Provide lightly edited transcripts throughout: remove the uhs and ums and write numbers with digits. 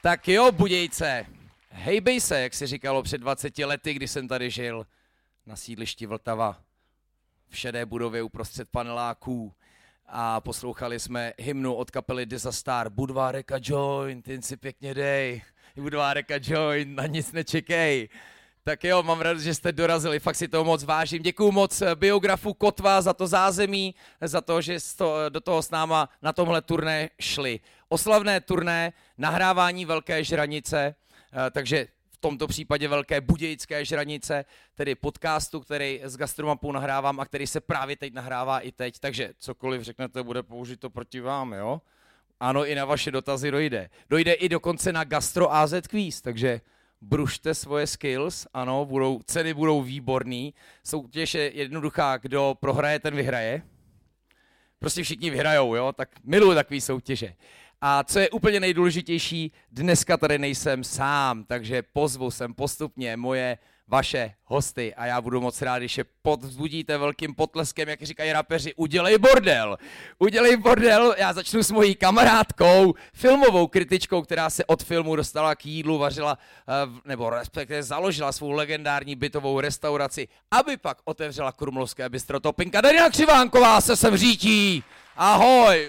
Tak jo, Budějce, hejbej se, jak se říkalo před 20 lety, když jsem tady žil na sídlišti Vltava v šedé budově uprostřed paneláků a poslouchali jsme hymnu od kapely Disaster. Budvárek a joint, jen si pěkně dej, Budvárek a joint, na nic nečekej. Tak jo, mám rád, že jste dorazili, fakt si toho moc vážím. Děkuju moc biografu Kotva za to zázemí, za to, že do toho s náma na tomhle turné šli. Oslavné turné, nahrávání Velké žranice, takže v tomto případě Velké budějické žranice, tedy podcastu, který s Gastromapou nahrávám a který se právě teď nahrává i teď. Takže cokoliv řeknete, bude použito proti vám, jo? Ano, i na vaše dotazy dojde. Dojde i dokonce na Gastro AZ Quiz, takže brušte svoje skills, ano, ceny budou výborný. Soutěž je jednoduchá, kdo prohraje, ten vyhraje. Prostě všichni vyhrajou, jo, tak miluji takový soutěže. A co je úplně nejdůležitější, dneska tady nejsem sám, takže pozvu sem postupně vaše hosty a já budu moc rád, když je povzbudíte velkým potleskem, jak říkají rapeři, udělej bordel. Udělej bordel, já začnu s mojí kamarádkou, filmovou kritičkou, která se od filmu dostala k jídlu, vařila, nebo respektive založila svou legendární bytovou restauraci, aby pak otevřela krumlovské bistro Topinka. Darina Křivánková se sem řítí. Ahoj.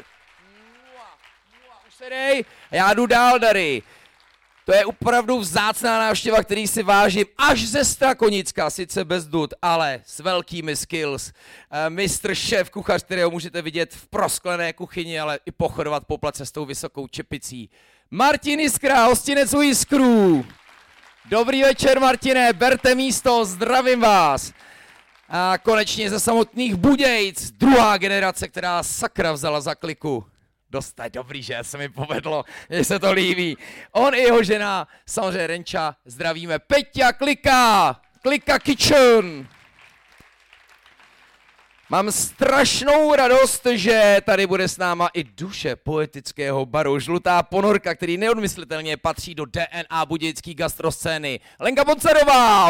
Usedej, já jdu dál, Dary. To je opravdu vzácná návštěva, který si vážím až ze Strakonicka, sice bez dud, ale s velkými skills. Mistr šéf kuchař, kterého můžete vidět v prosklené kuchyni, ale i pochodovat po place s tou vysokou čepicí. Martin Jiskra, hostinec u Jiskrů. Dobrý večer, Martine, berte místo, zdravím vás. A konečně ze samotných Budějc, druhá generace, která sakra vzala za kliku. Dost dobrý, že se mi povedlo, že se to líbí. On i jeho žena, samozřejmě Renča, zdravíme. Peťa Klika, Klika Kitchen. Mám strašnou radost, že tady bude s náma i duše poetického baru, žlutá ponorka, který neodmyslitelně patří do DNA budějické gastroscény. Lenka Boncarová,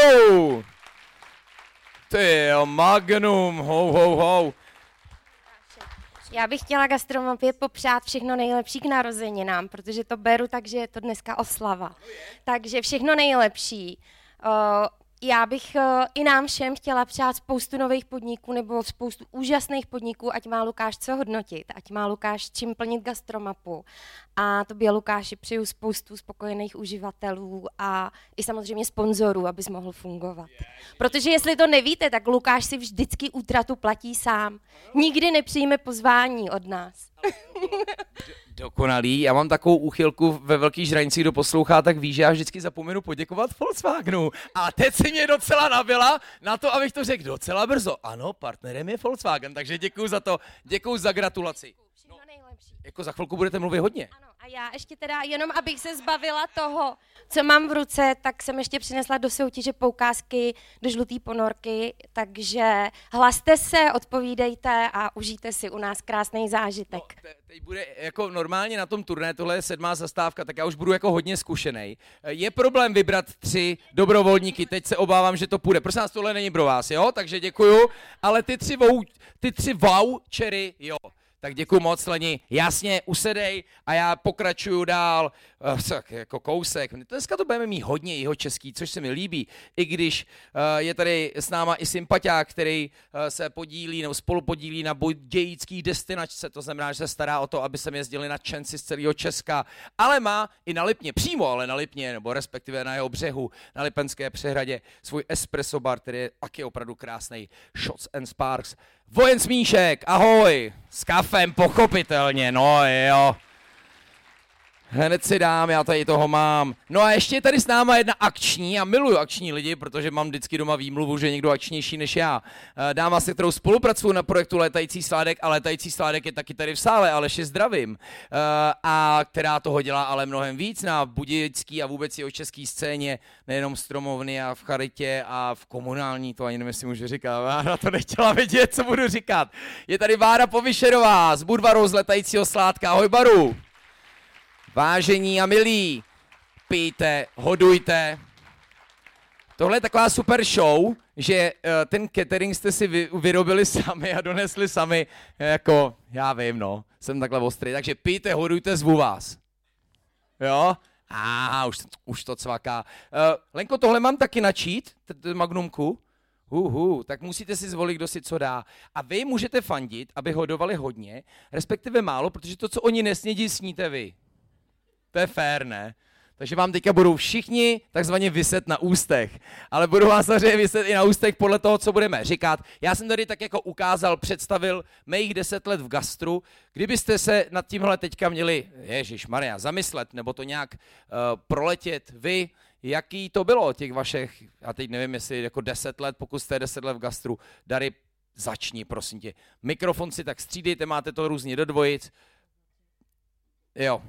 Ty jo, magnum, ho. Já bych chtěla Gastromapě popřát všechno nejlepší k narozeninám, protože to beru tak, že je to dneska oslava. Takže všechno nejlepší. Já bych i nám všem chtěla přát spoustu nových podniků nebo spoustu úžasných podniků, ať má Lukáš co hodnotit, ať má Lukáš čím plnit Gastromapu. A tobě, Lukáši, přeju spoustu spokojených uživatelů a i samozřejmě sponzorů, abys mohl fungovat. Protože jestli to nevíte, tak Lukáš si vždycky útratu platí sám. Nikdy nepřijme pozvání od nás. Dokonalý. Já mám takovou úchylku ve Velký žranici, kdo poslouchá, tak ví, že já vždycky zapomenu poděkovat Volkswagenu. A teď si mě docela nabila na to, abych to řekl docela brzo. Ano, partnerem je Volkswagen, takže děkuju za to, děkuju za gratulaci. Všechno nejlepší. Jako za chvilku budete mluvit hodně. Ano, a já ještě teda, jenom abych se zbavila toho, co mám v ruce, tak jsem ještě přinesla do soutěže poukázky do žluté ponorky, takže hlaste se, odpovídejte a užijte si u nás krásný zážitek. No, teď bude jako normálně na tom turné, tohle je 7. zastávka, tak já už budu jako hodně zkušenej. Je problém vybrat 3 dobrovolníky, teď se obávám, že to půjde. Prosím vás, tohle není pro vás, jo? Takže děkuju, ale ty 3 vouchery, jo. Tak děkuju moc, Leni. Jasně, usedej a já pokračuju dál. Jako kousek. Dneska to budeme mít hodně jihočeský, což se mi líbí. I když je tady s náma i sympatiák, který se podílí nebo spolupodílí na budějický destinačce. To znamená, že se stará o to, aby sem jezdili nadšenci z celého Česka. Ale má i na Lipně, přímo ale na Lipně, nebo respektive na jeho břehu, na Lipenské přehradě, svůj espresso bar, který je taky opravdu krásný. Shots and Sparks. Vojen Smíšek, ahoj, s kafem, pochopitelně, no jo. Hned si dám, já tady toho mám. No a ještě je tady s náma jedna akční, já miluju akční lidi, protože mám vždycky doma výmluvu, že je někdo akčnější než já. Dáma, se kterou spolupracuju na projektu Létající sládek a Létající sládek je taky tady v sále, Aleši zdravím. A která toho dělá ale mnohem víc na budějický a vůbec jeho český scéně, nejenom Stromovny a v charitě a v komunální, to ani nevím, jestli můžu říkat, Vára to nechtěla vědět, co budu říkat. Je tady Vára Povyšerová z Budvaru z Létajícího sládka, ahoj Baru. Vážení a milí, pijte, hodujte. Tohle je taková super show, že ten catering jste si vyrobili sami a donesli sami, jako, já vím, no, jsem takhle ostrý, takže pijte, hodujte, zvu vás. Jo? Už to cvaká. Lenko, tohle mám taky načít, magnumku? Tak musíte si zvolit, kdo si co dá. A vy můžete fandit, aby ho dovali hodně, respektive málo, protože to, co oni nesnědí, sníte vy. To je fér, ne? Takže vám teďka budou všichni takzvaně viset na ústech. Ale budou vás samozřejmě viset i na ústech podle toho, co budeme říkat. Já jsem tady tak jako představil mých 10 let v gastru. Kdybyste se nad tímhle teďka měli, ježišmarja, zamyslet, nebo to nějak proletět vy, jaký to bylo těch vašich, já teď nevím, jestli jako 10 let, pokud jste 10 let v gastru, Dary, začni, prosím tě. Mikrofon si tak střídejte, máte to různě do dvojic. Jo.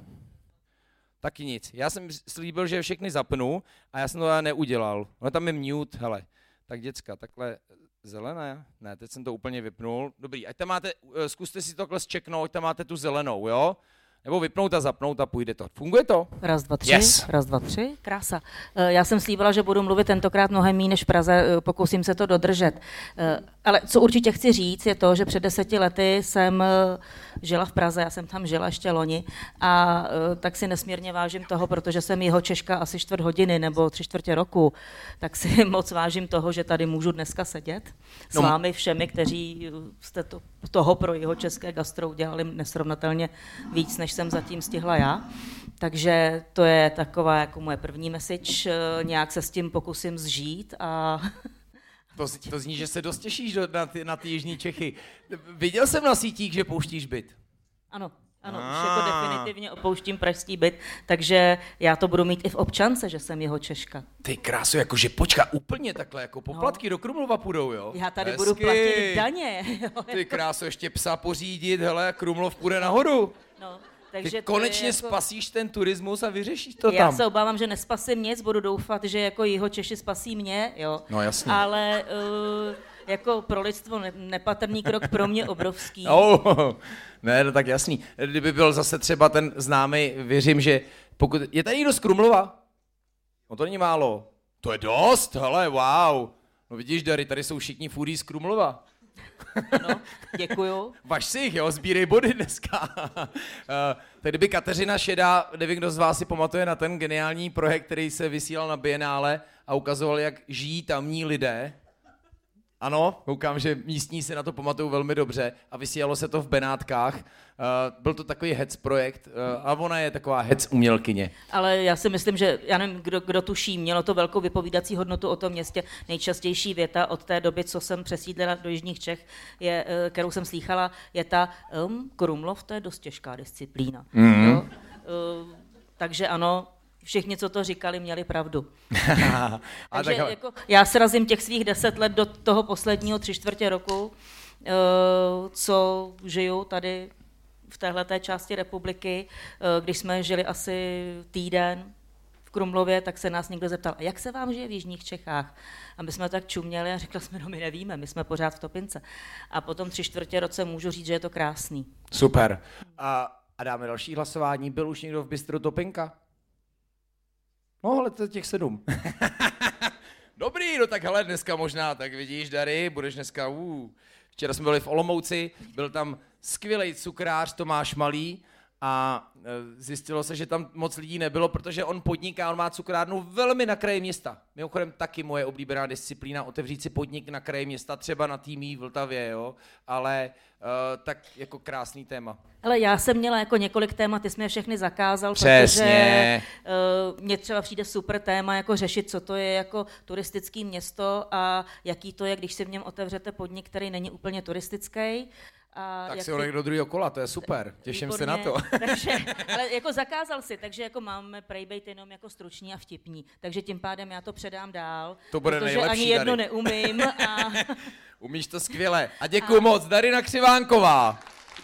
Taky nic. Já jsem slíbil, že všechny zapnu a já jsem to neudělal. No tam je mute, hele. Tak děcka, takhle zelená? Ne, teď jsem to úplně vypnul. Dobrý, ať tam máte, zkuste si to takhle zčeknout, ať tam máte tu zelenou, jo? Nebo vypnout a zapnout a půjde to. Funguje to? Raz, dva, tři. Yes. Raz, dva, tři. Krása. Já jsem slíbila, že budu mluvit tentokrát mnohem méně než v Praze, pokusím se to dodržet. Ale co určitě chci říct, je to, že před 10 lety jsem žila v Praze, já jsem tam žila ještě loni a tak si nesmírně vážím toho, protože jsem jeho Češka asi 4 hodiny nebo 3/4 roku, tak si moc vážím toho, že tady můžu dneska sedět s vámi všemi, kteří jste toho pro jeho české gastro udělali nesrovnatelně víc, než jsem zatím stihla já. Takže to je taková jako moje první message, nějak se s tím pokusím zžít a... To zní, že se dost těšíš na ty jižní Čechy. Viděl jsem na sítích, že pouštíš byt. Ano, už jako definitivně opouštím pražský byt, takže já to budu mít i v občance, že jsem jeho Češka. Ty krásu, jakože počka úplně takhle, jako poplatky do Krumlova půjdou, jo? Já tady budu platit daně. Jo? Ty krásu, ještě psa pořídit, hele, Krumlov půjde nahoru. No. Takže ty konečně jako... spasíš ten turismus a vyřešíš to tam. Já se obávám, že nespasím nic, budu doufat, že jako jeho Češi spasí mě, jo. No jasně. Ale jako pro lidstvo nepatrný krok pro mě obrovský. Ne, no tak jasný. Kdyby byl zase třeba ten známý, věřím, že pokud... Je tady někdo z Krumlova? No to není málo. To je dost, hele, wow. No vidíš, Dary, tady jsou všichni foodie z Krumlova. No, děkuju. Vaš si jich, jo, sbírej body dneska. Tak kdyby Kateřina Šedá, nevím, kdo z vás si pamatuje na ten geniální projekt, který se vysílal na Bienále a ukazoval, jak žijí tamní lidé. Ano, koukám, že místní si na to pamatují velmi dobře a vysílalo se to v Benátkách. Byl to takový hec projekt a ona je taková hec umělkyně. Ale já si myslím, že, já nevím, kdo tuší, mělo to velkou vypovídací hodnotu o tom městě. Nejčastější věta od té doby, co jsem přesídlila do jižních Čech, kterou jsem slýchala, je ta Krumlov, to je dost těžká disciplína. Mm-hmm. Takže ano, všichni, co to říkali, měli pravdu. Takže jako, já srazím těch svých 10 let do toho posledního 3/4 roku, co žiju tady v téhleté části republiky. Když jsme žili asi týden v Krumlově, tak se nás někdo zeptal, a jak se vám žije v jižních Čechách? A my jsme tak čuměli a řekli jsme, no my nevíme, my jsme pořád v Topince. A potom 3/4 roce můžu říct, že je to krásný. Super. A dáme další hlasování. Byl už někdo v bistru Topinka? No, ale to je těch 7. Dobrý, no tak hele, dneska možná, tak vidíš, Dary, budeš dneska, Včera jsme byli v Olomouci, byl tam skvělej cukrář Tomáš Malý a zjistilo se, že tam moc lidí nebylo, protože on podniká, on má cukrárnu velmi na kraji města. Mimochodem taky moje oblíbená disciplína, otevřít si podnik na kraji města, třeba na Týmí v Vltavě, jo, ale tak jako krásný téma. Ale já jsem měla jako několik témat, ty jsi mě všechny zakázal, přesně. Protože mně třeba přijde super téma jako řešit, co to je jako turistické město a jaký to je, když si v něm otevřete podnik, který není úplně turistický. A tak si ho do druhého kola, to je super, těším se na to. Takže, ale jako zakázal si, takže jako máme prejbejt jenom jako struční a vtipní, takže tím pádem já to předám dál, to bude protože nejlepší, ani jedno Dary. neumím. A... Umíš to skvěle. A děkuji moc, Darina Křivánková.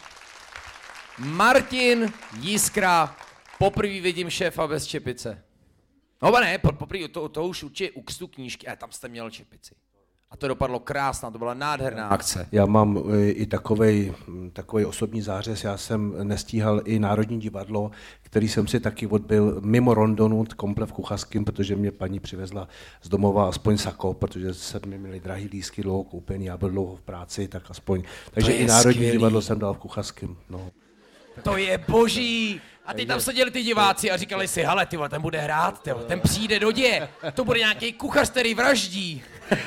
Martin Jiskra, poprvé vidím šéfa bez čepice. No ne, poprvé, to už určitě u kstu knížky, ale tam jste měl čepici. A to dopadlo krásná, to byla nádherná akce. Já mám i takovej osobní zářez, já jsem nestíhal i Národní divadlo, který jsem si taky odbyl mimo Londonu, komplet v Kuchařském, protože mě paní přivezla z domova aspoň sako, protože jsme měli drahý lístky dlouho koupený, já byl dlouho v práci, tak aspoň. Takže i Národní divadlo jsem dal v Kuchařském. No. To je boží! A ty tam seděli ty diváci a říkali si, hele, ty vole, ten bude hrát, ty vole, ten přijde do děje, to bude nějaký kuchař, který vraždí.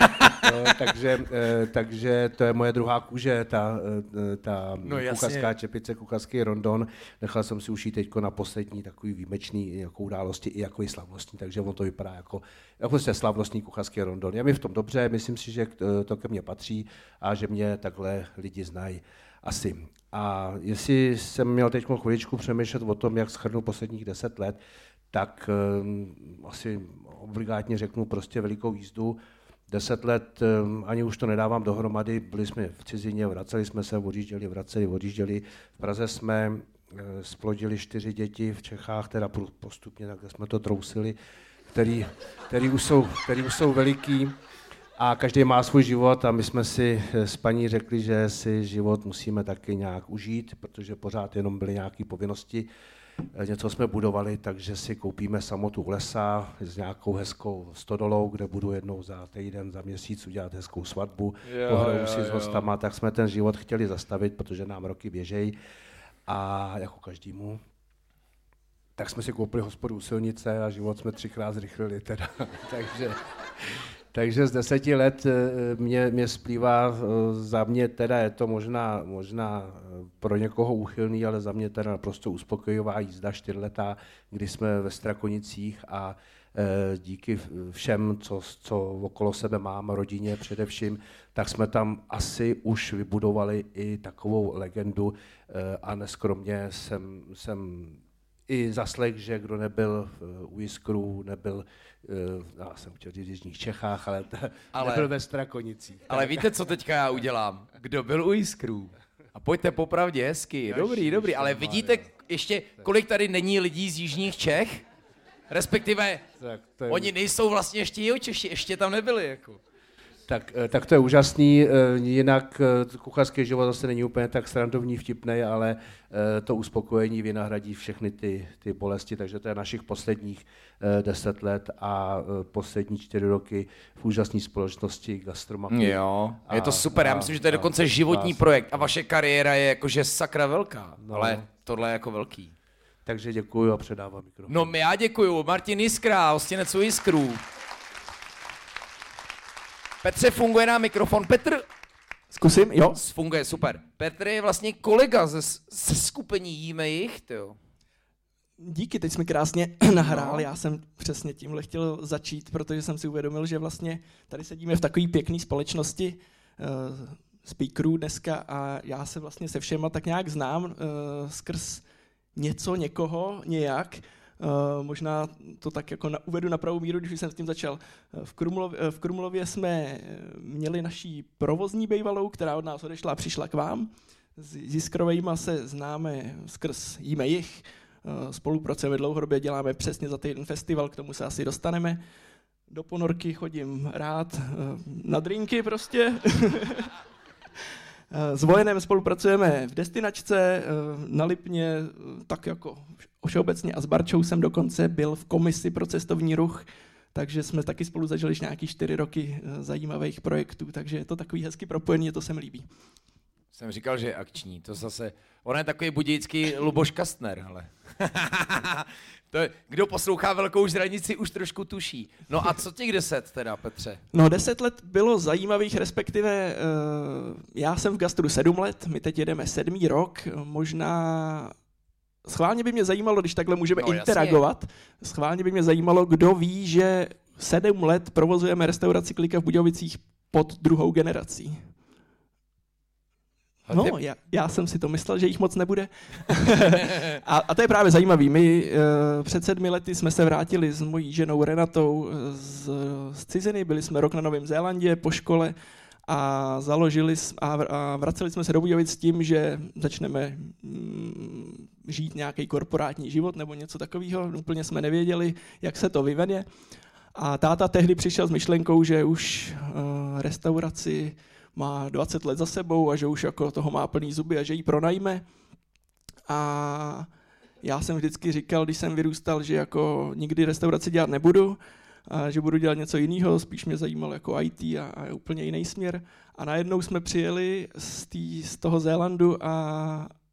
Takže to je moje druhá kůže, ta kuchařská čepice, kuchařský rondon. Nechal jsem si ušít teďko na poslední takový výjimečný jako události i jako slavnostní, takže on to vypadá jako slavnostní kuchařský rondon. Je mi v tom dobře, myslím si, že to ke mně patří a že mě takhle lidi znají. Asi. A jestli jsem měl teď chviličku přemýšlet o tom, jak shrnu posledních 10 let, tak asi obligátně řeknu prostě velikou jízdu. 10 let, ani už to nedávám dohromady, byli jsme v cizině, vraceli jsme se, odjížděli. V Praze jsme splodili 4 děti, v Čechách teda postupně, takhle jsme to trousili, který už jsou veliký. A každý má svůj život a my jsme si s paní řekli, že si život musíme taky nějak užít, protože pořád jenom byly nějaké povinnosti. Něco jsme budovali, takže si koupíme samotu v lesa s nějakou hezkou stodolou, kde budu jednou za týden, za měsíc udělat hezkou svatbu, pohraju si s hostama, tak jsme ten život chtěli zastavit, protože nám roky běžejí a jako každému. Tak jsme si koupili hospodu u silnice a život jsme 3krát zrychlili teda, takže z 10 let mě splývá, za mě teda je to možná pro někoho úchylný, ale za mě teda naprosto uspokojivá jízda 4letá, kdy jsme ve Strakonicích a díky všem, co okolo sebe mám, rodině především, tak jsme tam asi už vybudovali i takovou legendu a neskromně jsem i zaslech, že kdo nebyl u Jiskru, nebyl, já jsem chtěl říct v Jižních Čechách, ale nebyl ve Strakonicích. Ale víte, co teďka já udělám? Kdo byl u Jiskrů? A pojďte popravdě hezky, dobrý, ale vidíte ještě, kolik tady není lidí z Jižních Čech? Respektive, oni nejsou vlastně ještě Jihočeši, ještě tam nebyli, jako. Tak to je úžasný, jinak kuchařský život zase není úplně tak srandovní, vtipnej, ale to uspokojení vynahradí všechny ty bolesti, takže to je našich posledních 10 let a poslední 4 roky v úžasné společnosti Gastromafie. Jo, je to super, já myslím, že to je dokonce životní projekt a vaše kariéra je jakože sakra velká, ale tohle je jako velký. Takže děkuju a předávám mikrofon. No já děkuju, Martin Jiskra, hostinec u Jiskrů. Petře, funguje nám mikrofon. Petr... Zkusím, jo. Funguje, super. Petr je vlastně kolega ze skupení Jíme jich, tyjo. Díky, teď jsme krásně nahrál, já jsem přesně tímhle chtěl začít, protože jsem si uvědomil, že vlastně tady sedíme v takové pěkné společnosti speakerů dneska a já se vlastně se všema tak nějak znám skrz někoho, nějak. Možná to tak jako uvedu na pravou míru, když jsem s tím začal. V Krumlově jsme měli naší provozní bývalou, která od nás odešla a přišla k vám. S Jiskrovejma se známe skrz Jíme jich, spolupracujeme dlouhodobě, děláme přesně za týden festival, k tomu se asi dostaneme. Do Ponorky chodím rád, na drinky prostě. S Vojenem spolupracujeme v destinačce, na Lipně, tak jako všeobecně a s Barčou jsem dokonce byl v komisi pro cestovní ruch, takže jsme taky spolu zažili nějaký 4 roky zajímavých projektů, takže je to takový hezky propojení, to se mi líbí. Jsem říkal, že je akční, to zase, on je takový budějický Luboš Kastner, ale. Kdo poslouchá Velkou žranici, už trošku tuší. No a co těch 10 teda, Petře? No 10 let bylo zajímavých, respektive já jsem v gastru 7 let, my teď jedeme 7. rok, možná schválně by mě zajímalo, když takhle můžeme interagovat, schválně by mě zajímalo, kdo ví, že 7 let provozujeme restauraci Klika v Budějovicích pod 2. generací. No, já jsem si to myslel, že jich moc nebude. a to je právě zajímavý. My před 7 lety jsme se vrátili s mojí ženou Renatou z ciziny, byli jsme rok na Novém Zélandě po škole a vraceli jsme se do Budějovic s tím, že začneme žít nějaký korporátní život nebo něco takového. Úplně jsme nevěděli, jak se to vyvede. A táta tehdy přišel s myšlenkou, že už restauraci má 20 let za sebou a že už jako toho má plný zuby a že ji pronajme. A já jsem vždycky říkal, když jsem vyrůstal, že jako nikdy restauraci dělat nebudu, a že budu dělat něco jiného, spíš mě zajímalo jako IT a úplně jiný směr. A najednou jsme přijeli z toho Zélandu a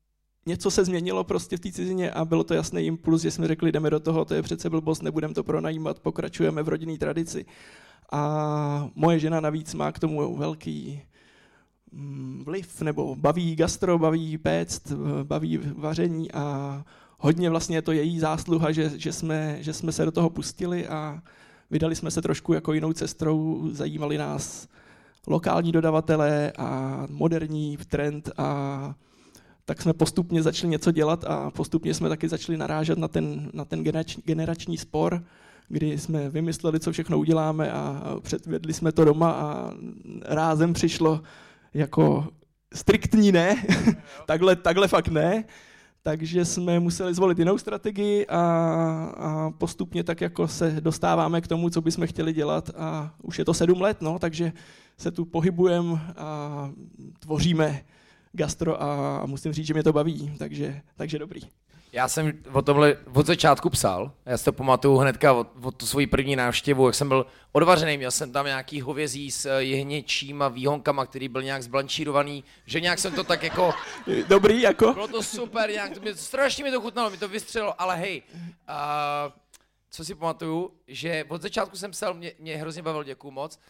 něco se změnilo prostě v té cizině a bylo to jasný impuls, že jsme řekli, jdeme do toho, to je přece blbost, nebudeme to pronajímat, pokračujeme v rodinné tradici. A moje žena navíc má k tomu velký vliv, nebo baví gastro, baví péct, baví vaření a hodně vlastně je to její zásluha, že jsme se do toho pustili a vydali jsme se trošku jako jinou cestou, zajímali nás lokální dodavatelé a moderní trend a tak jsme postupně začali něco dělat a postupně jsme taky začali narážet na ten generační spor, kdy jsme vymysleli, co všechno uděláme a předvedli jsme to doma a rázem přišlo jako striktní ne, takhle fakt ne, takže jsme museli zvolit jinou strategii a postupně tak jako se dostáváme k tomu, co bychom chtěli dělat a už je to 7 let, no, takže se tu pohybujeme a tvoříme gastro a musím říct, že mě to baví, takže dobrý. Já jsem o tomhle od začátku psal, já si to pamatuju hnedka od tu svoji první návštěvu, jak jsem byl odvařený, měl jsem tam nějaký hovězí s jehněčím a výhonkama, který byl nějak zblanšírovaný, že nějak jsem to tak jako... Dobrý, jako? Bylo to super, nějak, strašně mi to chutnalo, mi to vystřelilo, ale hej, co si pamatuju, že od začátku jsem psal, mě hrozně bavil, děkuju moc,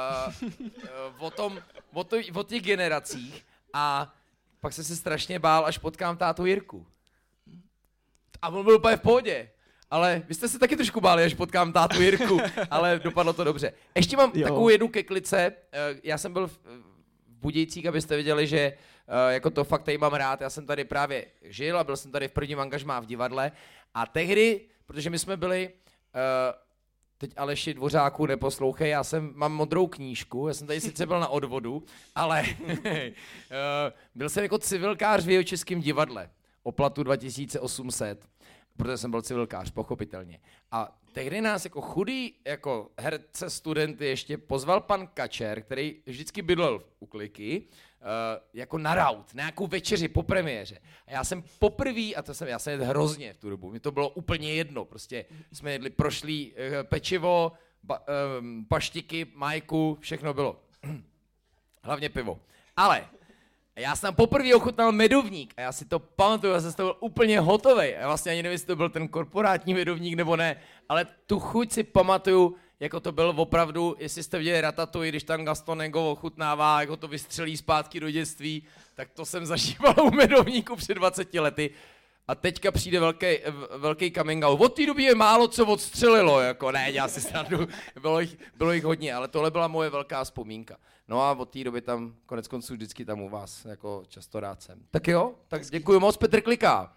o těch generacích a pak jsem se strašně bál, až potkám tátu Jirku. A on byl úplně v pohodě, ale vy jste se taky trošku báli, až potkám tátu Jirku, ale dopadlo to dobře. Ještě mám takovou jednu keklice, já jsem byl v Budějcích, abyste viděli, že jako to fakt tady mám rád, já jsem tady právě žil a byl jsem tady v prvním angažmá v divadle a tehdy, protože my jsme byli, teď Aleši Dvořáku neposlouchej, mám modrou knížku, já jsem tady sice byl na odvodu, ale byl jsem jako civilkář v Jihočeském divadle o platu 2800, protože jsem byl civilkář, pochopitelně. A tehdy nás jako chudý, jako herce, studenty ještě pozval pan Kačer, který vždycky bydlel u Kliky, jako na raut, na nějakou večeři po premiéře. A já jsem poprvý, a já jsem jedl hrozně v tu dobu, mi to bylo úplně jedno, prostě jsme jedli prošlý pečivo, paštiky, majku, všechno bylo. Hlavně pivo. Ale já jsem tam poprvé ochutnal medovník a já si to pamatuju, já jsem z toho byl úplně hotovej. Já vlastně ani nevím, jestli to byl ten korporátní medovník nebo ne, ale tu chuť si pamatuju, jako to byl opravdu, jestli jste viděli Ratatouille, když tam Gaston Ego ochutnává, jako to vystřelí zpátky do dětství, tak to jsem zažíval u medovníku před 20 lety. A teďka přijde velký coming out. Od té doby je málo co odstřelilo, jako ne, já si srandu, bylo jich hodně, ale tohle byla moje velká vzpomínka. No a od té doby tam, konec konců vždycky tam u vás, jako často rád jsem. Tak jo, tak děkuji moc, Petr Klika.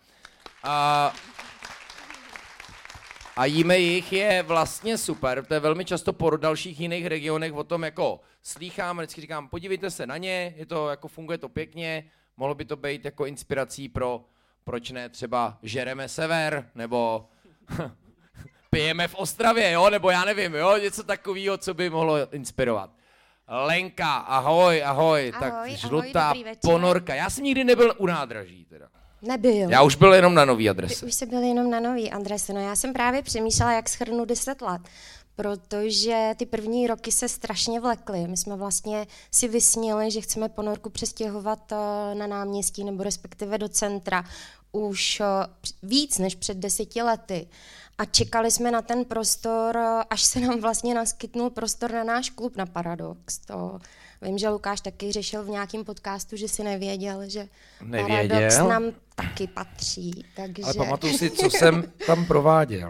A jíme jich je vlastně super, to je velmi často po dalších jiných regionech o tom jako slýchám, vždycky říkám, podívejte se na ně, je to, jako funguje to pěkně, mohlo by to být jako inspirací pro, proč ne, třeba žereme sever, nebo pijeme v Ostravě, jo, nebo já nevím, jo, něco takového, co by mohlo inspirovat. Lenka, ahoj, tak žlutá ponorka, já jsem nikdy nebyl u nádraží teda. Nebyl. Já už byl jenom na nový adrese. Už jsi byl jenom na nový adrese, no já jsem právě přemýšlela, jak shrnu 10 let, protože ty první roky se strašně vlekly. My jsme vlastně si vysnili, že chceme ponorku přestěhovat na náměstí nebo respektive do centra už víc než před 10 lety. A čekali jsme na ten prostor, až se nám vlastně naskytnul prostor na náš klub na Paradox. To vím, že Lukáš taky řešil v nějakém podcastu, že si nevěděl, že Paradox nám taky patří. Takže... Ale pamatuju si, co jsem tam prováděl.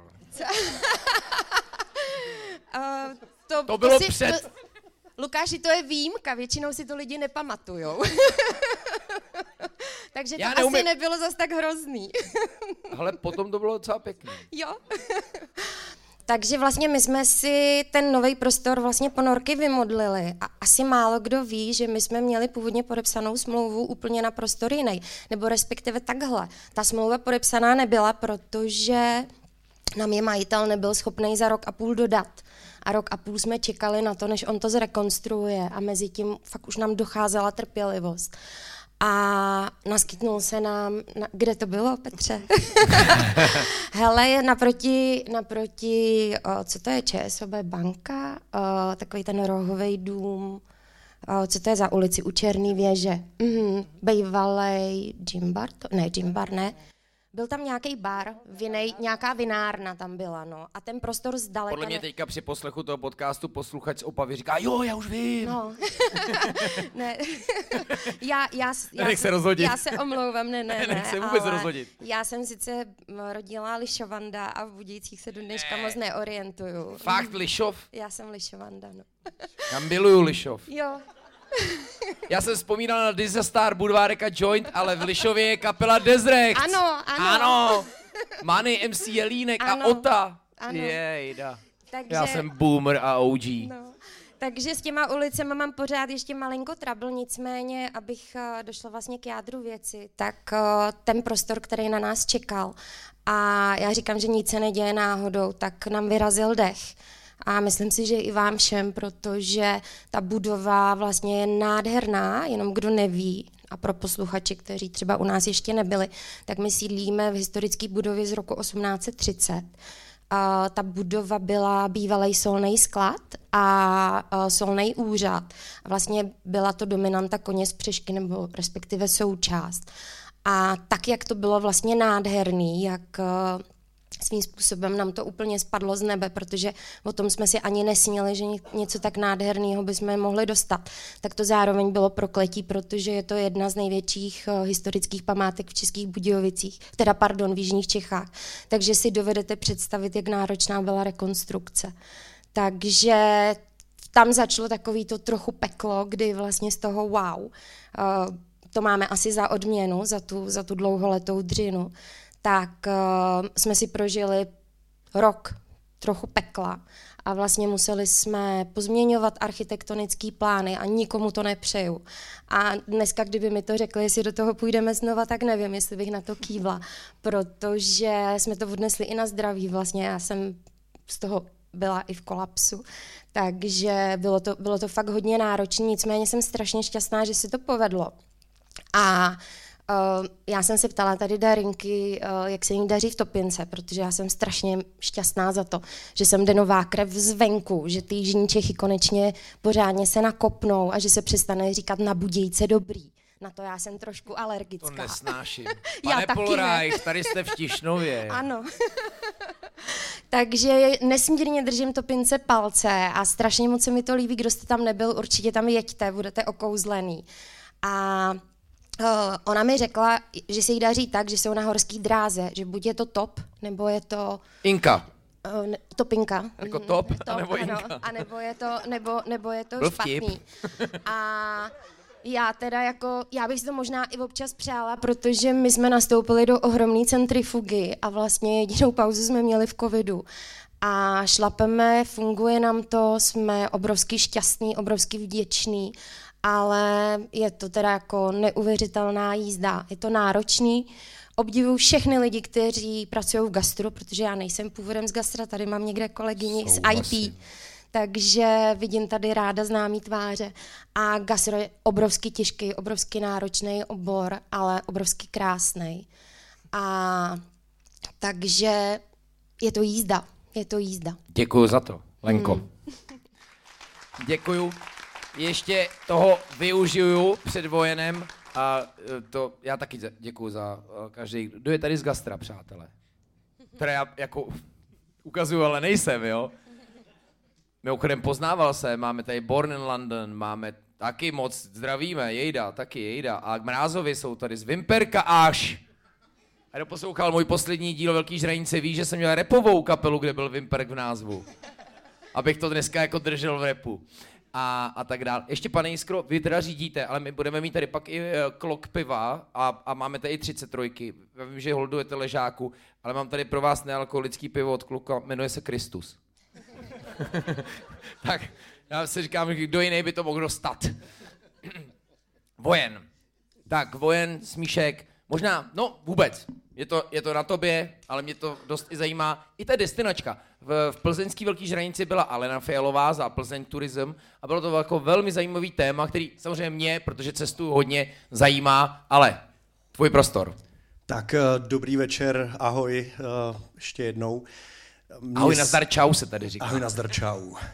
To bylo před... Lukáši, to je výjimka, většinou si to lidi nepamatujou. Takže to asi nebylo zas tak hrozný. Ale potom to bylo docela pěkný. Jo. Takže vlastně my jsme si ten nový prostor vlastně ponorky vymodlili a asi málo kdo ví, že my jsme měli původně podepsanou smlouvu úplně na prostor jiný, nebo respektive takhle. Ta smlouva podepsaná nebyla, protože nám je majitel nebyl schopný za 1,5 roku dodat. A 1,5 roku jsme čekali na to, než on to zrekonstruuje a mezi tím fakt už nám docházela trpělivost. A naskytnul se nám, kde to bylo, Petře? Hele, je naproti, co to je, ČSOB banka, takový ten rohovej dům, co to je za ulici, u Černý věže. Bejvalej Gymbar, Gymbar ne. Byl tam nějaký bar, nějaká vinárna tam byla, no. A ten prostor zdaleka... Podle mě teďka při poslechu toho podcastu posluchač z Opavy říká, jo, já už vím. No. Ne. Nech se rozhodit. Já se omlouvám, ne. Nech se vůbec rozhodit. Já jsem sice rodila Lišovanda a v Budějcích se do dneška moc neorientuju. Fakt Lišov? Já jsem Lišovanda, no. Já miluju Lišov. Jo. Já jsem vzpomínal na Disaster, Budvárek a Joint, ale v Lišově je kapela Desrecht. Ano. Many, MC Jelínek a Ota. Ano. Jejda. Takže... Já jsem boomer a OG. No. Takže s těma ulicema mám pořád ještě malinko trouble, nicméně, abych došla vlastně k jádru věci, tak ten prostor, který na nás čekal, a já říkám, že nic se neděje náhodou, tak nám vyrazil dech. A myslím si, že i vám všem, protože ta budova vlastně je nádherná, jenom kdo neví, a pro posluchače, kteří třeba u nás ještě nebyli, tak my sídlíme v historické budově z roku 1830. Ta budova byla bývalý solný sklad a solný úřad. A vlastně byla to dominanta koně z Přešky, nebo respektive součást. A tak, jak to bylo vlastně nádherný, jak svým způsobem nám to úplně spadlo z nebe, protože o tom jsme si ani nesnili, že něco tak nádherného bychom mohli dostat. Tak to zároveň bylo prokletí, protože je to jedna z největších historických památek v Českých Budějovicích, v jižních Čechách. Takže si dovedete představit, jak náročná byla rekonstrukce. Takže tam začalo takový to trochu peklo, kdy vlastně z toho wow, to máme asi za odměnu, za tu dlouholetou dřinu, tak jsme si prožili rok trochu pekla a vlastně museli jsme pozměňovat architektonické plány a nikomu to nepřeju. A dneska, kdyby mi to řekli, jestli do toho půjdeme znova, tak nevím, jestli bych na to kývla, protože jsme to odnesli i na zdraví. Vlastně já jsem z toho byla i v kolapsu, takže bylo to fakt hodně náročné, nicméně jsem strašně šťastná, že se to povedlo. A já jsem se ptala tady Darinky, jak se jí daří v Topince, protože já jsem strašně šťastná za to, že jsem jde nová krev zvenku, že ty jižní Čechy konečně pořádně se nakopnou a že se přestane říkat na Budějce dobrý. Na to já jsem trošku alergická. To nesnáším. Pane Polreich, tady jste v Tišnově. Ano. Takže nesmírně držím Topince palce a strašně moc se mi to líbí, kdo jste tam nebyl, určitě tam jeďte, budete okouzlený. A ona mi řekla, že se jí daří tak, že jsou na horský dráze, že buď je to top, nebo je to... Inka. Topinka. Jako top, anebo Inka. Ano, a nebo je to byl špatný. Vtip. A já teda já bych si to možná i občas přála, protože my jsme nastoupili do ohromné centrifugy a vlastně jedinou pauzu jsme měli v covidu. A šlapeme, funguje nám to, jsme obrovsky šťastní, obrovsky vděční, ale je to teda jako neuvěřitelná jízda. Je to náročný. Obdivuju všechny lidi, kteří pracují v gastru, protože já nejsem původem z gastra, tady mám někde kolegyni z IT, takže vidím tady ráda známý tváře. A gastro je obrovsky těžký, obrovsky náročný obor, ale obrovsky krásný. A takže je to jízda. Je to jízda. Děkuju za to, Lenko. Děkuju. Ještě toho využiju před vojenem a to já taky děkuju za každý. Kdo je tady z gastra, přátelé? Které já jako ukazuju, ale nejsem, jo? Mimochodem poznával jsem, máme tady Born in London, máme taky moc, zdravíme, Jejda, taky Jejda. A k Mrázovi jsou tady z Vimperka až. A kdo poslouchal můj poslední díl Velký žranice, ví, že jsem měl rapovou kapelu, kde byl Vimperk v názvu. Abych to dneska jako držel v rapu. A tak dál. Ještě, pane Jiskro, vy teda řídíte, ale my budeme mít tady pak i klok piva a máme tady 33. Já vím, že holdujete ležáku, ale mám tady pro vás nealkoholický pivo od kluka, jmenuje se Kristus. Tak já si říkám, kdo jiný by to mohl dostat. Vojen. Tak, Vojen, Smíšek, možná, no vůbec. Je to na tobě, ale mě to dost i zajímá. I ta destinačka. V plzeňský Velký žranici byla Alena Fialová za Plzeň Tourism a bylo to jako velmi zajímavý téma, který samozřejmě mě, protože cestuju hodně, zajímá, ale tvůj prostor. Tak dobrý večer, ahoj, ještě jednou. Ahoj, nazdar, čau se tady říká. Ahoj, nazdar, čau.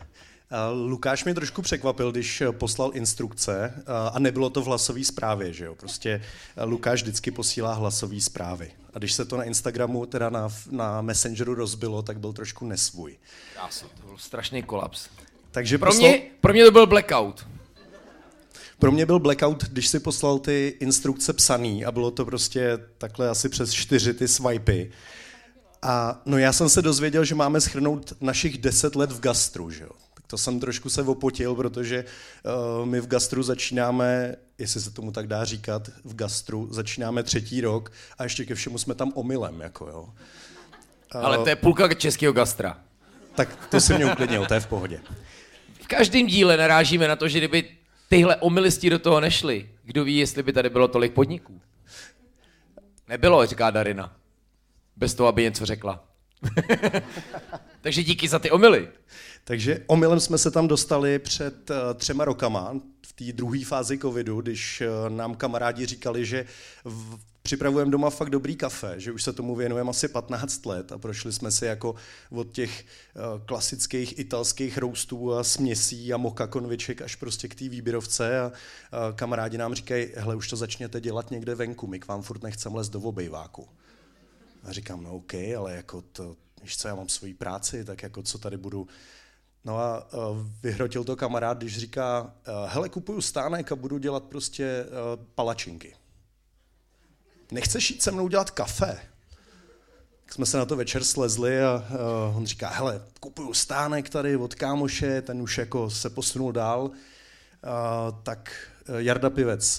Lukáš mě trošku překvapil, když poslal instrukce a nebylo to v hlasové zprávě, že jo? Prostě Lukáš vždycky posílá hlasové zprávy. A když se to na Instagramu, teda na Messengeru rozbilo, tak byl trošku nesvůj. To byl strašný kolaps. Takže Pro mě to byl blackout. Pro mě byl blackout, když si poslal ty instrukce psaný a bylo to prostě takhle asi přes 4 ty swipy. A no já jsem se dozvěděl, že máme shrnout našich 10 let v gastru, že jo. Tak to jsem trošku se opotil, protože my v gastru začínáme, jestli se tomu tak dá říkat, v gastru začínáme 3. rok a ještě ke všemu jsme tam omylem, jako jo. Ale to je půlka českého gastra. Tak to si mě uklidnil, to je v pohodě. V každém díle narážíme na to, že kdyby tyhle omylisti do toho nešly, kdo ví, jestli by tady bylo tolik podniků. Nebylo, říká Darina. Bez toho, aby něco řekla. Takže díky za ty omyly. Takže omylem jsme se tam dostali před 3 rokama, v té druhé fázi covidu, když nám kamarádi říkali, že připravujeme doma fakt dobrý kafe, že už se tomu věnujeme asi 15 let a prošli jsme si jako od těch klasických italských roastů a směsí a moka konviček až prostě k té výběrovce a kamarádi nám říkají, hele, už to začněte dělat někde venku, my k vám furt nechceme lézt do obejváku. A říkám, no OK, ale jako to, víš co, já mám svoji práci, tak jako co tady budu. No a vyhrotil to kamarád, když říká, hele, kupuju stánek a budu dělat prostě palačinky. Nechceš jít se mnou dělat kafe? Tak jsme se na to večer slezli a on říká, hele, kupuju stánek tady od kámoše, ten už jako se posunul dál. Tak Jarda Pivec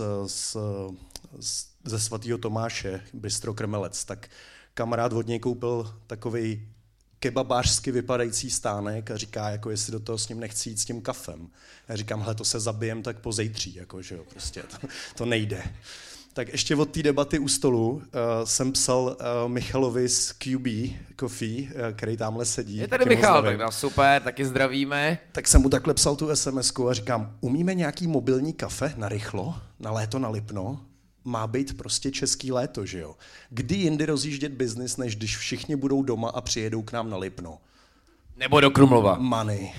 ze svatého Tomáše, Bistro Krmelec, tak kamarád od něj koupil takovej kebabářsky vypadající stánek a říká, jako jestli do toho s ním nechci jít s tím kafem. Já říkám, hele, to se zabijem tak pozejtří, jako, že jo, prostě to nejde. Tak ještě od té debaty u stolu jsem psal Michalovi z QB Coffee, který tamhle sedí. Je tady Michal, tak super, taky zdravíme. Tak jsem mu takhle psal tu SMS-ku a říkám, umíme nějaký mobilní kafe na rychlo, na léto, na Lipno? Má být prostě český léto, že jo? Kdy jindy rozjíždět biznis, než když všichni budou doma a přijedou k nám na Lipno? Nebo do Krumlova. Money.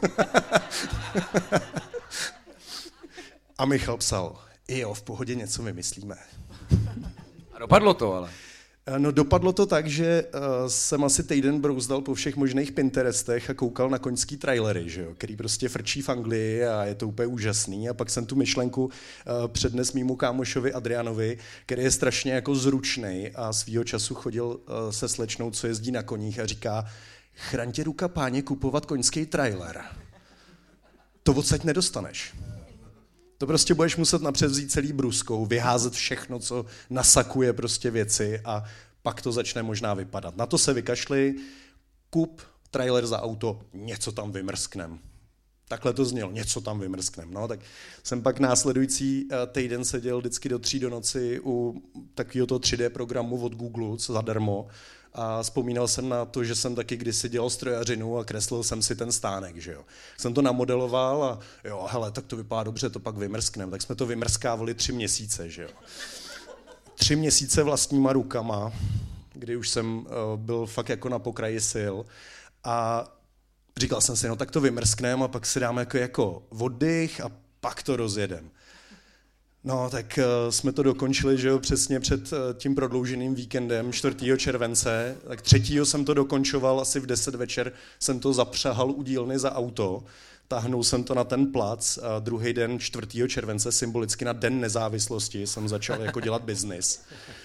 A Michal psal, jo, v pohodě něco vymyslíme. A dopadlo to, ale. No dopadlo to tak, že jsem asi týden brouzdal po všech možných Pinterestech a koukal na koňský trailery, že jo, který prostě frčí v Anglii a je to úplně úžasný. A pak jsem tu myšlenku přednes mýmu kámošovi Adrianovi, který je strašně jako zručnej a svýho času chodil se slečnou, co jezdí na koních a říká, chraň tě ruka, páně, kupovat koňský trailer. To odsaď nedostaneš. To prostě budeš muset napřed vzít celý bruskou, vyházet všechno, co nasakuje prostě věci a pak to začne možná vypadat. Na to se vykašli, kup trailer za auto, něco tam vymrsknem. Takhle to znělo, něco tam vymrsknem. No, tak jsem pak následující týden seděl vždycky do 3 do noci u takového 3D programu od Google, co zadarmo, a vzpomínal jsem na to, že jsem taky kdysi dělal strojařinu a kreslil jsem si ten stánek, že jo. Jsem to namodeloval a jo, hele, tak to vypadá dobře, to pak vymrskneme. Tak jsme to vymrskávali 3 měsíce, že jo. 3 měsíce vlastníma rukama, kdy už jsem byl fakt jako na pokraji sil a říkal jsem si, no tak to vymrskneme a pak si dáme jako oddych a pak to rozjedeme. No, tak jsme to dokončili, že jo, přesně před tím prodlouženým víkendem 4. července. Tak 3. jsem to dokončoval, asi v 10 večer jsem to zapřahal u dílny za auto. Táhnul jsem to na ten plac a druhý den 4. července, symbolicky na Den nezávislosti, jsem začal jako dělat biznis.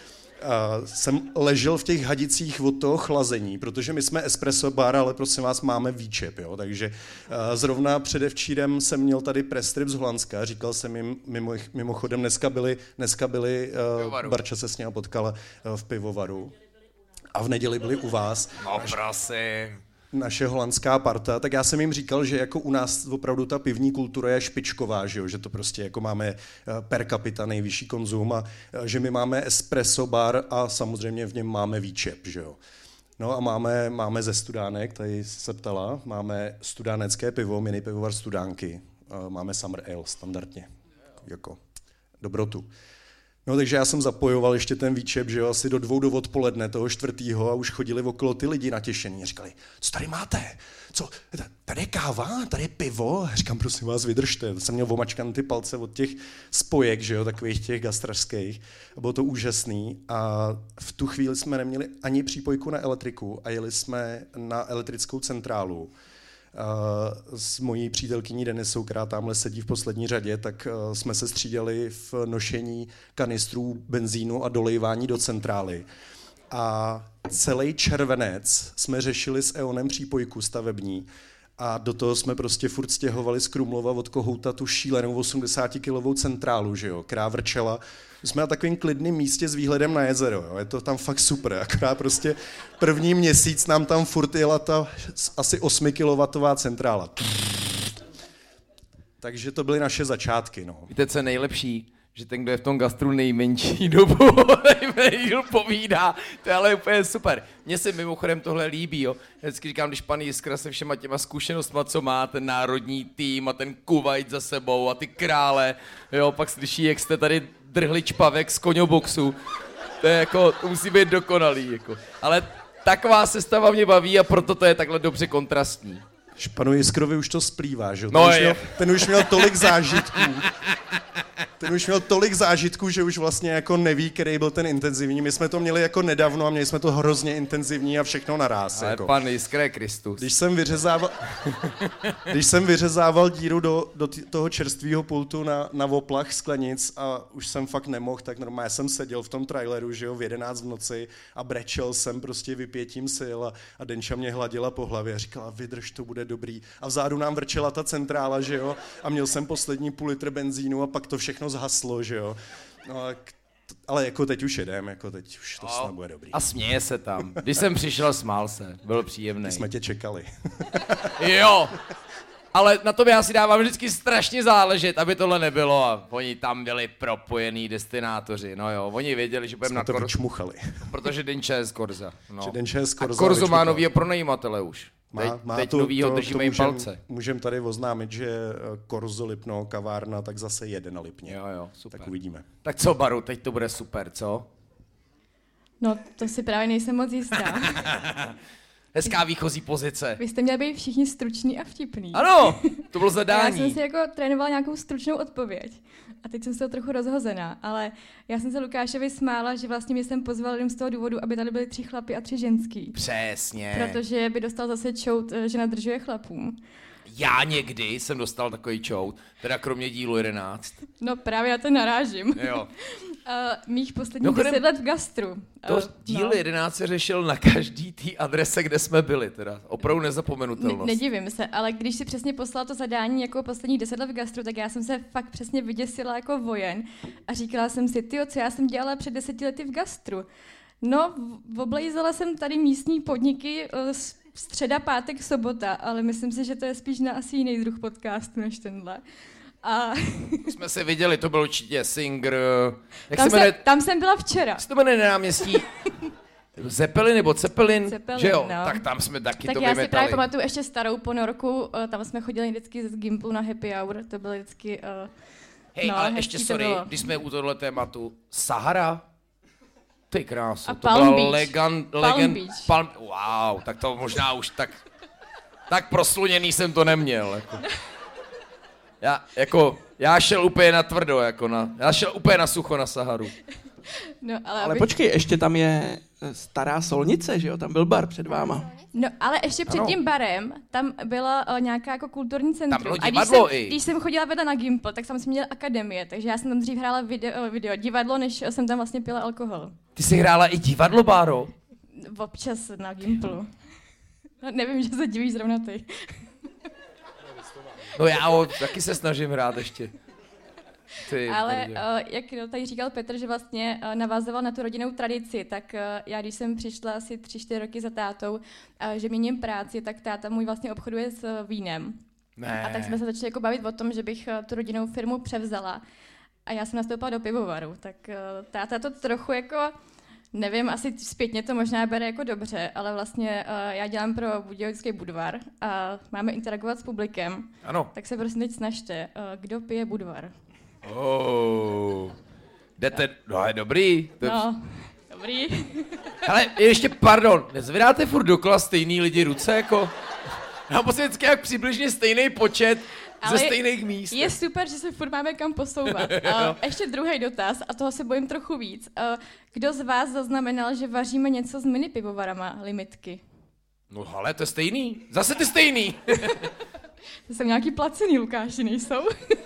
Jsem ležel v těch hadicích od toho chlazení, protože my jsme espresso bar, ale prosím vás, máme výčep, jo? Takže zrovna předevčírem jsem měl tady press trip z Holandska, říkal jsem jim, mimochodem dneska byli Barča se s ním potkala v pivovaru a v neděli byli u vás. No prosím. Naše holandská parta, tak já jsem jim říkal, že jako u nás opravdu ta pivní kultura je špičková, že, jo? Že to prostě jako máme per capita nejvyšší konzum a že my máme espresso bar a samozřejmě v něm máme výčep, že jo. No a máme ze Studánek, tady se ptala, máme studánecké pivo, mini pivovar Studánky, máme Summer Ale standardně, jako dobrotu. No, takže já jsem zapojoval ještě ten výčep, že jo, asi do 2 do odpoledne toho 4. a už chodili okolo ty lidi natěšení a říkali, co tady máte? Co? Tady je káva, tady je pivo? A říkám, prosím vás, vydržte. To jsem měl omačkan ty palce od těch spojek, že jo, takových těch gastrařských. A bylo to úžasný. A v tu chvíli jsme neměli ani přípojku na elektriku a jeli jsme na elektrickou centrálu. S mojí přítelkyní Denisou, která tamhle sedí v poslední řadě, tak jsme se střídali v nošení kanistrů benzínu a dolejvání do centrály. A celý červenec jsme řešili s E.ONem přípojku stavební a do toho jsme prostě furt stěhovali z Krumlova od Kohouta tu šílenou 80kilovou centrálu, že jo, která vrčela. Jsme na takovém klidném místě s výhledem na jezero, jo. Je to tam fakt super, akorát prostě první měsíc nám tam furt jela ta asi 8kW centrála. Takže to byly naše začátky, no. Víte, co je nejlepší? Že ten, kdo je v tom gastru nejmenší dobu, díl povídá, to je ale úplně super. Mně se mimochodem tohle líbí, jo. Vždycky říkám, když pan Jiskra se všema těma zkušenostma, co má, ten národní tým a ten Kuvajt za sebou a ty krále, jo, pak slyší, jak jste tady drhli čpavek z koňoboxu, to je jako, to musí být dokonalý, jako. Ale taková sestava mě baví a proto to je takhle dobře kontrastní. Panu Jiskrovi už to splývá, že jo? No ten už měl tolik zážitků. Ten už měl tolik zážitků, že už vlastně jako neví, který byl ten intenzivní. My jsme to měli jako nedávno a měli jsme to hrozně intenzivní a všechno naráz. Ale jako. pan Jiskra je Kristus. Když jsem vyřezával díru do toho čerstvého pultu na oplach sklenic a už jsem fakt nemohl, tak normálně jsem seděl v tom traileru, že jo, v 11 v noci a brečel jsem prostě vypětím sil a Denča mě hladila po hlavě a říkala, vydrž, to bude dobrý. A vzadu nám vrčela ta centrála, že jo, a měl jsem poslední půl litr benzínu a pak to všechno zhaslo, že jo. No, ale jako teď už jedem, jako teď už to snad bude dobrý. A směje se tam. Když jsem přišel, smál se. Byl příjemný. My jsme tě čekali. Jo. Ale na tom já si dávám vždycky strašně záležet, aby tohle nebylo a oni tam byli propojení destinátoři, no jo, oni věděli, že budeme na to Korzu. vyčmuchali. Protože Denča je z Korza. No. A Korzo má novýho pronajímatele už. Má teď novýho držíme jim palce. Můžeme tady oznámit, že Korzo Lipno, kavárna, tak zase jede na Lipně. Jo, super. Tak uvidíme. Tak co, Baru, teď to bude super, co? No, to si právě nejsem moc jistá. Hezká výchozí pozice. Vy jste měli být všichni struční a vtipný. Ano, to bylo zadání. Já jsem si jako trénovala nějakou stručnou odpověď. A teď jsem z toho trochu rozhozená, ale já jsem se Lukášovi smála, že vlastně mě jsem pozval jenom z toho důvodu, aby tady byli 3 chlapi a 3 ženský. Přesně. Protože by dostal zase čout, že nadržuje chlapům. Já někdy jsem dostal takový čout, teda kromě dílu 11. No právě na to narážím. Jo. Mých posledních 10 let v gastru. To díl 11 se řešil na každý té adrese, kde jsme byli, teda. Opravdu nezapomenutelnost. Nedivím se, ale když si přesně poslal to zadání jako posledních 10 let v gastru, tak já jsem se fakt přesně vyděsila jako vojen a říkala jsem si, tyjo, co já jsem dělala před 10 lety v gastru. No, oblejzala jsem tady místní podniky středa, pátek, sobota, ale myslím si, že to je spíš na asi jiný druh podcastu než tenhle. A jsme se viděli, to byl určitě Singer. Tam jsem byla včera. Jak se to jmenuje na náměstí? Zeppelin nebo Zeppelin? Zeppelin, že jo? no. Tak tam jsme taky tak to já vymetali. si právě pamatuju ještě starou ponorku, tam jsme chodili vždycky z Gimplu na happy hour, to bylo vždycky... Hej, no, ale ještě sorry, když jsme u tohle tématu. Sahara? Ty krásu, a to Palm byla Beach. Wow, tak to možná už tak prosluněný jsem to neměl. Já šel úplně na tvrdo, já šel úplně na sucho na Saharu. No, ale počkej, ještě tam je Stará Solnice, že jo? Tam byl bar před váma. No, ale ještě před tím barem, tam byla nějaká jako kulturní centrum. Tam bylo divadlo když jsem chodila vedle na Gimpl, tak tam jsem měla akademie, takže já jsem tam dřív hrála divadlo, než jsem tam vlastně pila alkohol. Ty jsi hrála i divadlo, Báro? Občas na Gimplu. No, nevím, že se divíš zrovna ty. No já taky se snažím hrát ještě. Ale jak tady říkal Petr, že vlastně navazoval na tu rodinnou tradici, tak já když jsem přišla asi 3-4 roky za tátou, že měním práci, tak táta můj vlastně obchoduje s vínem. Ne. A tak jsme se začali jako bavit o tom, že bych tu rodinnou firmu převzala. A já jsem nastoupila do pivovaru, tak táta to trochu jako, nevím, asi zpětně to možná bere jako dobře, ale vlastně já dělám pro Budějovický Budvar a máme interagovat s publikem. Ano. Tak se prosím teď snažte, kdo pije Budvar? Jdete, no je dobrý. No, dobrý. Ale ještě, pardon, nezvedáte furt dokola stejný lidi ruce, jako... Naposledy vždycky jak přibližně stejný počet ze stejných míst. Je super, že se furt máme kam posouvat. Ještě druhý dotaz, a toho se bojím trochu víc. Kdo z vás zaznamenal, že vaříme něco s mini pivovarama, limitky? No ale to je stejný. Zase ty stejný. To jsou nějaký placený, Lukáši, nejsou?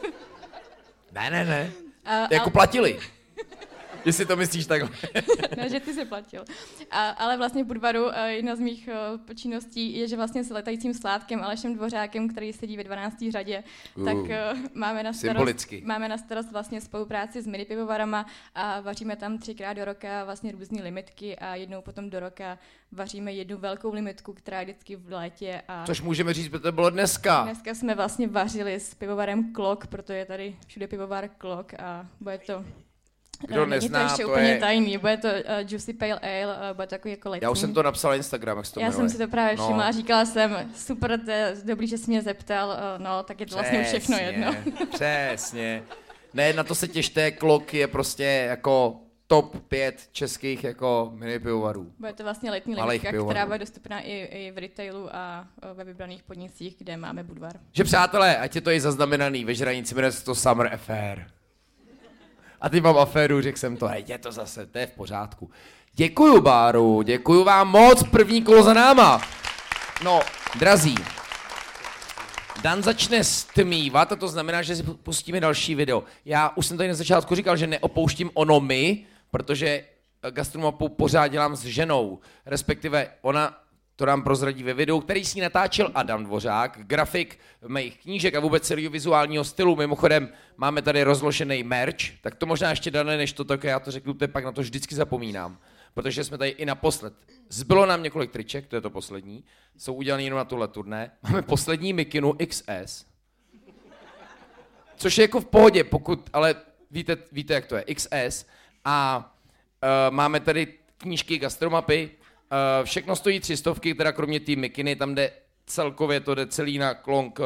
Ne. Jako platili. Jestli to myslíš takhle. Ne, že ty jsi platil. Ale vlastně v Budvaru jedna z mých činností je, že vlastně s letajícím Sládkem Alešem Dvořákem, který sedí ve 12. řadě, tak máme na starost vlastně spolupráci s mini pivovarama a vaříme tam 3krát do roka vlastně různé limitky a jednou potom do roka vaříme jednu velkou limitku, která je vždycky v létě. Což můžeme říct, protože to bylo dneska. Dneska jsme vlastně vařili s pivovarem Klok, protože je tady všude pivovar Klok a bude to... Kdo nezná, to ještě úplně tajný, bude to Juicy Pale Ale, bude to takový jako letní. Já už jsem to napsal na Instagram, jak se to jmenuje. Já jsem si to právě všimla a říkala jsem, super, dobrý, že jsi mě zeptal, no, tak je to vlastně už všechno jedno. Přesně. Ne, na to se těšte, Klok je prostě jako top 5 českých jako mini pivovarů. Bude to vlastně letní limitka, která bude dostupná i v retailu a ve vybraných podnicích, kde máme Budvar. Že přátelé, ať je to i zaznamenaný, ve Žranici jmenuje se to Summer Affair. A teď mám aféru, řekl jsem to, hej, je to zase, to je v pořádku. Děkuju, Báru, děkuju vám moc, první kolo za náma. No, drazí, Dan začne stmívat a to znamená, že si pustíme další video. Já už jsem tady na začátku říkal, že neopouštím ono my, protože Gastromapu pořád dělám s ženou, respektive ona to nám prozradí ve videu, který si natáčel Adam Dvořák, grafik mých knížek a vůbec celého vizuálního stylu. Mimochodem máme tady rozložený merch, tak to možná ještě dané, než to tak já to řeknu, to pak na to vždycky zapomínám, protože jsme tady i naposled. Zbylo nám několik triček, to je to poslední, jsou udělané jenom na tuhle turné. Máme poslední mikinu XS, což je jako v pohodě, pokud, ale víte jak to je, XS. A máme tady knížky Gastromapy, všechno stojí 300, teda kromě té mikiny, tam jde celkově, to jde celý na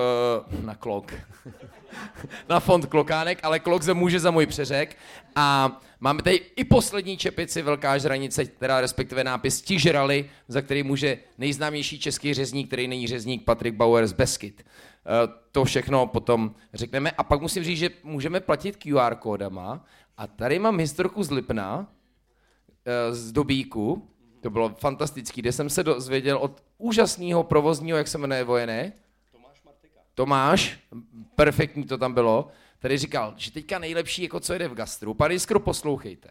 na fond Klokánek, ale Klok se může za můj přeřek. A máme tady i poslední čepici Velká žranice, teda respektive nápis Ti žrali, za který může nejznámější český řezník, který není řezník, Patrik Bauer z Beskyd. To všechno potom řekneme. A pak musím říct, že můžeme platit QR kódama. A tady mám historku z Lipna, z Dobíku. To bylo fantastický, kde jsem se dozvěděl od úžasného provozního, jak se jmenuje Vojené? Tomáš, perfektní to tam bylo. Tady říkal, že teďka nejlepší, jako co jede v gastru. Pane Jiskro, poslouchejte.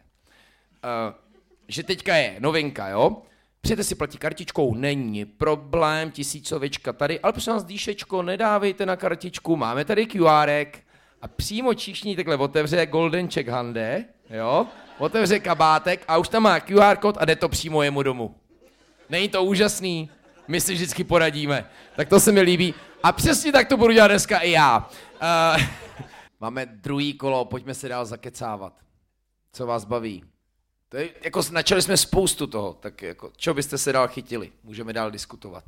Že teďka je novinka, jo? Přijete si platit kartičkou, není problém, tisícovička tady, ale prosím vás, díšečko, nedávejte na kartičku, máme tady QRek a přímo číšní takhle otevře Golden Check Hande, jo? Otevře kabátek a už tam má QR kód a jde to přímo jemu domů. Není to úžasný? My si vždycky poradíme. Tak to se mi líbí. A přesně tak to budu dělat dneska i já. Máme druhý kolo, pojďme se dál zakecávat. Co vás baví? To je, jako načali jsme spoustu toho, tak jako, čeho byste se dál chytili? Můžeme dál diskutovat.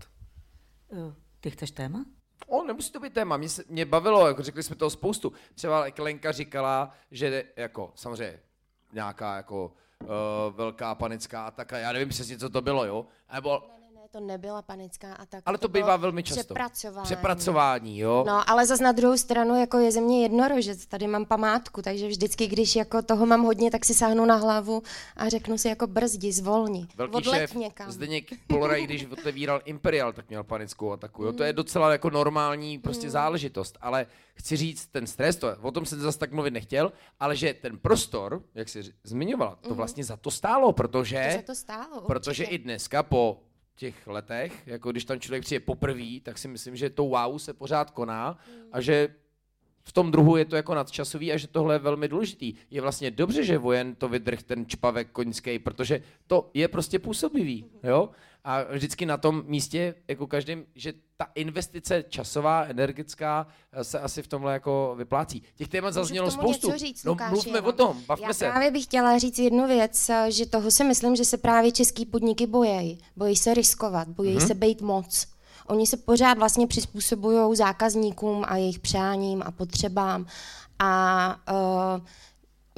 Ty chceš téma? Nemusí to být téma, mě bavilo, jako řekli jsme toho spoustu. Třeba Lenka říkala, že jako samozřejmě nějaká jako velká panická ataka, já nevím přesně, co to bylo, jo? Nebo... Ne, to nebyla panická ataka. Ale to bývá velmi často. Přepracování, jo? No, ale zas na druhou stranu jako je ze mě jednorožec, tady mám památku, takže vždycky, když jako toho mám hodně, tak si sáhnu na hlavu a řeknu si jako brzdi, zvolni, odleť někam. Zdeněk Poloraj, když otevíral Imperial, tak měl panickou ataku, jo? To je docela jako normální prostě záležitost, ale chci říct, ten stres, o tom jsem zase tak mluvit nechtěl, ale že ten prostor, jak jsi zmiňovala, to vlastně za to stálo, protože i dneska po těch letech, jako když tam člověk přijde poprvé, tak si myslím, že to wow se pořád koná a že v tom druhu je to jako nadčasový a že tohle je velmi důležitý. Je vlastně dobře, že Vojen to vydrh ten čpavek koňský, protože to je prostě působivý, jo? A vždycky na tom místě, jako každým, že ta investice časová, energetická se asi v tomhle jako vyplácí. Těch témat zaznělo spoustu. Říct, no, Lukáši, mluvme o tom, bavme se. Já právě bych chtěla říct jednu věc, že toho si myslím, že se právě český podniky bojí. Bojí se riskovat, bojí se bejt moc. Oni se pořád vlastně přizpůsobují zákazníkům a jejich přáním a potřebám. A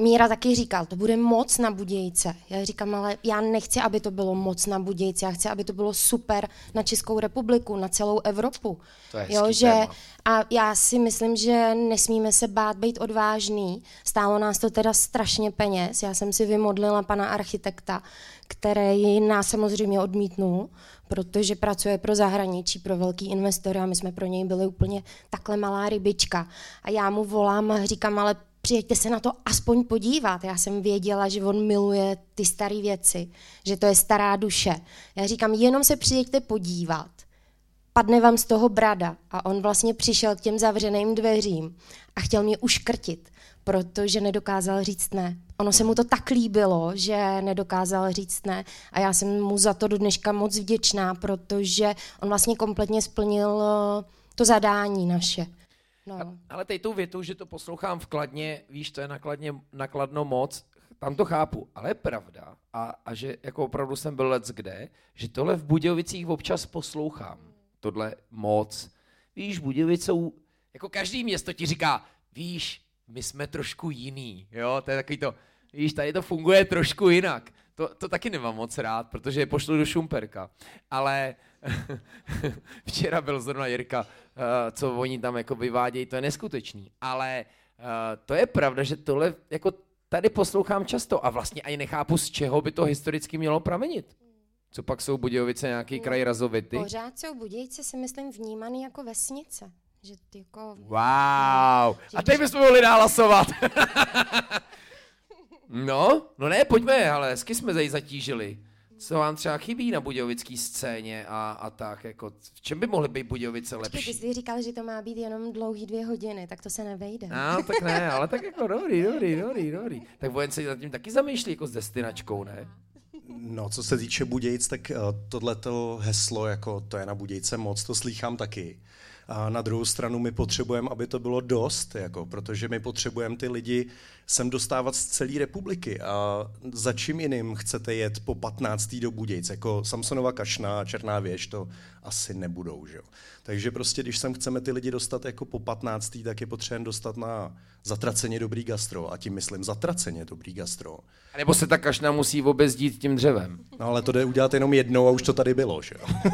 Míra taky říkal, to bude moc na Budějce. Já říkám, ale já nechci, aby to bylo moc na Budějce, já chci, aby to bylo super na Českou republiku, na celou Evropu. To je hezký téma. A já si myslím, že nesmíme se bát být odvážný. Stálo nás to teda strašně peněz. Já jsem si vymodlila pana architekta, který nás samozřejmě odmítnul, protože pracuje pro zahraničí, pro velký investory a my jsme pro něj byli úplně takhle malá rybička. A já mu volám a říkám, ale přijeďte se na to aspoň podívat. Já jsem věděla, že on miluje ty staré věci, že to je stará duše. Já říkám, jenom se přijeďte podívat. Padne vám z toho brada. A on vlastně přišel k těm zavřeným dveřím a chtěl mě uškrtit, protože nedokázal říct ne. Ono se mu to tak líbilo, že nedokázal říct ne. A já jsem mu za to do dneška moc vděčná, protože on vlastně kompletně splnil to zadání naše. No. Ale teď tou větou, že to poslouchám v Kladně, víš, to je na Kladno moc, tam to chápu, ale je pravda a že jako opravdu jsem byl leckde, že tohle v Budějovicích občas poslouchám, tohle moc. Víš, Budějovice jsou, jako každý město ti říká, víš, my jsme trošku jiný, jo, to je takový to, víš, tady to funguje trošku jinak. To taky nemám moc rád, protože je pošlu do Šumperka, ale včera byl zrovna Jirka, co oni tam jako vyvádějí, to je neskutečný, ale to je pravda, že tohle jako tady poslouchám často a vlastně ani nechápu, z čeho by to historicky mělo pramenit. Co pak jsou Budějovice nějaký kraj razovity? Pořád jsou Budějce, si myslím, vnímaný jako vesnice. Že jako... Wow! A teď bychom mohli nahlasovat. No ne, pojďme, ale hezky jsme tady zatížili. Co vám třeba chybí na budějovické scéně a tak, jako v čem by mohly být Budějovice lepší? Ty jsi říkal, že to má být jenom dlouhý 2 hodiny, tak to se nevejde. No, tak ne, ale tak jako dobrý. Tak Vojen se nad tím taky zamýšlí jako s destinačkou, ne? No, co se týče Budějic, tak tohleto heslo, jako to je na Budějce moc, to slýchám taky. A na druhou stranu my potřebujeme, aby to bylo dost, jako, protože my potřebujeme ty lidi sem dostávat z celé republiky. A za čím jiným chcete jet po 15. do Budějic? Jako Samsonova Kašna, Černá věž, to asi nebudou. Že jo? Takže prostě, když sem chceme ty lidi dostat jako po 15. tak je potřebujeme dostat na zatraceně dobrý gastro. A tím myslím zatraceně dobrý gastro. A nebo se ta Kašna musí obezdít tím dřevem. No ale to jde udělat jenom jednou a už to tady bylo. Že jo?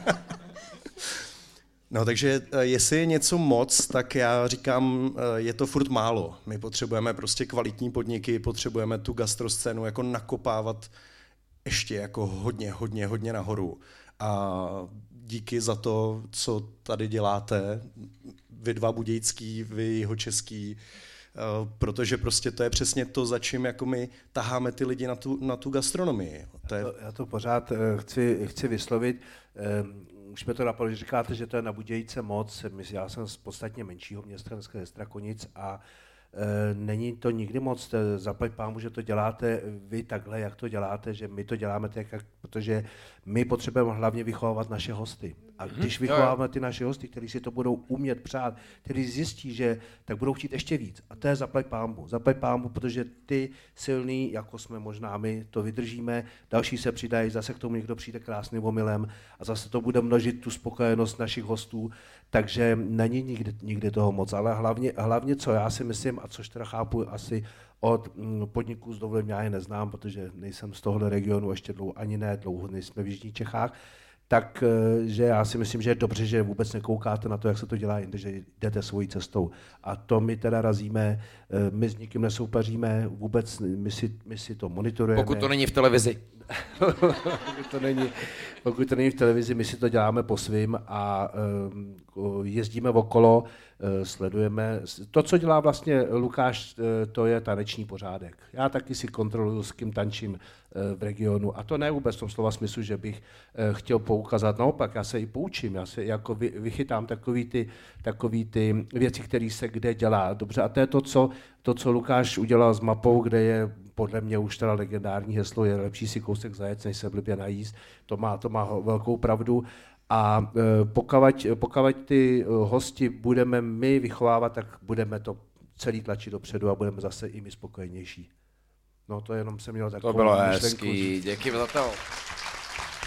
No, takže jestli je něco moc, tak já říkám, je to furt málo. My potřebujeme prostě kvalitní podniky, potřebujeme tu gastroscénu jako nakopávat ještě jako hodně nahoru. A díky za to, co tady děláte, vy dva budějský, vy jihočeský, protože prostě to je přesně to, za čím jako my taháme ty lidi na tu gastronomii. Já to pořád chci vyslovit. Už jsme to napadlo, že říkáte, že to je na Budějce moc. Já jsem z podstatně menšího města, dneska ze Strakonic a není to nikdy moc. Zaplať pámu, že to děláte vy takhle, jak to děláte, že my to děláme tak, protože my potřebujeme hlavně vychovávat naše hosty. A když vychováváme ty naše hosty, kteří si to budou umět přát, kteří zjistí, že tak budou chtít ještě víc. A to je zaplať pámu, protože ty silný, jako jsme možná my, to vydržíme, další se přidají, zase k tomu někdo přijde krásným omylem a zase to bude množit tu spokojenost našich hostů, takže není nikdy toho moc, ale hlavně co já si myslím, a což teda chápu asi od podniků s dovolením, já je neznám, protože nejsem z tohohle regionu, ještě dlouho nejsme v jižních Čechách, tak že já si myslím, že je dobře, že vůbec nekoukáte na to, jak se to dělá jinde, že jdete svojí cestou. A to my teda razíme, my s nikým nesoupeříme, vůbec my si to monitorujeme. Pokud to není v televizi. Pokud to není v televizi, my si to děláme po svým a jezdíme okolo, sledujeme. To, co dělá vlastně Lukáš, to je taneční pořádek. Já taky si kontroluju, s kým tančím v regionu. A to ne vůbec v tom slova smyslu, že bych chtěl poukázat. Naopak, já se i poučím, já se jako vychytám takový ty věci, které se kde dělá. Dobře, a to je to, co Lukáš udělal s mapou, kde je podle mě už teda legendární heslo, je lepší si kousek zajet, než se blbě najíst. To má velkou pravdu. A pokud ty hosti budeme my vychovávat, tak budeme to celý tlačit dopředu a budeme zase i my spokojenější. No to jenom jsem měl takovou myšlenku. To bylo myšlenku. hezký, děkuji za to.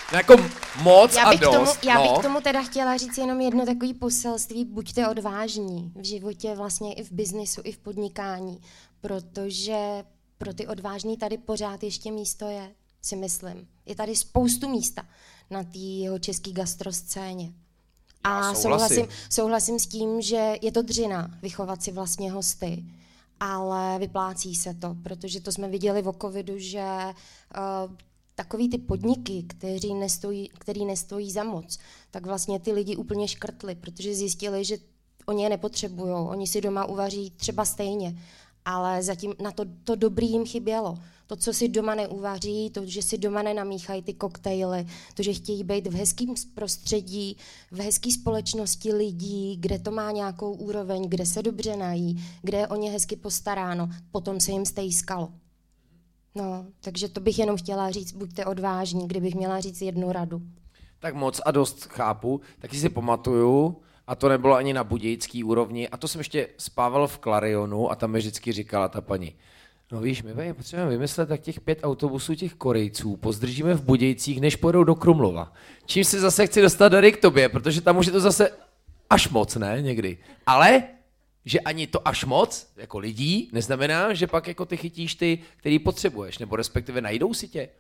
No jako moc Já a bych, dost. já bych k tomu teda chtěla říct jenom jedno takový poselství, buďte odvážní v životě, vlastně i v biznisu, i v podnikání, protože pro ty odvážný tady pořád ještě místo je, si myslím. Je tady spoustu místa na té jeho české gastroscéně. A souhlasím s tím, že je to dřina vychovat si vlastně hosty, ale vyplácí se to, protože to jsme viděli o covidu, že takový ty podniky, který nestojí za moc, tak vlastně ty lidi úplně škrtli, protože zjistili, že oni je nepotřebují, oni si doma uvaří třeba stejně, ale zatím na to dobrý jim chybělo. To, co si doma neuvaří, to, že si doma nenamíchají ty koktejly, to, že chtějí být v hezkém prostředí, v hezké společnosti lidí, kde to má nějakou úroveň, kde se dobře nají, kde je o ně hezky postaráno, potom se jim stejskalo. No, takže to bych jenom chtěla říct, buďte odvážní, kdybych měla říct jednu radu. Tak moc a dost chápu, taky si pamatuju, a to nebylo ani na budějický úrovni, a to jsem ještě spával v Klarionu a tam mi vždycky říkala ta paní, no víš, my potřebujeme vymyslet, tak těch 5 autobusů těch Korejců pozdržíme v Budějcích, než pojedou do Krumlova. Čím si zase chci dostat tady k tobě, protože tam už je to zase až moc, ne, někdy. Ale, že ani to až moc, jako lidí, neznamená, že pak jako ty chytíš ty, který potřebuješ, nebo respektive najdou si tě.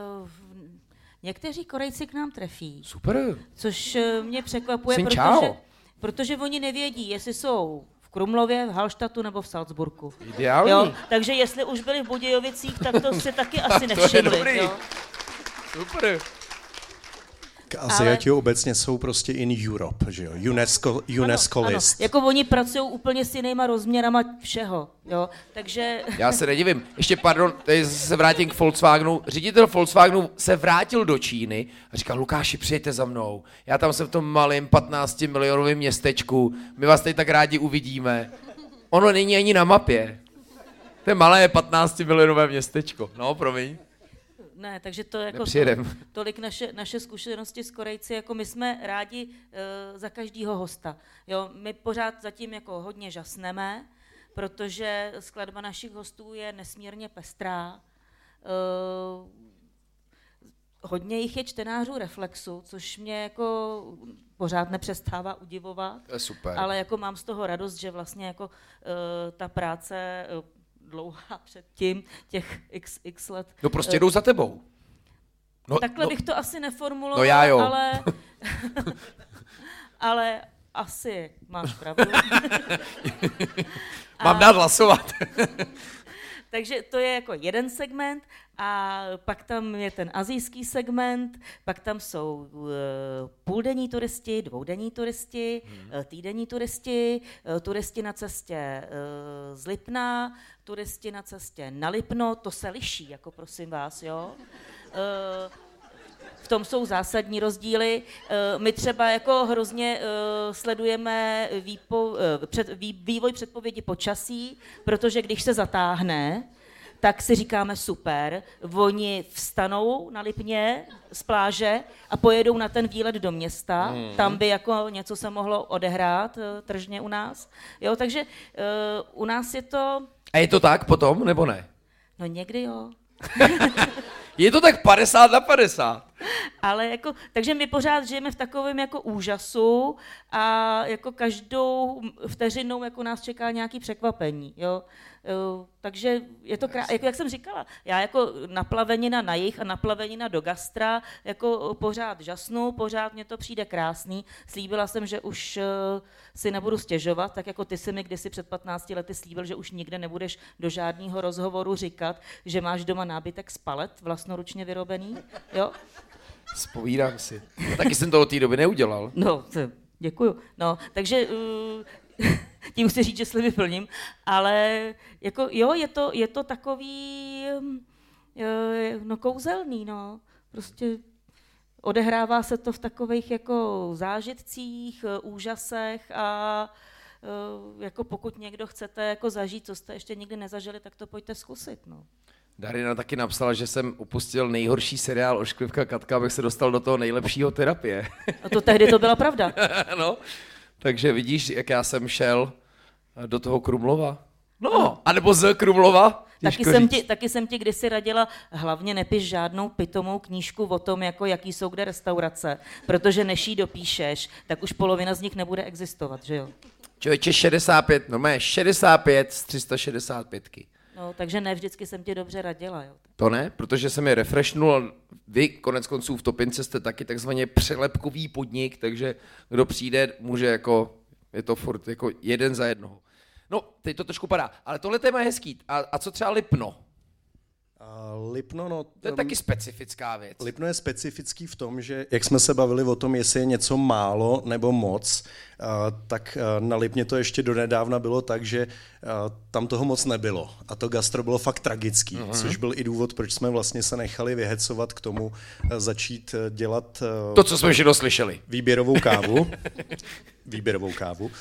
Někteří Korejci k nám trefí. Super. Což mě překvapuje, protože oni nevědí, jestli jsou v Krumlově, v Hallstadtu nebo v Salzburgu. Ideální. Jo? Takže jestli už byli v Budějovicích, tak to si taky asi nevšimli. Jo? Super. Asiati obecně jsou prostě in Europe, že jo? UNESCO list. Ano. Jako oni pracují úplně s jinýma rozměrama všeho, jo? Takže... Já se nedivím. Ještě pardon, tady se vrátím k Volkswagenu. Ředitel Volkswagenu se vrátil do Číny a říkal, Lukáši, přijďte za mnou. Já tam jsem v tom malém 15 milionovém městečku. My vás tady tak rádi uvidíme. Ono není ani na mapě. To je malé 15 milionové městečko. No, promiň. Ne, takže to jako tolik naše zkušenosti s Korejci, jako my jsme rádi za každýho hosta. Jo, my pořád zatím jako hodně žasneme, protože skladba našich hostů je nesmírně pestrá. Hodně jich je čtenářů Reflexu, což mě jako pořád nepřestává udivovat. To je super. Ale jako mám z toho radost, že vlastně jako ta práce dlouhá předtím, těch x let. No prostě jdou za tebou. No, takhle bych to asi neformuloval, no já jo. ale asi máš pravdu. Mám dát hlasovat. Takže to je jako jeden segment a pak tam je ten asijský segment, pak tam jsou půldenní turisti, dvoudenní turisti, týdenní turisti, turisti na cestě z Lipna, turisti na cestě na Lipno, to se liší, jako prosím vás, jo. V tom jsou zásadní rozdíly. My třeba jako hrozně sledujeme vývoj předpovědi počasí, protože když se zatáhne, tak si říkáme super, oni vstanou na Lipně z pláže a pojedou na ten výlet do města, tam by jako něco se mohlo odehrát tržně u nás. Jo, takže u nás je to... A je to tak potom, nebo ne? No někdy jo. Je to tak 50/50. Ale jako, takže my pořád žijeme v takovém jako úžasu a jako každou vteřinou jako nás čeká nějaký překvapení, jo. Takže je to jako jak jsem říkala, já jako naplavenina na jih a naplavenina do gastra jako pořád žasnu, pořád mně to přijde krásný. Slíbila jsem, že už si nebudu stěžovat, tak jako ty si mi kdysi před 15 lety slíbil, že už nikde nebudeš do žádného rozhovoru říkat, že máš doma nábytek z palet vlastnoručně vyrobený, jo. Vzpovídám si. No, taky jsem to od té doby neudělal. No, děkuju. No, takže tím chci říct, že sliby plním, ale jako jo, je to takový no kouzelný, no. Prostě odehrává se to v takových jako zážitcích, úžasech a jako pokud někdo chcete jako zažít, co jste ještě nikdy nezažili, tak to pojďte zkusit, no. Darina taky napsala, že jsem upustil nejhorší seriál Ošklivka Katka, abych se dostal do toho nejlepšího terapie. A to tehdy to byla pravda. No, takže vidíš, jak já jsem šel do toho Krumlova? No, anebo z Krumlova? Taky jsem ti kdysi radila, hlavně nepiš žádnou pitomou knížku o tom, jako jaký jsou kde restaurace, protože než jí dopíšeš, tak už polovina z nich nebude existovat, že jo? Člověče 65, normálně 65 z 365. No, takže ne vždycky jsem ti dobře radila, jo. To ne, protože jsem je refreshnul. Vy konec konců v Topince jste taky takzvaně přelepkový podnik, takže kdo přijde, může jako, je to furt jako jeden za jednoho. No, teď to trošku padá, ale tohle téma je hezký. A co třeba Lipno? Lipno, no... To je taky specifická věc. Lipno je specifický v tom, že jak jsme se bavili o tom, jestli je něco málo nebo moc, tak na Lipně to ještě donedávna bylo tak, že tam toho moc nebylo. A to gastro bylo fakt tragický, což byl i důvod, proč jsme vlastně se nechali vyhecovat k tomu začít dělat... To, co jsme všechno slyšeli. Výběrovou kávu.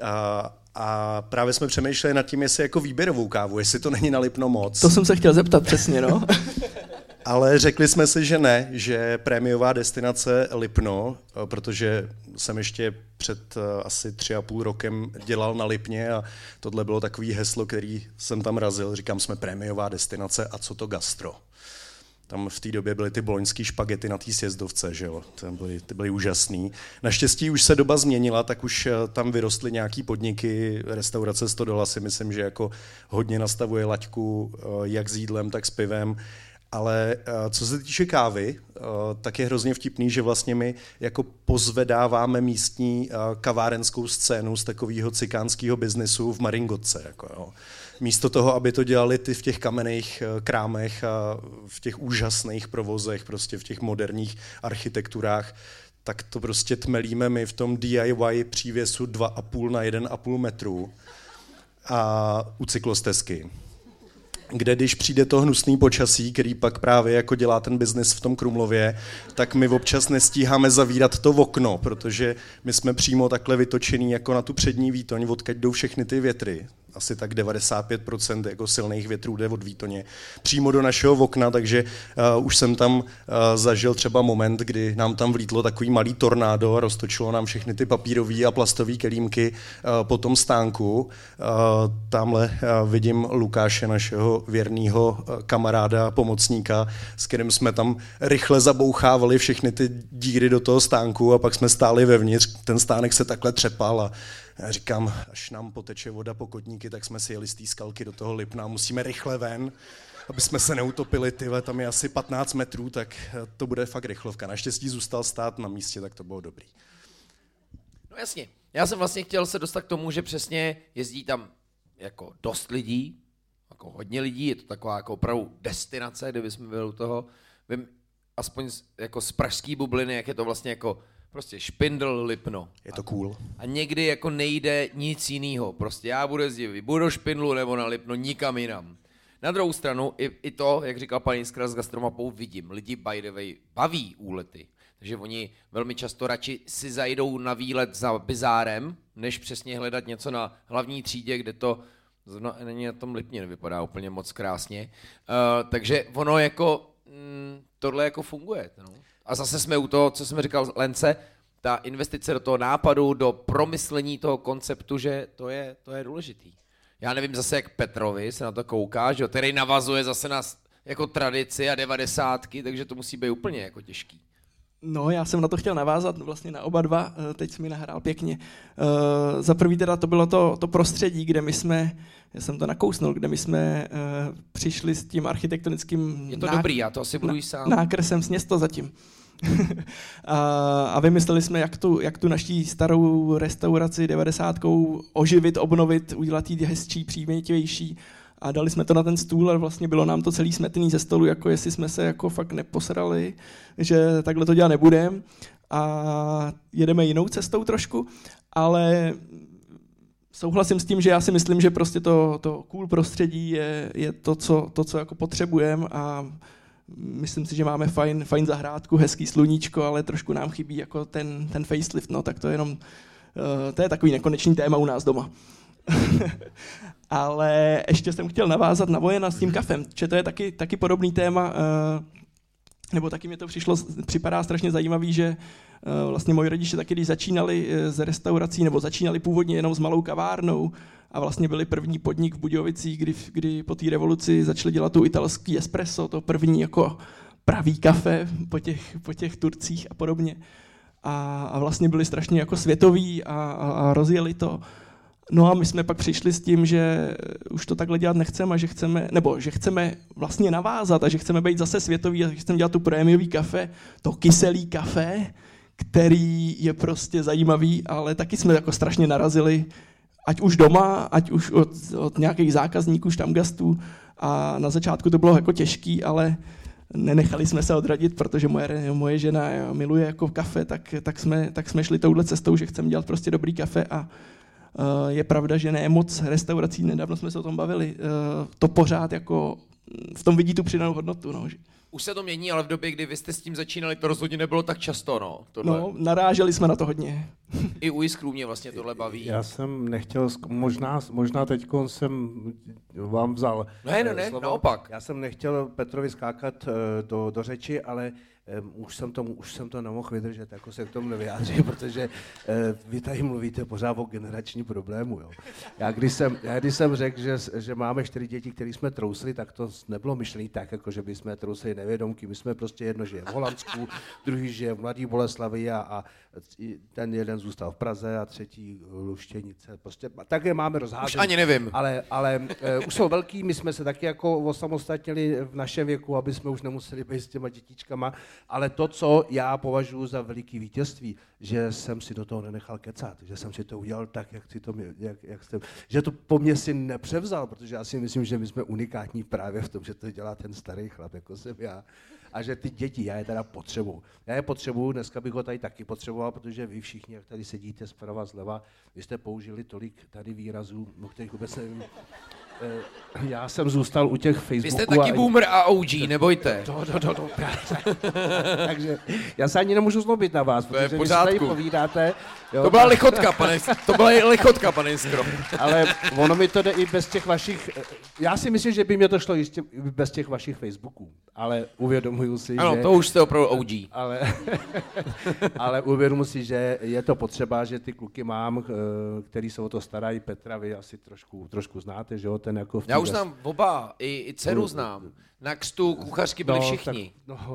A právě jsme přemýšleli nad tím, jestli jako výběrovou kávu, jestli to není na Lipno moc. To jsem se chtěl zeptat přesně, no. Ale řekli jsme si, že ne, že prémiová destinace Lipno, protože jsem ještě před asi 3,5 rokem dělal na Lipně a tohle bylo takový heslo, který jsem tam razil. Říkám, jsme prémiová destinace a co to gastro? Tam v té době byly ty boloňský špagety na té sjezdovce, že jo? Ty byly úžasný. Naštěstí už se doba změnila, tak už tam vyrostly nějaký podniky, restaurace Stodola si myslím, že jako hodně nastavuje laťku jak s jídlem, tak s pivem. Ale co se týče kávy, tak je hrozně vtipný, že vlastně my jako pozvedáváme místní kavárenskou scénu z takového cikánského biznesu v Maringotce. Jako jo. Místo toho, aby to dělali ty v těch kamenných krámech a v těch úžasných provozech, prostě v těch moderních architekturách, tak to prostě tmelíme my v tom DIY přívěsu 2,5 na 1,5 metru a u cyklostezky, kde když přijde to hnusný počasí, který pak právě jako dělá ten biznis v tom Krumlově, tak my občas nestíháme zavírat to okno, protože my jsme přímo takhle vytočený jako na tu přední výtoň, odkud jdou všechny ty větry. Asi tak 95% jako silných větrů jde od výtoně přímo do našeho okna, takže už jsem tam zažil třeba moment, kdy nám tam vlítlo takový malý tornádo a roztočilo nám všechny ty papírové a plastové kelímky po tom stánku. Tamhle vidím Lukáše, našeho věrného kamaráda a pomocníka, s kterým jsme tam rychle zabouchávali všechny ty díry do toho stánku a pak jsme stáli vevnitř, ten stánek se takhle třepal a já říkám, až nám poteče voda po kotníky, tak jsme si jeli z té skalky do toho Lipna, musíme rychle ven, aby jsme se neutopili, tyhle, tam je asi 15 metrů, tak to bude fakt rychlovka. Naštěstí zůstal stát na místě, tak to bylo dobrý. No jasně, já jsem vlastně chtěl se dostat k tomu, že přesně jezdí tam jako dost lidí, jako hodně lidí, je to taková jako opravdu destinace, kdybychom byli u toho, vím, aspoň jako z pražský bubliny, jak je to vlastně jako prostě Špindl, Lipno. Je to cool. A někdy jako nejde nic jiného. Prostě já budu jezdit budu do Špindlu nebo na Lipno, nikam jinam. Na druhou stranu i to, jak říkal pan Jiskra s gastromapou, vidím. Lidi by the way baví úlety. Takže oni velmi často radši si zajdou na výlet za bizárem, než přesně hledat něco na hlavní třídě, kde to není na tom Lipně, nevypadá úplně moc krásně. Takže ono jako tohle jako funguje. No. A zase jsme u toho, co jsem říkal Lence, ta investice do toho nápadu, do promyslení toho konceptu, že to je důležitý. Já nevím zase, jak Petrovi se na to kouká, že který navazuje zase na jako tradici a 90, takže to musí být úplně jako těžký. No, já jsem na to chtěl navázat vlastně na oba dva, teď jsi mi nahrál pěkně. Za prvý teda to bylo to prostředí, kde my jsme, já jsem to nakousnul, kde my jsme přišli s tím architektonickým je to dobrý, já to asi budu jí sám. Nákresem směsto zatím. A vymysleli jsme, jak tu naší starou restauraci 90 oživit, obnovit, udělat jí hezčí, přívětivější. A dali jsme to na ten stůl a vlastně bylo nám to celý smetený ze stolu, jako jestli jsme se jako fakt neposrali, že takhle to dělat nebudeme a jedeme jinou cestou trošku, ale souhlasím s tím, že já si myslím, že prostě to cool prostředí je to, co jako potřebujeme a myslím si, že máme fajn zahrádku, hezký sluníčko, ale trošku nám chybí jako ten facelift, no tak to je jenom, to je takový nekonečný téma u nás doma. Ale ještě jsem chtěl navázat na Vojena s tím kafem, že to je taky podobný téma. nebo taky mi to připadá strašně zajímavý, že vlastně moji rodiče taky, když začínali z restaurací, nebo začínali původně jenom s malou kavárnou a vlastně byli první podnik v Budějovicích, kdy po té revoluci začali dělat tu italský espresso, to první jako pravý kafe po těch Turcích a podobně. A vlastně byli strašně jako světoví a rozjeli to. No a my jsme pak přišli s tím, že už to takhle dělat nechceme a že chceme vlastně navázat a že chceme být zase světoví a že chceme dělat tu prémiový kafe, to kyselý kafe, který je prostě zajímavý, ale taky jsme jako strašně narazili, ať už doma, ať už od nějakých zákazníků, štamgastů, a na začátku to bylo jako těžký, ale nenechali jsme se odradit, protože moje žena miluje jako kafe, tak jsme šli touhle cestou, že chceme dělat prostě dobrý kafe a je pravda, že ne moc restaurací, nedávno jsme se o tom bavili, to pořád jako v tom vidí tu přidanou hodnotu. No. Už se to mění, ale v době, kdy vy jste s tím začínali, to rozhodně nebylo tak často, no. Tohle. No, naráželi jsme na to hodně. I u Jiskrů mě vlastně tohle baví. Já jsem nechtěl, možná teďko jsem vám vzal Ne, slovo. naopak. Já jsem nechtěl Petrovi skákat do řeči, ale už jsem to nemohl vydržet, jako se k tomu nevyjádřím, protože vy tady mluvíte pořád o generační problému. Jo. Já když jsem řekl, že máme 4 děti, které jsme trousli, tak to nebylo myšlené tak, jako že bychom trousli nevědomky. My jsme prostě jedno žije v Holandsku, druhý žije v Mladé Boleslavi a ten jeden zůstal v Praze a třetí Luštěnice. Prostě tak je máme rozházené. Už ani nevím. Ale už jsou velký, my jsme se taky jako osamostatnili v našem věku, aby jsme už nemuseli být s těma dětičkama. Ale to, co já považuji za veliký vítězství, že jsem si do toho nenechal kecat, že jsem si to udělal tak, jak jsem, že to po mně si nepřevzal, protože já si myslím, že my jsme unikátní právě v tom, že to dělá ten starý chlap, jako jsem já. A že ty děti, já je teda potřebuju. Já je potřebuju, dneska bych ho tady taky potřeboval, protože vy všichni, jak tady sedíte zprava, zleva, vy jste použili tolik tady výrazů, o kterých vůbec nevím. Já jsem zůstal u těch Facebooků. Vy jste taky boomer a OG, nebojte. Takže já se ani nemůžu zlobit na vás, protože vy si tady povídáte. Jo, to byla lichotka, pane Jiskro. Ale ono mi to jde i bez těch vašich, já si myslím, že by mě to šlo jistě bez těch vašich Facebooků, ale uvědomuju si, ano, že... to už jste opravdu OG. Ale uvědomuji si, že je to potřeba, že ty kluky mám, který se o to starají, Petra, vy asi trošku znáte, že jo, ten jako... Já už znám oba, i dceru znám. Na křtu kuchařky byli všichni.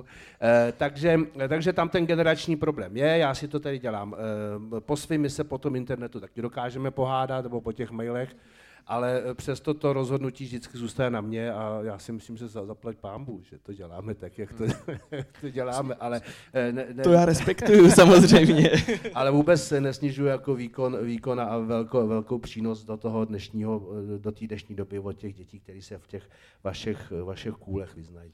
Takže tam ten generační problém je, já si to tady dělám. Po svým my se po tom internetu taky dokážeme pohádat, nebo po těch mailech, ale přesto to rozhodnutí vždycky zůstane na mě a já si myslím, že zaplať pánbůh, že to děláme tak, jak to děláme, ale... To já respektuju samozřejmě. Ale vůbec se nesnižuje jako výkon a velkou přínos do té dnešní doby od těch dětí, které se v těch vašich kůlech vyznají.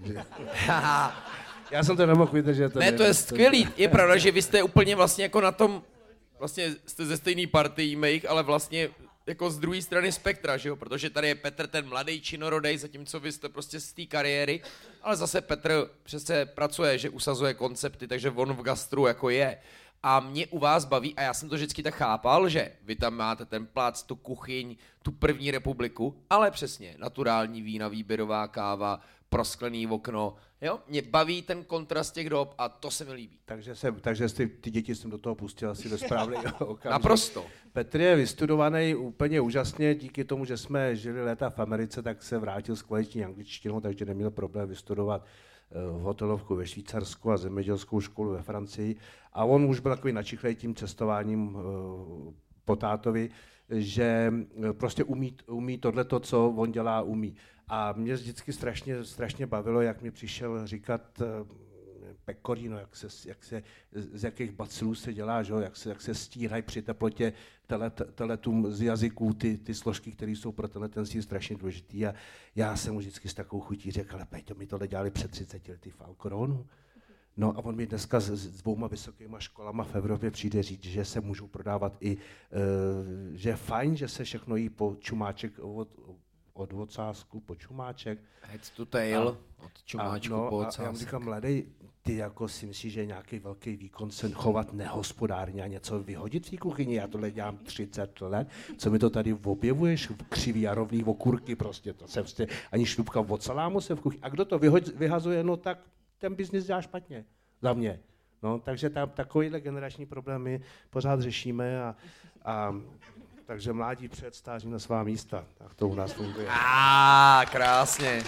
Já jsem to nemohl vydržet. Ne, to je skvělý. Je pravda, že vy jste úplně vlastně jako na tom, vlastně jste ze stejný partii mých, ale vlastně jako z druhé strany spektra, že jo? Protože tady je Petr ten mladý činorodej, zatímco vy jste prostě z té kariéry, ale zase Petr přece pracuje, že usazuje koncepty, takže on v gastru jako je. A mě u vás baví, a já jsem to vždycky tak chápal, že vy tam máte ten plac, tu kuchyň, tu první republiku, ale přesně, naturální vína, výběrová káva, prosklený okno, jo? Mě baví ten kontrast těch dob a to se mi líbí. Takže ty děti jsem do toho pustil asi ve správný okamžik. Naprosto. Petr je vystudovaný úplně úžasně, díky tomu, že jsme žili léta v Americe, tak se vrátil s kvalitní angličtinou, takže neměl problém vystudovat v hotelovku ve Švýcarsku a zemědělskou školu ve Francii. A on už byl takový načichlej tím cestováním po tátovi, že prostě umí tohleto, co on dělá, umí. A mě vždycky strašně bavilo, jak mi přišel říkat pecorino, z jakých bacilů se dělá, že? Jak se stírají při teplotě teletum z jazyků ty složky, které jsou pro ten sír strašně důležitý. A já jsem mu vždycky s takovou chutí řekl, ale Peťo, my tohle dělali před 30 lety v Alcoronu. No a on mi dneska s 2 vysokýma školama v Evropě přijde říct, že se můžou prodávat i, že je fajn, že se všechno jí po čumáček od ocásku po čumáček. Head to tail, od čumáčku po ocásek. A já mu říkám, mladej, ty jako si myslíš, že nějaký velký výkon se chovat nehospodárně a něco vyhodit v té kuchyni? Já tohle dělám 30 let. Co mi to tady objevuješ? Křivý a rovný okurky prostě. To se prostě ani šlupka od salámu se v kuchyni. A kdo to vyhazuje? No tak ten biznis dělá špatně za mě. No, takže tam takovýhle generační problémy pořád řešíme a takže mládí před stáří na svá místa. Tak to u nás funguje. Krásně.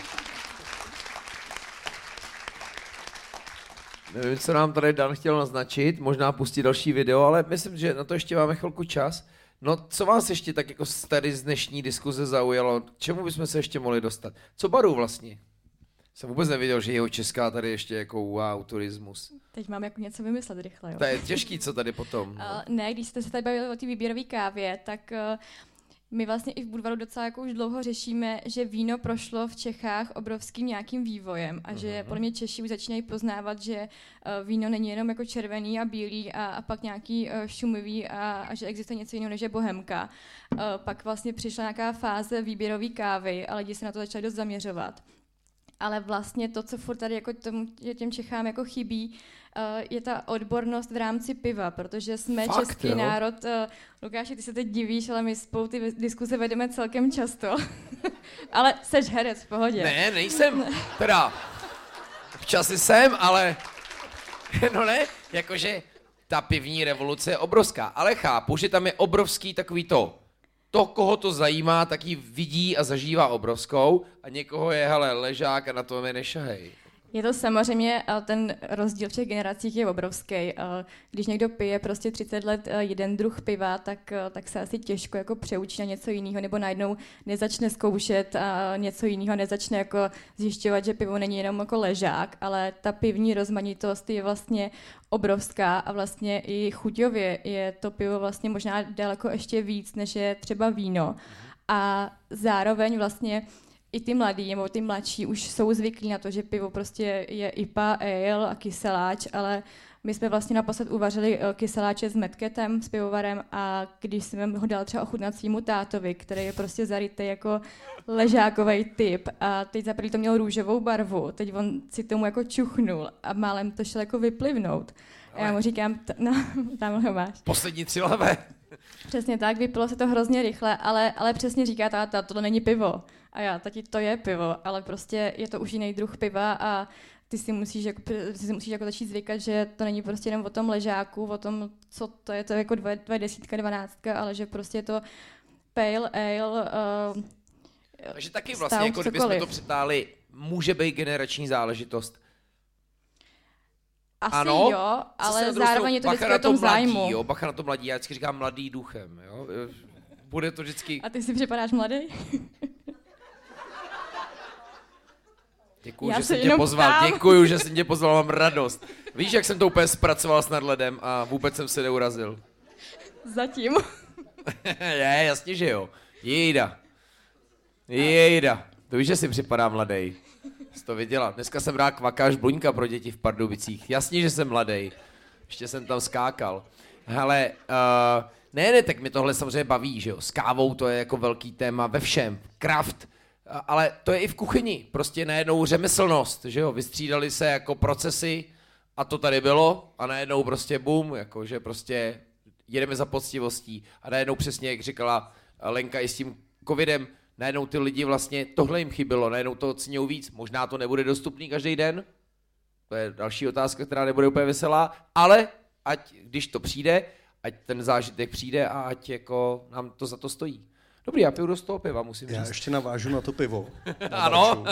Nevím, co nám tady Dan chtěl naznačit, možná pustit další video, ale myslím, že na to ještě máme chvilku čas. No, co vás ještě tak jako tady z dnešní diskuze zaujalo? K čemu bychom se ještě mohli dostat? Co Baru vlastně? Jsem vůbec nevěděl, že jeho česká tady ještě jako wow, turismus. Teď mám jako něco vymyslet rychle, jo. To je těžký, co tady potom. No. Ne, když jste se tady bavili o té výběrové kávě, tak my vlastně i v Budvaru docela jako už dlouho řešíme, že víno prošlo v Čechách obrovským nějakým vývojem a že podle mě Češi už začínají poznávat, že víno není jenom jako červený a bílý a pak nějaký šumivý a že existuje něco jiného než je bohemka. Pak vlastně přišla nějaká fáze výběrové kávy a lidi se na to začali dost zaměřovat. Ale vlastně to, co furt tady jako těm Čechám jako chybí, je ta odbornost v rámci piva, protože jsme Fakt, český jo? národ. Lukáši, ty se teď divíš, ale my spolu ty diskuze vedeme celkem často. Ale seš herec, v pohodě. Ne, nejsem. Teda, včasy jsem, ale no ne, jakože ta pivní revoluce je obrovská, ale chápu, že tam je obrovský takový to, koho to zajímá, tak ji vidí a zažívá obrovskou a někoho je, hele, ležák a na to mi nešahej. Je to samozřejmě, ten rozdíl v těch generacích je obrovský. Když někdo pije prostě 30 let jeden druh piva, tak se asi těžko jako přeučí na něco jiného, nebo najednou nezačne zkoušet něco jiného, nezačne jako zjišťovat, že pivo není jenom jako ležák, ale ta pivní rozmanitost je vlastně obrovská a vlastně i chuťově je to pivo vlastně možná daleko ještě víc, než je třeba víno. A zároveň vlastně i ty mladí, nebo ty mladší už jsou zvyklí na to, že pivo prostě je IPA, ale a kyseláč, ale my jsme vlastně naposled uvařili kyseláče s medketem, s pivovarem a když jsem ho dal třeba ochutnat svýmu tátovi, který je prostě zarytý jako ležákovej typ a teď za první to mělo růžovou barvu, teď on si tomu jako čuchnul a málem to šel jako vyplivnout. A já mu říkám, tamhle ho máš. Poslední 3 lahve. Přesně tak, vypilo se to hrozně rychle, ale přesně říká táta, tohle není pivo. A já, tati, to je pivo, ale prostě je to už jiný druh piva a ty si musíš jako začít zvykat, že to není prostě jenom o tom ležáku, o tom, co to je jako 20, 12, ale že prostě je to pale ale, takže taky vlastně, jako kdybychom to přitáhli, může být generační záležitost. Asi ano, jo, ale zároveň je to vždycky o tom zájmu. Jo, bacha na to mladí, já vždycky říkám mladý duchem, jo. Bude to vždycky... A ty si připadáš mladý? Děkuju, že jsem tě pozval, děkuju, že jsem tě pozval, mám radost. Víš, jak jsem to úplně zpracoval s nadhledem a vůbec jsem se neurazil. Zatím. Je, jasně, že jo. Jejda. To víš, že si připadá mladej. Jsi to viděla. Dneska jsem hrál Kvakáš Buňka pro děti v Pardubicích. Jasně, že jsem mladej. Ještě jsem tam skákal. Hele, ne, tak mi tohle samozřejmě baví, že jo. S kávou to je jako velký téma ve všem. Kraft. Ale to je i v kuchyni. Prostě najednou řemeslnost, že jo. Vystřídali se jako procesy a to tady bylo a najednou prostě bum, jako že prostě jedeme za poctivostí a najednou přesně, jak říkala Lenka i s tím covidem, najednou ty lidi vlastně, tohle jim chybilo, najednou to ceňují víc, možná to nebude dostupný každý den, to je další otázka, která nebude úplně veselá, ale ať, když to přijde, ať ten zážitek přijde a ať jako nám to za to stojí. Dobrý, já piju dost toho piva, musím říct. Já ještě navážu na to pivo. Ano.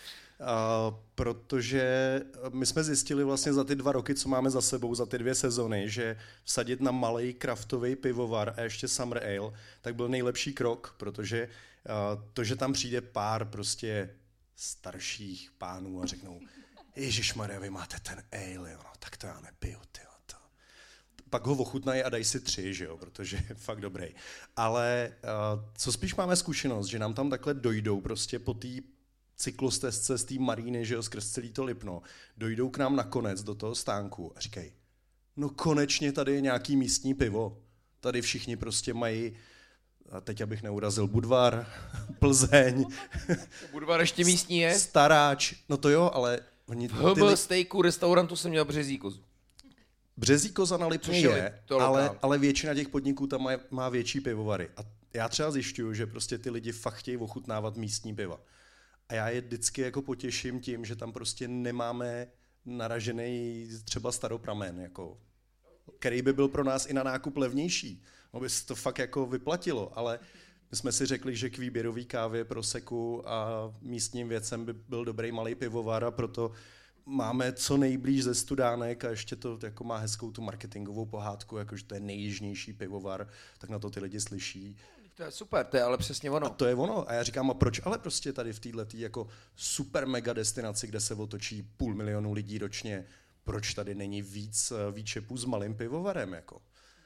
Protože my jsme zjistili vlastně za ty 2 roky, co máme za sebou, za ty 2 sezony, že vsadit na malej kraftový pivovar a ještě Summer Ale, tak byl nejlepší krok, protože to, že tam přijde pár prostě starších pánů a řeknou, Ježišmarja, vy máte ten ale, jo, no, tak to já nepiju, tyjo. Pak ho ochutnají a dají si 3, že jo, protože je fakt dobrý. Ale co spíš máme zkušenost, že nám tam takhle dojdou prostě po té cyklostezce z té Maríny, že jo, skrz celý to Lipno, dojdou k nám nakonec do toho stánku a říkají, no konečně tady je nějaký místní pivo. Tady všichni prostě mají, a teď abych neurazil, Budvar, Plzeň. Budvar ještě místní je? Staráč, no to jo, ale... HB Steaku restaurantu jsem měl Březíkozu. Březíkoza na Lipně je, ale většina těch podniků tam má větší pivovary. A já třeba zjišťuju, že prostě ty lidi fakt chtějí ochutnávat místní piva. A já je vždycky jako potěším tím, že tam prostě nemáme naražený třeba Staropramen, jako, který by byl pro nás i na nákup levnější. No by se to fakt jako vyplatilo, ale my jsme si řekli, že k výběrový kávě, proseku a místním věcem by byl dobrý malý pivovar a proto máme co nejblíž ze Studánek a ještě to jako má hezkou tu marketingovou pohádku, jakože to je nejjižnější pivovar, tak na to ty lidi slyší. To je super, to je ale přesně ono. A to je ono. A já říkám, a proč ale prostě tady v této jako super mega destinaci, kde se otočí 500 000 lidí ročně, proč tady není víc výčepů s malým pivovarem, jako?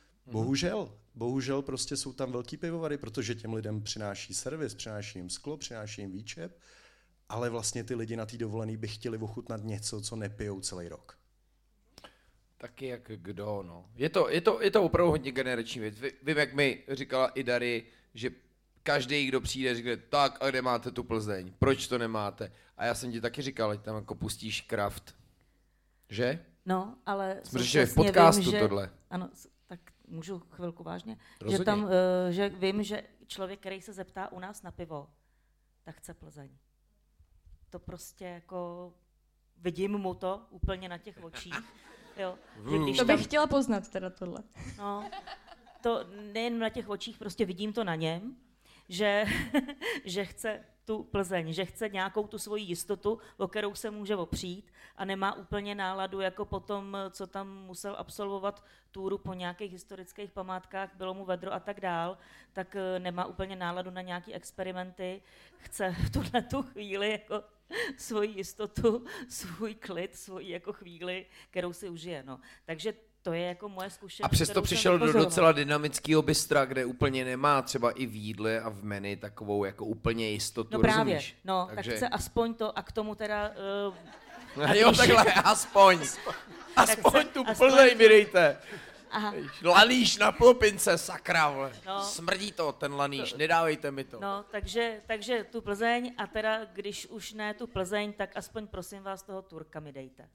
Bohužel prostě jsou tam velký pivovary, protože těm lidem přináší servis, přináší jim sklo, přináší jim výčep, ale vlastně ty lidi na té dovolené by chtěli ochutnat něco, co nepijou celý rok. Taky jak kdo, no. Je to opravdu hodně generační věc. Vím, jak mi říkala i Dary, že každý, kdo přijde, řekne, tak a kde máte tu Plzeň? Proč to nemáte? A já jsem ti taky říkal, ať tam jako pustíš Kraft. Že? No, ale protože v podcastu vím, že, tohle. Ano, tak můžu chvilku vážně. Rozhodně. Že tam, že vím, že člověk, který se zeptá u nás na pivo, tak chce Plzeň. To prostě jako, vidím mu to úplně na těch očích. Jo, že když to bych chtěla poznat teda tohle. No, to nejen na těch očích, prostě vidím to na něm, že chce tu Plzeň, že chce nějakou tu svoji jistotu, o kterou se může opřít a nemá úplně náladu jako potom, co tam musel absolvovat túru po nějakých historických památkách, bylo mu vedro a tak dál, tak nemá úplně náladu na nějaký experimenty, chce v tuhletu chvíli jako svoji jistotu, svůj klid, svoji jako chvíli, kterou si užije. No. Takže to je jako moje zkušenost. A přesto přišel do docela dynamického bystra, kde úplně nemá třeba i v jídle a v menu takovou jako úplně jistotu, no právě, rozumíš? no, takže... tak chce aspoň to a k tomu teda... A jo, takhle, aspoň tu Plzeň mi dejte. Laníš na plopince, sakra, vole. No. Smrdí to, ten laníš, nedávejte mi to. No, takže tu Plzeň a teda, když už ne tu Plzeň, tak aspoň prosím vás toho Turka mi dejte.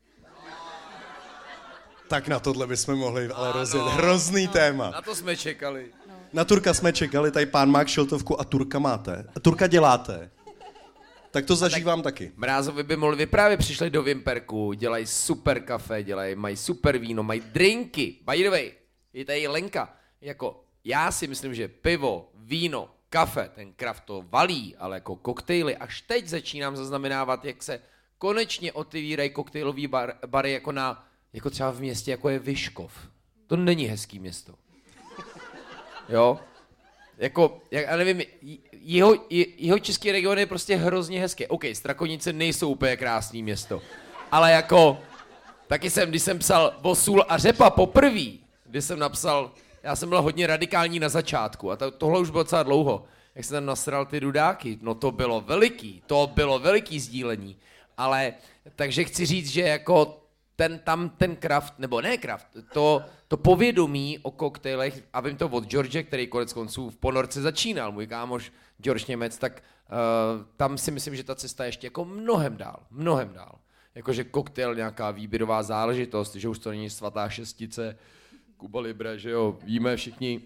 Tak na tohle bychom mohli ale rozjet hrozný téma. Na to jsme čekali. No. Na Turka jsme čekali, tady pán má kšiltovku a Turka máte. A Turka děláte. Tak to zažívám taky. Mrázovi by mohli právě přišli do Vimperku, dělají super kafe, mají super víno, mají drinky. By the way, je tady Lenka. Jako, já si myslím, že pivo, víno, kafe, ten Kraft to valí, ale jako koktejly, až teď začínám zaznamenávat, jak se konečně otevírají koktejlový bary jako třeba v městě, jako je Vyškov. To není hezký město. Jo? Jako, já nevím, jeho český region je prostě hrozně hezký. OK, Strakonice nejsou úplně krásný město. Ale jako, taky když jsem psal o sůl a řepa poprvý, kdy jsem napsal, já jsem byl hodně radikální na začátku a tohle už bylo docela dlouho. Jak jsem tam nasral ty dudáky, no to bylo veliký sdílení. Ale, takže chci říct, že jako ten Kraft, nebo ne Kraft, to povědomí o koktejlech, a vím to od George, který konec konců v Ponorce začínal, můj kámoš George Němec, tak tam si myslím, že ta cesta je ještě jako mnohem dál. Jakože koktejl, nějaká výběrová záležitost, že už to není svatá šestice, Cuba Libre, že jo, víme všichni.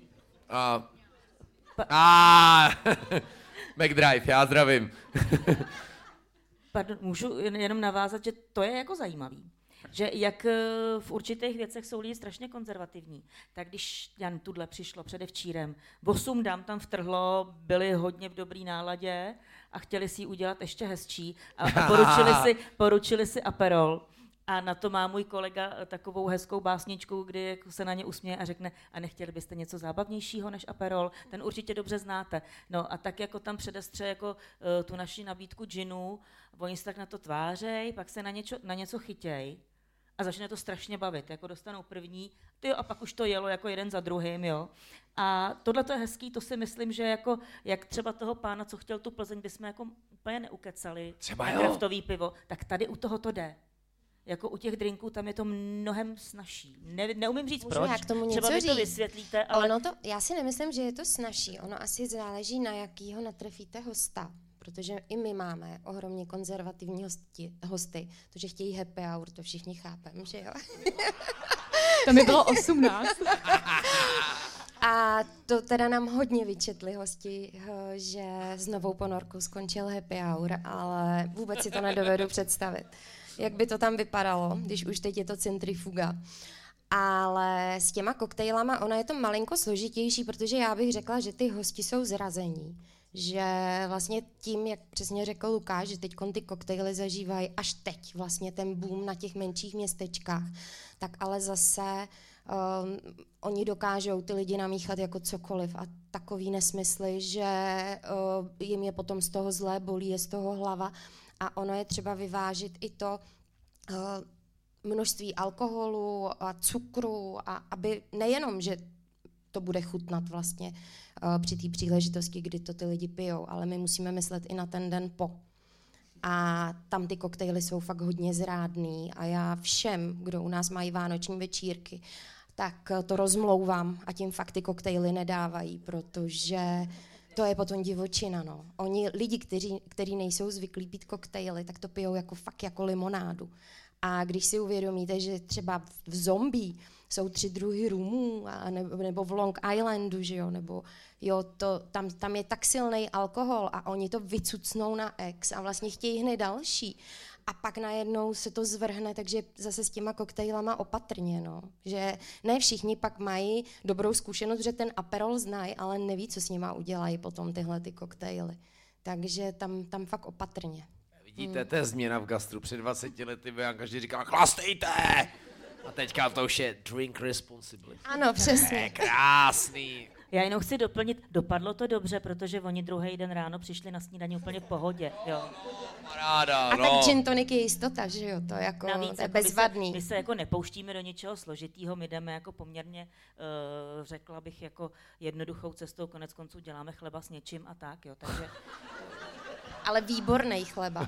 McDrive, já zdravím. Pardon, můžu jenom navázat, že to je jako zajímavý. Že jak v určitých věcech jsou lidi strašně konzervativní, tak když Jan Tudle přišlo předevčírem, 8 dam tam vtrhlo, byli hodně v dobrý náladě a chtěli si ji udělat ještě hezčí a poručili si Aperol. A na to má můj kolega takovou hezkou básničku, kdy se na ně usměje a řekne, a nechtěli byste něco zábavnějšího než Aperol? Ten určitě dobře znáte. No a tak jako tam předestře jako tu naši nabídku džinu, oni se tak na to tvářej, pak se na něco chytěj a začne to strašně bavit, jako dostanou první, a pak už to jelo jako jeden za druhým, jo. A tohle to je hezký, to si myslím, že jako, jak třeba toho pána, co chtěl tu Plzeň, bychom jako úplně neukecali, třeba na kraftový pivo, tak tady u toho to jde. Jako u těch drinků tam je to mnohem snazší. Neumím říct proč, já k tomu třeba něco vy to říct. vysvětlíte, ale... Já si nemyslím, že je to snazší. Ono asi záleží, na jakýho natrefíte hosta. Protože i my máme ohromně konzervativní hosty. To, že chtějí happy hour, to všichni chápeme, že jo? To mi bylo 18. A to teda nám hodně vyčetli hosti, že s Novou Ponorkou skončil happy hour, ale vůbec si to nedovedu představit. jak by to tam vypadalo, když už teď je to centrifuga. Ale s těma koktejlama, ono je to malinko složitější, protože já bych řekla, že ty hosti jsou zrazení. Že vlastně tím, jak přesně řekl Lukáš, že teď ty koktejly zažívají až teď vlastně ten boom na těch menších městečkách, tak ale zase oni dokážou ty lidi namíchat jako cokoliv a takový nesmysly, že jim je potom z toho zlé, bolí je z toho hlava a ono je třeba vyvážit i to množství alkoholu a cukru a aby nejenom, že to bude chutnat vlastně při té příležitosti, kdy to ty lidi pijou, ale my musíme myslet i na ten den po. A tam ty koktejly jsou fakt hodně zrádný a já všem, kdo u nás mají vánoční večírky, tak to rozmlouvám a tím fakt ty koktejly nedávají, protože to je potom divočina. No. Oni lidi, kteří nejsou zvyklí pít koktejly, tak to pijou fakt jako limonádu. A když si uvědomíte, že třeba v Zombie jsou 3 druhy rumů, nebo v Long Islandu, že jo, nebo jo, tam je tak silný alkohol a oni to vycucnou na ex a vlastně chtějí hned další. A pak najednou se to zvrhne, takže zase s těma koktejlama opatrně, no. Že ne všichni pak mají dobrou zkušenost, že ten Aperol znají, ale neví, co s nima udělají potom tyhle ty koktejly. Takže tam fakt opatrně. Vidíte, to je změna v gastru. Před 20 lety by každý říkal, chlastejte! A teďka to už je drink responsibly. Ano, přesně. To je krásný. Já jenom chci doplnit, dopadlo to dobře, protože oni druhý den ráno přišli na snídaní úplně v pohodě, jo. Ráda, a no. tak gin tonic je jistota, že jo, to jako Navíc, to je jako bezvadný. my se jako nepouštíme do něčeho složitýho, my jdeme jako poměrně, řekla bych, jako jednoduchou cestou, konec konců děláme chleba s něčím a tak, jo, takže... Ale výborný chleba.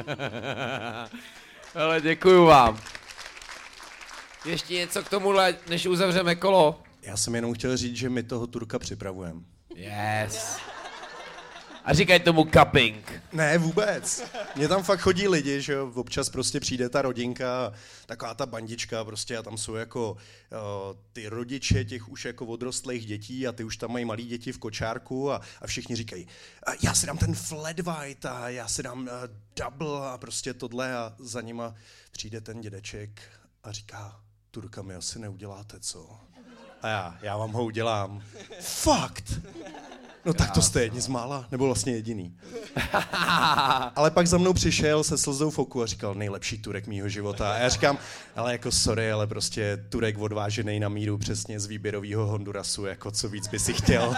Ale děkuju vám. Ještě něco k tomuhle, než uzavřeme kolo? Já jsem jenom chtěl říct, že my toho Turka připravujeme. Yes. A říkají tomu cupping. Ne, vůbec. Mně tam fakt chodí lidi, že jo, občas prostě přijde ta rodinka, taková ta bandička prostě a tam jsou jako ty rodiče těch už jako odrostlých dětí a ty už tam mají malí děti v kočárku a všichni říkají, já si dám ten flat white a já si dám double a prostě tohle a za nima přijde ten dědeček a říká, Turka mi asi neuděláte, co? A já vám ho udělám. Fakt! No tak to jste jedni z mála, nebo vlastně jediný. Ale pak za mnou přišel se slzou v oku a říkal, nejlepší Turek mýho života. A já říkám, ale jako sorry, ale prostě Turek odvážený na míru přesně z výběrového Hondurasu, jako co víc by si chtěl.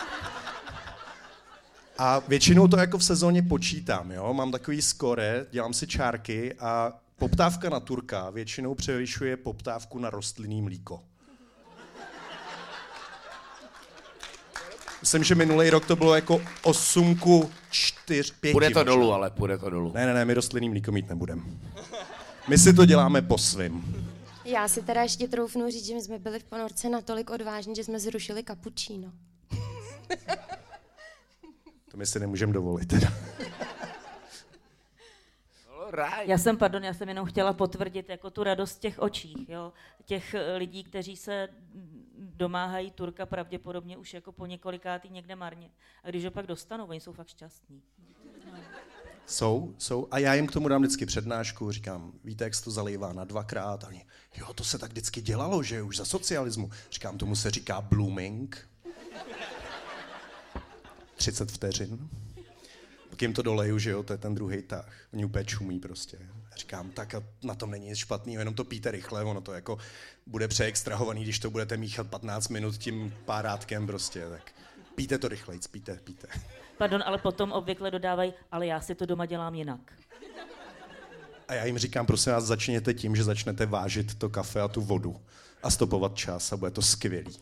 A většinou to jako v sezóně počítám, jo? Mám takový skore, dělám si čárky a poptávka na Turka většinou převyšuje poptávku na rostlinný mlíko. Myslím, že minulý rok to bylo jako 8:4. Půjde to dolů, ale půjde to dolů. Ne, my rostlinný mlíko mít nebudeme. My si to děláme po svým. Já si teda ještě troufnu říct, že my jsme byli v ponorce natolik odvážní, že jsme zrušili cappuccino. To my si nemůžeme dovolit teda. Já jsem jenom chtěla potvrdit jako tu radost v těch očích, jo, těch lidí, kteří se domáhají Turka pravděpodobně už jako po několikátý někde marně. A když ho pak dostanou, oni jsou fakt šťastní. No. Jsou. A já jim k tomu dám vždycky přednášku, říkám, víte, jak se to zalejvá na 2krát? A oni, jo, to se tak vždycky dělalo, že už za socialismu. Říkám, tomu se říká blooming. 30 vteřin. Pak jim to doleju, že jo, to je ten druhý tah. Oni úplně čumí prostě. Říkám, tak a na tom není nic špatného, jenom to pijte rychle, ono to jako bude přeextrahovaný, když to budete míchat 15 minut tím párátkem prostě, tak pijte to rychlejc, pijte. Pardon, ale potom obvykle dodávají, ale já si to doma dělám jinak. A já jim říkám, prosím vás, začněte tím, že začnete vážit to kafe a tu vodu a stopovat čas a bude to skvělý.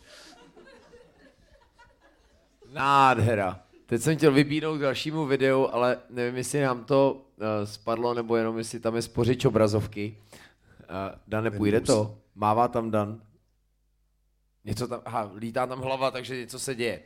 Nádhera. Teď jsem chtěl vybídnout k dalšímu videu, ale nevím, jestli nám to spadlo, nebo jenom jestli tam je spořič obrazovky. Dan, nepůjde to? Mává tam Dan? Něco tam, lítá tam hlava, takže něco se děje.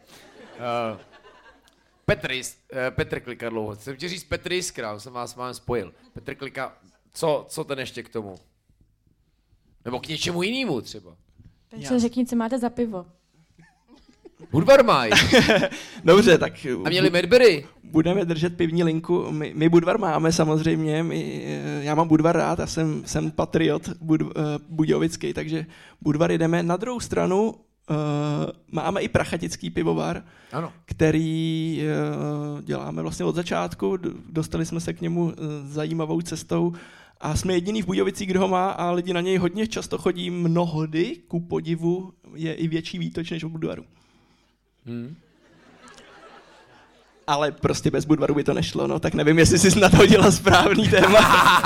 Petr Klika dlouho. Jsem ti říct Petr Jiskra, jsem vás mám spojil. Petr Klika, co ten ještě k tomu? Nebo k něčemu jinému třeba? Takže řekni, co máte za pivo. Budvar mají. Dobře, tak... A měli Medbery. Budeme držet pivní linku. My Budvar máme samozřejmě. Já mám Budvar rád a jsem patriot budějovický, takže Budvar jdeme. Na druhou stranu máme i prachatický pivovar, ano, který děláme vlastně od začátku. Dostali jsme se k němu zajímavou cestou a jsme jediný v Budějovicích, kdo ho má a lidi na něj hodně často chodí. Mnohdy, ku podivu, je i větší výtoč než v Budvaru. Ale prostě bez Budvaru by to nešlo, no tak nevím, jestli jsi nadhodila správný téma.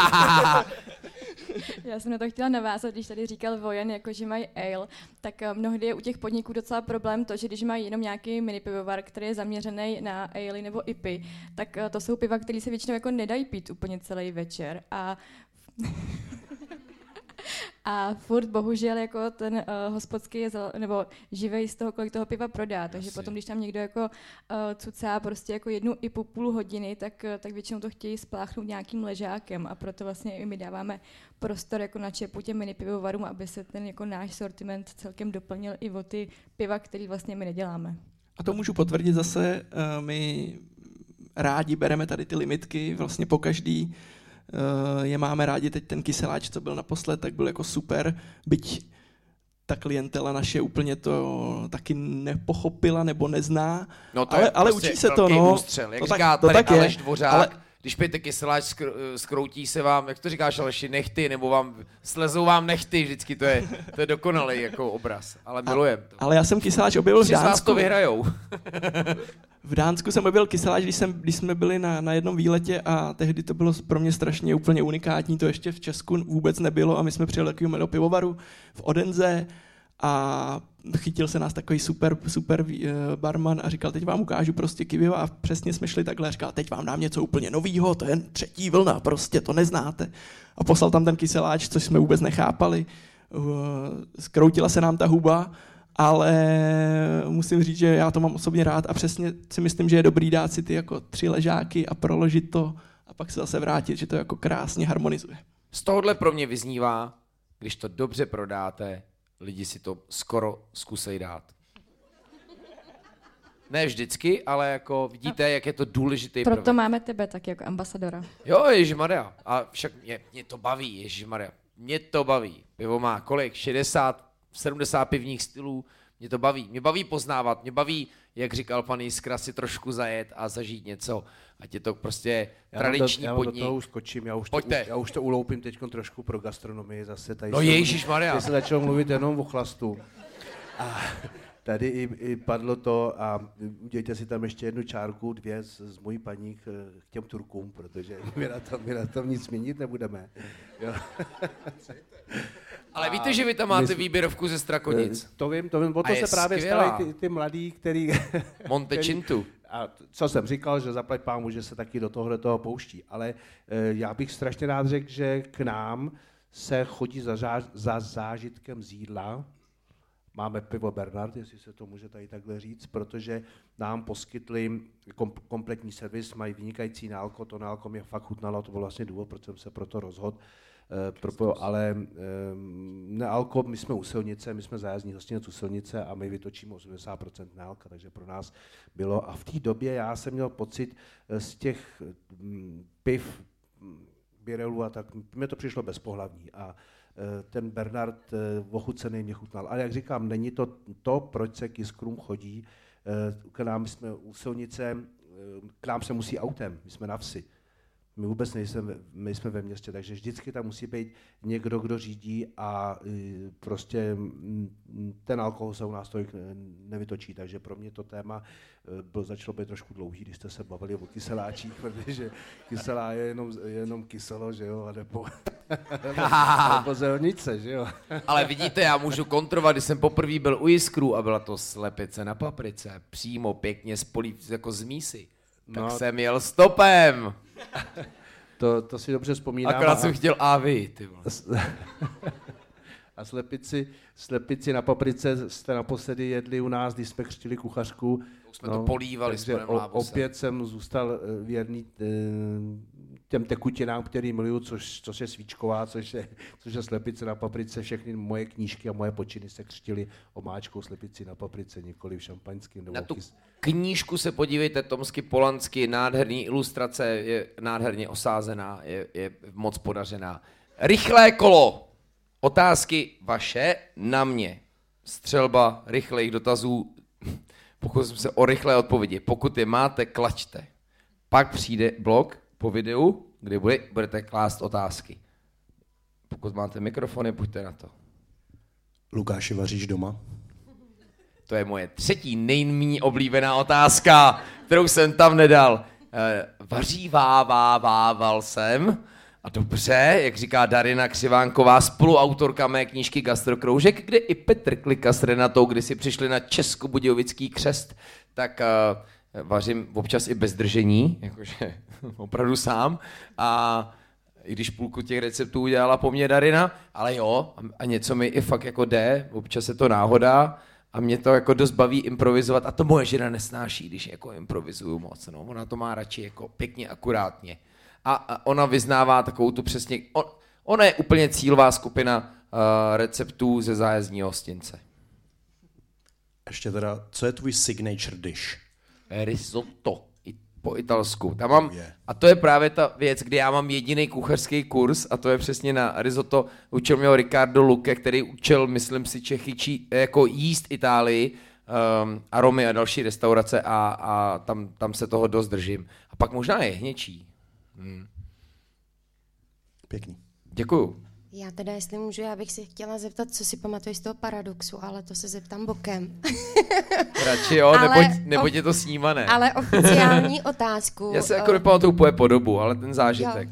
Já jsem na to chtěla navázat, když tady říkal Vojen, jako že mají ale, tak mnohdy je u těch podniků docela problém to, že když mají jenom nějaký mini pivovar, který je zaměřený na ale nebo IPy, tak to jsou piva, které se většinou jako nedají pít úplně celý večer a furt bohužel jako ten hospodský je nebo živej z toho, kolik toho piva prodá, takže potom, když tam někdo jako cucá prostě jako 1,5 hodiny, tak většinou to chtějí spláchnout nějakým ležákem a proto vlastně i my dáváme prostor jako na čepu těm mini pivovarům, aby se ten jako náš sortiment celkem doplnil i o ty piva, který vlastně my neděláme. A to můžu potvrdit zase, my rádi bereme tady ty limitky, vlastně po každý je máme rádi. Teď ten kyseláč, co byl naposled, tak byl jako super, byť ta klientela naše úplně to taky nepochopila nebo nezná, no to ale prostě učí se to, no. Ústřel. Jak to říká tak, to tady tak Aleš je, Dvořák, ale... když pijete kyseláč, skroutí se vám, jak to říkáš Aleši, nechty, nebo vám slezou vám nechty, vždycky to je dokonalý jako obraz, ale milujem to. Ale já jsem kyseláč objevil v Dánsku. Z vás to vyhrajou. V Dánsku jsem objevil kyseláč, když jsme byli na jednom výletě a tehdy to bylo pro mě strašně úplně unikátní, to ještě v Česku vůbec nebylo a my jsme přijeli takového pivovaru v Odense a chytil se nás takový super barman a říkal, teď vám ukážu prostě pivo a přesně jsme šli takhle a říkal, teď vám dám něco úplně novýho, to je 3. vlna, prostě to neznáte. A poslal tam ten kyseláč, což jsme vůbec nechápali. Skroutila se nám ta huba, ale musím říct, že já to mám osobně rád a přesně si myslím, že je dobrý dát si ty jako 3 ležáky a proložit to a pak se zase vrátit, že to jako krásně harmonizuje. Z tohohle pro mě vyznívá, když to dobře prodáte, lidi si to skoro zkusej dát. Ne vždycky, ale jako vidíte, jak je to důležitý Proto prvek. máme tebe tak jako ambasadora. Jo, ježišmarja. A však mě to baví, ježišmarja. Mě to baví. Pivo má kolik? 60, 70 pivních stylů. Mě to baví. Mě baví poznávat. Mě baví, jak říkal pan Jiskra, si trošku zajet a zažít něco. Ať je to prostě tradiční podnik. Já do toho uskočím. Já už to uloupím teď trošku pro gastronomii zase. Tady no ježišmarja. Tady se začalo mluvit jenom o chlastu. A tady i padlo to a udějte si tam ještě 1 čárku, 2 z mojí paní k těm Turkům, protože my na tom nic měnit nebudeme. Jo. Ale víte, že vy tam máte výběrovku ze Strakonic? To vím, o to se právě starají ty mladí, který... Montecintu. A co jsem říkal, že zaplať pámu, že se taky do toho pouští. Ale já bych strašně rád řekl, že k nám se chodí za zážitkem z jídla. Máme pivo Bernard, jestli se to může tady takhle říct, protože nám poskytli kompletní servis, mají vynikající nálko, to nálko mě fakt chutnalo, to byl vlastně důvod, proč jsem se pro to rozhodl. Ale nealko, my jsme u silnice, my jsme zájezdní hostinec u silnice a my vytočíme 80% nealka, takže pro nás bylo. A v té době já jsem měl pocit z těch piv, birelů a tak, mně to přišlo bezpohlavní a ten Bernard ochucený mě chutnal. Ale jak říkám, není to proč se k Jiskrům chodí, k nám jsme u silnice, k nám se musí autem, my jsme na vsi. My vůbec nejsme ve městě, takže vždycky tam musí být někdo, kdo řídí a prostě ten alkohol se u nás tolik nevytočí, takže pro mě to téma začalo být trošku dlouhý, když jste se bavili o kyseláčích, protože kyselá je jenom kyselo, že jo, a nebo zelnice, že jo. Ale vidíte, já můžu kontrovat, když jsem poprvé byl u Jiskrů a byla to slepice na paprice, přímo pěkně jako z mísy. Tak jsem jel stopem. To si dobře vzpomínám. Akorát jsem chtěl vy, ty vole. A slepici na paprice jste naposledy jedli u nás, když jsme křtili kuchařku. Už jsme to polívali s panem Lábusem. Opět jsem zůstal věrný těm tekutinám, který miluju, což je svíčková, což je slepice na paprice. Všechny moje knížky a moje počiny se křtily omáčkou slepici na paprice, nikoliv šampaňským. Na tu knížku se podívejte, Tomsky Polansky, nádherný ilustrace, je nádherně osázená, je moc podařená. Rychlé kolo. Otázky vaše na mě. Střelba rychlých dotazů. Pokusím se o rychlé odpovědi. Pokud je máte, klačte. Pak přijde blok po videu, kde budete klást otázky. Pokud máte mikrofony, pojďte na to. Lukáši, vaříš doma? To je moje třetí nejméně oblíbená otázka, kterou jsem tam nedal. Vařívával jsem. A dobře, jak říká Darina Křivánková, spoluautorka mé knížky Gastrokroužek, kde i Petr Klika s Renatou, kdy si přišli na Českobudějovický křest, tak vařím občas i bez držení, jakože opravdu sám. A i když půlku těch receptů udělala po mně Darina, ale jo, a něco mi i fakt jako jde, občas je to náhoda a mě to jako dost baví improvizovat a to moje žena nesnáší, když jako improvizuju moc, no. Ona to má radši jako pěkně, akurátně. A ona vyznává takovou tu přesně, ona je úplně cílová skupina receptů ze zájezdního hostince. Ještě teda, co je tvůj signature dish? Risotto, po italsku. Tam mám, a to je právě ta věc, kdy já mám jediný kuchařský kurz a to je přesně na risotto. Učil mě Ricardo Luque, který učil, myslím si, Čechy jako jíst Itálii, aromy a další restaurace a tam se toho dost držím. A pak možná je hněčí. Pěkný. Děkuju. Já teda, jestli můžu, já bych si chtěla zeptat, co si pamatuješ z toho paradoxu, ale to se zeptám bokem. Radši jo, neboť je to snímané. Ale oficiální otázku. Já se jako nepamatuju úplně podobu, ale ten zážitek.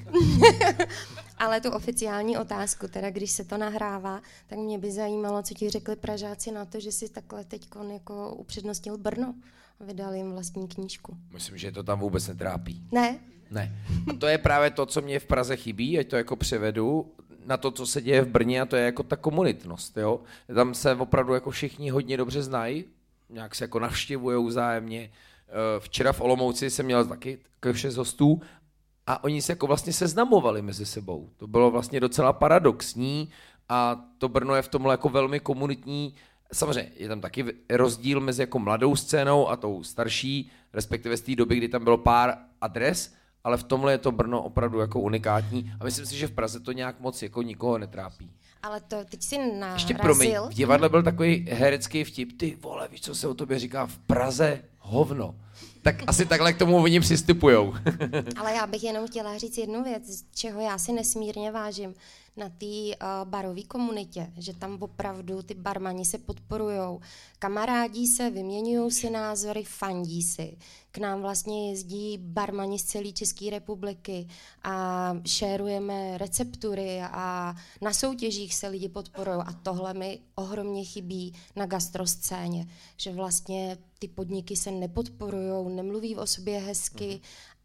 Ale tu oficiální otázku, teda když se to nahrává, tak mě by zajímalo, co ti řekli Pražáci na to, že si takhle teďkon jako upřednostnil Brno a vydal jim vlastní knížku. Myslím, že to tam vůbec netrápí. Ne? Ne. A to je právě to, co mě v Praze chybí, ať to jako převedu, na to, co se děje v Brně, a to je jako ta komunitnost, jo. Tam se opravdu jako všichni hodně dobře znají, nějak se jako navštěvujou vzájemně. Včera v Olomouci jsem měl taky 6 hostů a oni se jako vlastně seznamovali mezi sebou. To bylo vlastně docela paradoxní a to Brno je v tomhle jako velmi komunitní. Samozřejmě je tam taky rozdíl mezi jako mladou scénou a tou starší, respektive z té doby, kdy tam bylo pár adres, ale v tomhle je to Brno opravdu jako unikátní a myslím si, že v Praze to nějak moc jako nikoho netrápí. Ale to teď si narazil. Ještě promiň, v divadle byl takový herecký vtip, ty vole, víš, co se o tobě říká v Praze? Hovno. Tak asi takhle k tomu oni přistupujou. Ale já bych jenom chtěla říct jednu věc, čeho já si nesmírně vážím na té barové komunitě, že tam opravdu ty barmani se podporujou, kamarádí se, vyměňují si názory, fandí si. K nám vlastně jezdí barmani z celé České republiky a šérujeme receptury a na soutěžích se lidi podporují a tohle mi ohromně chybí na gastroscéně, že vlastně ty podniky se nepodporujou, nemluví o sobě hezky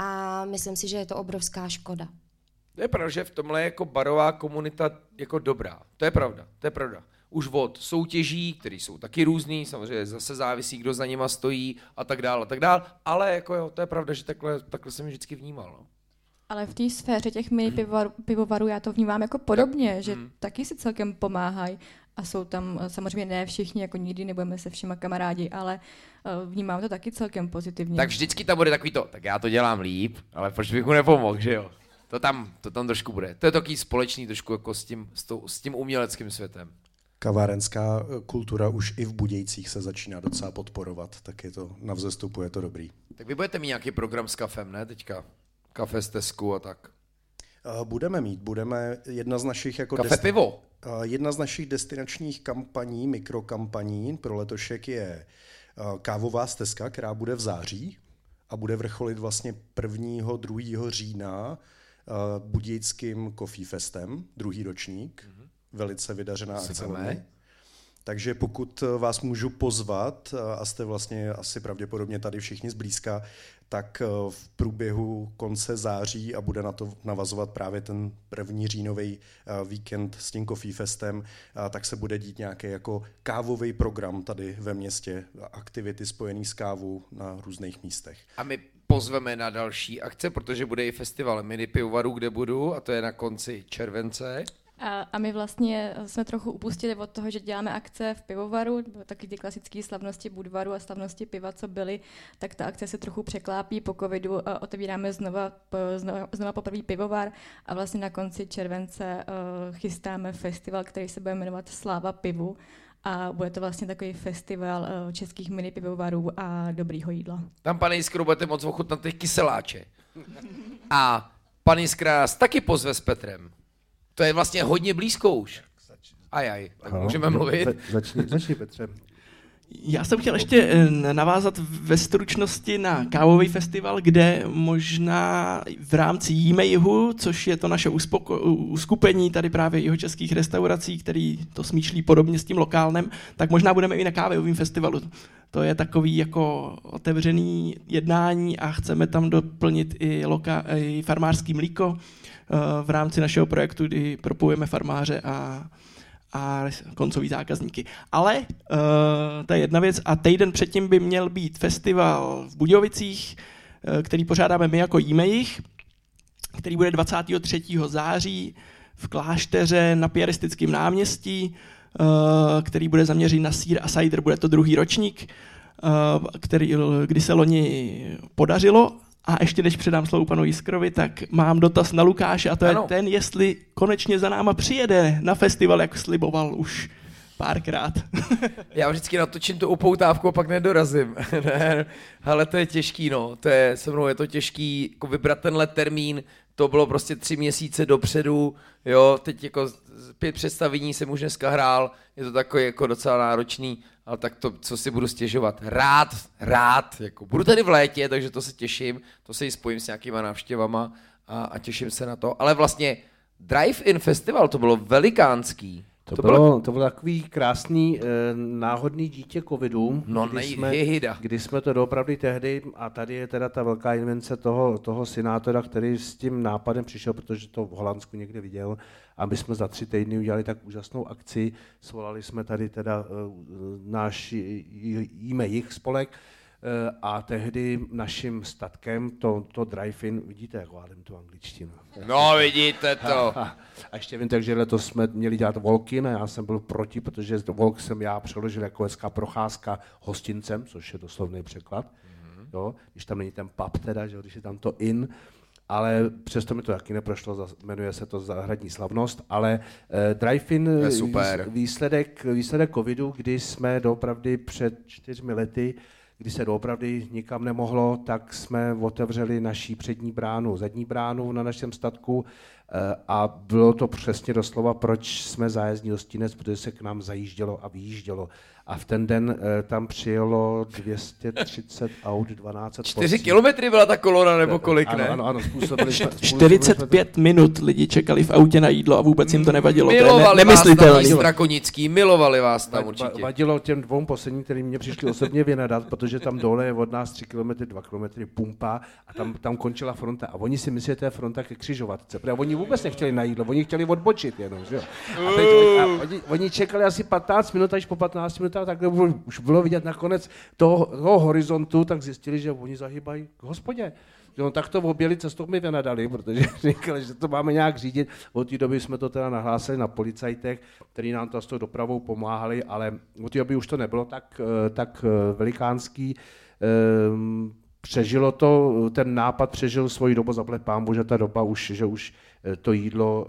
a myslím si, že je to obrovská škoda. To je pravda, že v tomhle je jako barová komunita jako dobrá. To je pravda. Už od soutěží, které jsou taky různý, samozřejmě zase závisí, kdo za nima stojí a tak dál, ale jako jo, to je pravda, že takhle jsem vždycky vnímal. No. Ale v té sféře těch mini pivovarů já to vnímám jako podobně, že taky si celkem pomáhají a jsou tam samozřejmě ne všichni, jako nikdy nebudeme se všema kamarádi, ale vnímám to taky celkem pozitivně. Tak vždycky tam bude takový to, tak já to dělám líp, ale proč bych mu nepomohl, že jo? To tam trošku bude. To je takový společný trošku jako s tím uměleckým světem. Kavárenská kultura už i v Budějcích se začíná docela podporovat, tak je to na vzestupu, je to dobrý. Tak vy budete mít nějaký program s kafem, ne teďka? Kafe z Tesku a tak. Budeme jedna z našich jako pivo. Jedna z našich destinačních kampaní, mikrokampaní pro letošek je kávová stezka, která bude v září a bude vrcholit vlastně 1. 2. října Budějickým Coffee Festem, 2. ročník. Velice vydařená akce. Takže pokud vás můžu pozvat, a jste vlastně asi pravděpodobně tady všichni zblízka, tak v průběhu konce září a bude na to navazovat právě ten 1. říjnový víkend s tím Coffee Festem, tak se bude dít nějaký jako kávový program tady ve městě, aktivity spojené s kávou na různých místech. A my pozveme na další akce, protože bude i festival mini pivovarů, kde budu, a to je na konci července. A my vlastně jsme trochu upustili od toho, že děláme akce v pivovaru, taky ty klasické slavnosti Budvaru a slavnosti piva, co byly, tak ta akce se trochu překlápí po covidu, otevíráme znova poprvé pivovar a vlastně na konci července chystáme festival, který se bude jmenovat Sláva pivu a bude to vlastně takový festival českých mini pivovarů a dobrýho jídla. Tam, pane Jiskro, budete moc ochutnat ty kyseláče. A pan Jiskra nás taky pozve s Petrem. To je vlastně hodně blízko už. Ajaj, tak můžeme mluvit. Začni Petře. Já jsem chtěl ještě navázat ve stručnosti na kávový festival, kde možná v rámci Jíme jihu, což je to naše uskupení tady právě jihočeských restaurací, který to smýšlí podobně s tím lokálnem, tak možná budeme i na kávovém festivalu. To je takový jako otevřený jednání a chceme tam doplnit i farmářský mlíko v rámci našeho projektu, kdy propojujeme farmáře a koncový zákazníky. Ale to je jedna věc a týden předtím by měl být festival v Budějovicích, který pořádáme my jako Jimejich, který bude 23. září v Klášteře na Piaristickém náměstí, který bude zaměřen na sýr a cider, bude to 2. ročník, kdy se loni podařilo. A ještě než předám slovo panu Jiskrovi, tak mám dotaz na Lukáše a to je ten, jestli konečně za náma přijede na festival, jak sliboval už párkrát. Já vždycky natočím tu upoutávku a pak nedorazím. Ale to je těžký, no. Se mnou je to těžký, jako vybrat tenhle termín, to bylo prostě 3 měsíce dopředu, jo, teď jako 5 představení jsem už dneska hrál, je to takový jako docela náročný, ale tak to, co si budu stěžovat. Rád, jako budu tady v létě, takže to se těším, to se i spojím s nějakýma návštěvama a těším se na to, ale vlastně Drive-In Festival, to bylo velikánský. To bylo takový krásný náhodný dítě covidu, no, kdy jsme to doopravdy tehdy, a tady je teda ta velká invence toho senátora, který s tím nápadem přišel, protože to v Holandsku někde viděl, a my jsme za 3 týdny udělali tak úžasnou akci, svolali jsme tady teda náš Jíme jich spolek, a tehdy naším statkem to drive-in, vidíte, jak vládem tu angličtinu. No, vidíte to. A ještě vím, takže letos jsme měli dělat walk-in a já jsem byl proti, protože walk jsem já přeložil jako hezká procházka hostincem, což je doslovný překlad, jo, když tam není ten pub teda, že když je tam to in, ale přesto mi to taky neprošlo, jmenuje se to Zahradní slavnost, ale drive-in výsledek covidu, kdy jsme doopravdy před 4 lety, kdy se doopravdy nikam nemohlo, tak jsme otevřeli naší přední bránu, zadní bránu na našem statku a bylo to přesně doslova, proč jsme zájezdní hostinec, protože se k nám zajíždělo a vyjíždělo. A v ten den tam přijelo 230 aut, 12 4 kilometry byla ta kolona, nebo kolik, ne? Ano, způsobili 45 minut lidi čekali v autě na jídlo a vůbec jim to nevadilo. Milovali vás tam Strakonický, milovali vás tam určitě. Vadilo těm 2 posledním, kterým mě přišli osobně vynadat, protože tam dole je od nás 3 kilometry, 2 kilometry pumpa a tam končila fronta. A oni si myslí, že to je fronta ke křižovatce. Protože oni vůbec nechtěli na jídlo, oni chtěli odbočit jenom, že jo. A teď oni čekali asi 15 minut, až po 15 minutách takhle už bylo vidět nakonec toho horizontu, tak zjistili, že oni zahýbají k hospodě. No, tak to objeli cestou mi vynadali, protože říkali, že to máme nějak řídit. Od té doby jsme to teda nahlásili na policajtech, který nám to s tou dopravou pomáhali, ale od té doby už to nebylo tak velikánský. Přežilo to, ten nápad přežil svoji dobu, zaplať pánbu, že ta doba už to jídlo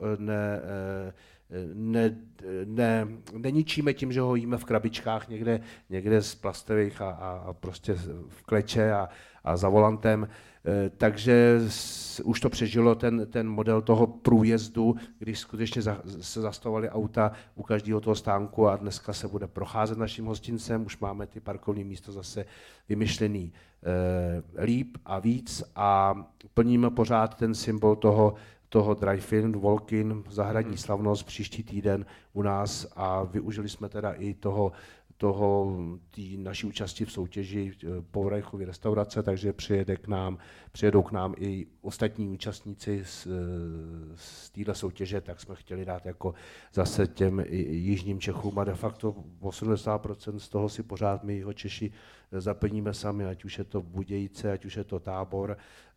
neničíme tím, že ho jíme v krabičkách někde z plastových a prostě v kleče a za volantem. Takže už to přežilo ten model toho průjezdu, když skutečně se zastavovali auta u každého toho stánku a dneska se bude procházet naším hostincem, už máme ty parkovní místo zase vymyšlený líp a víc a plníme pořád ten symbol toho toho drive-in, walk-in, zahradní slavnost příští týden u nás a využili jsme teda i naší účasti v soutěži Povrchovy restaurace, takže přijedou k nám i ostatní účastníci z téhle soutěže, tak jsme chtěli dát jako zase těm jižním Čechům a de facto 80% z toho si pořád my Jihočeši zaplníme sami, ať už je to Budějice, ať už je to Tábor,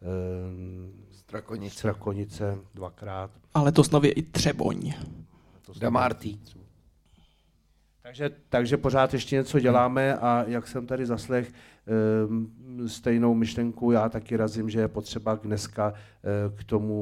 Strakonice dvakrát. Ale to nově i Třeboň. Damártý. Takže pořád ještě něco děláme a jak jsem tady zaslech stejnou myšlenku, já taky razím, že je potřeba dneska k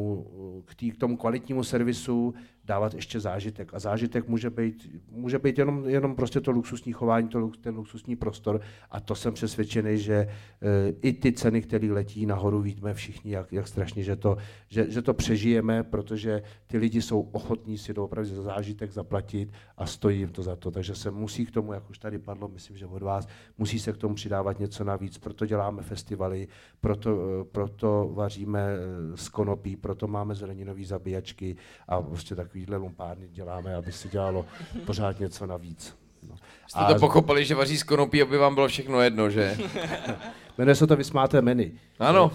tomu kvalitnímu servisu dávat ještě zážitek. A zážitek může být jenom prostě to luxusní chování, ten luxusní prostor a to jsem přesvědčený, že i ty ceny, které letí nahoru, vidíme všichni, jak strašně, že to přežijeme, protože ty lidi jsou ochotní si to opravdu za zážitek zaplatit a stojí jim to za to. Takže se musí k tomu, jak už tady padlo, myslím, že od vás, musí se k tomu přidávat něco navíc, proto děláme festivaly, proto vaříme z konopí, proto máme zeleninové zabíjačky a prostě takovýhle lumpárny děláme, aby se dělalo pořád něco navíc. No. Jste to pochopili, že vaří z konopí, aby vám bylo všechno jedno, že? Jmenuje se to Vysmáté meny. Ano.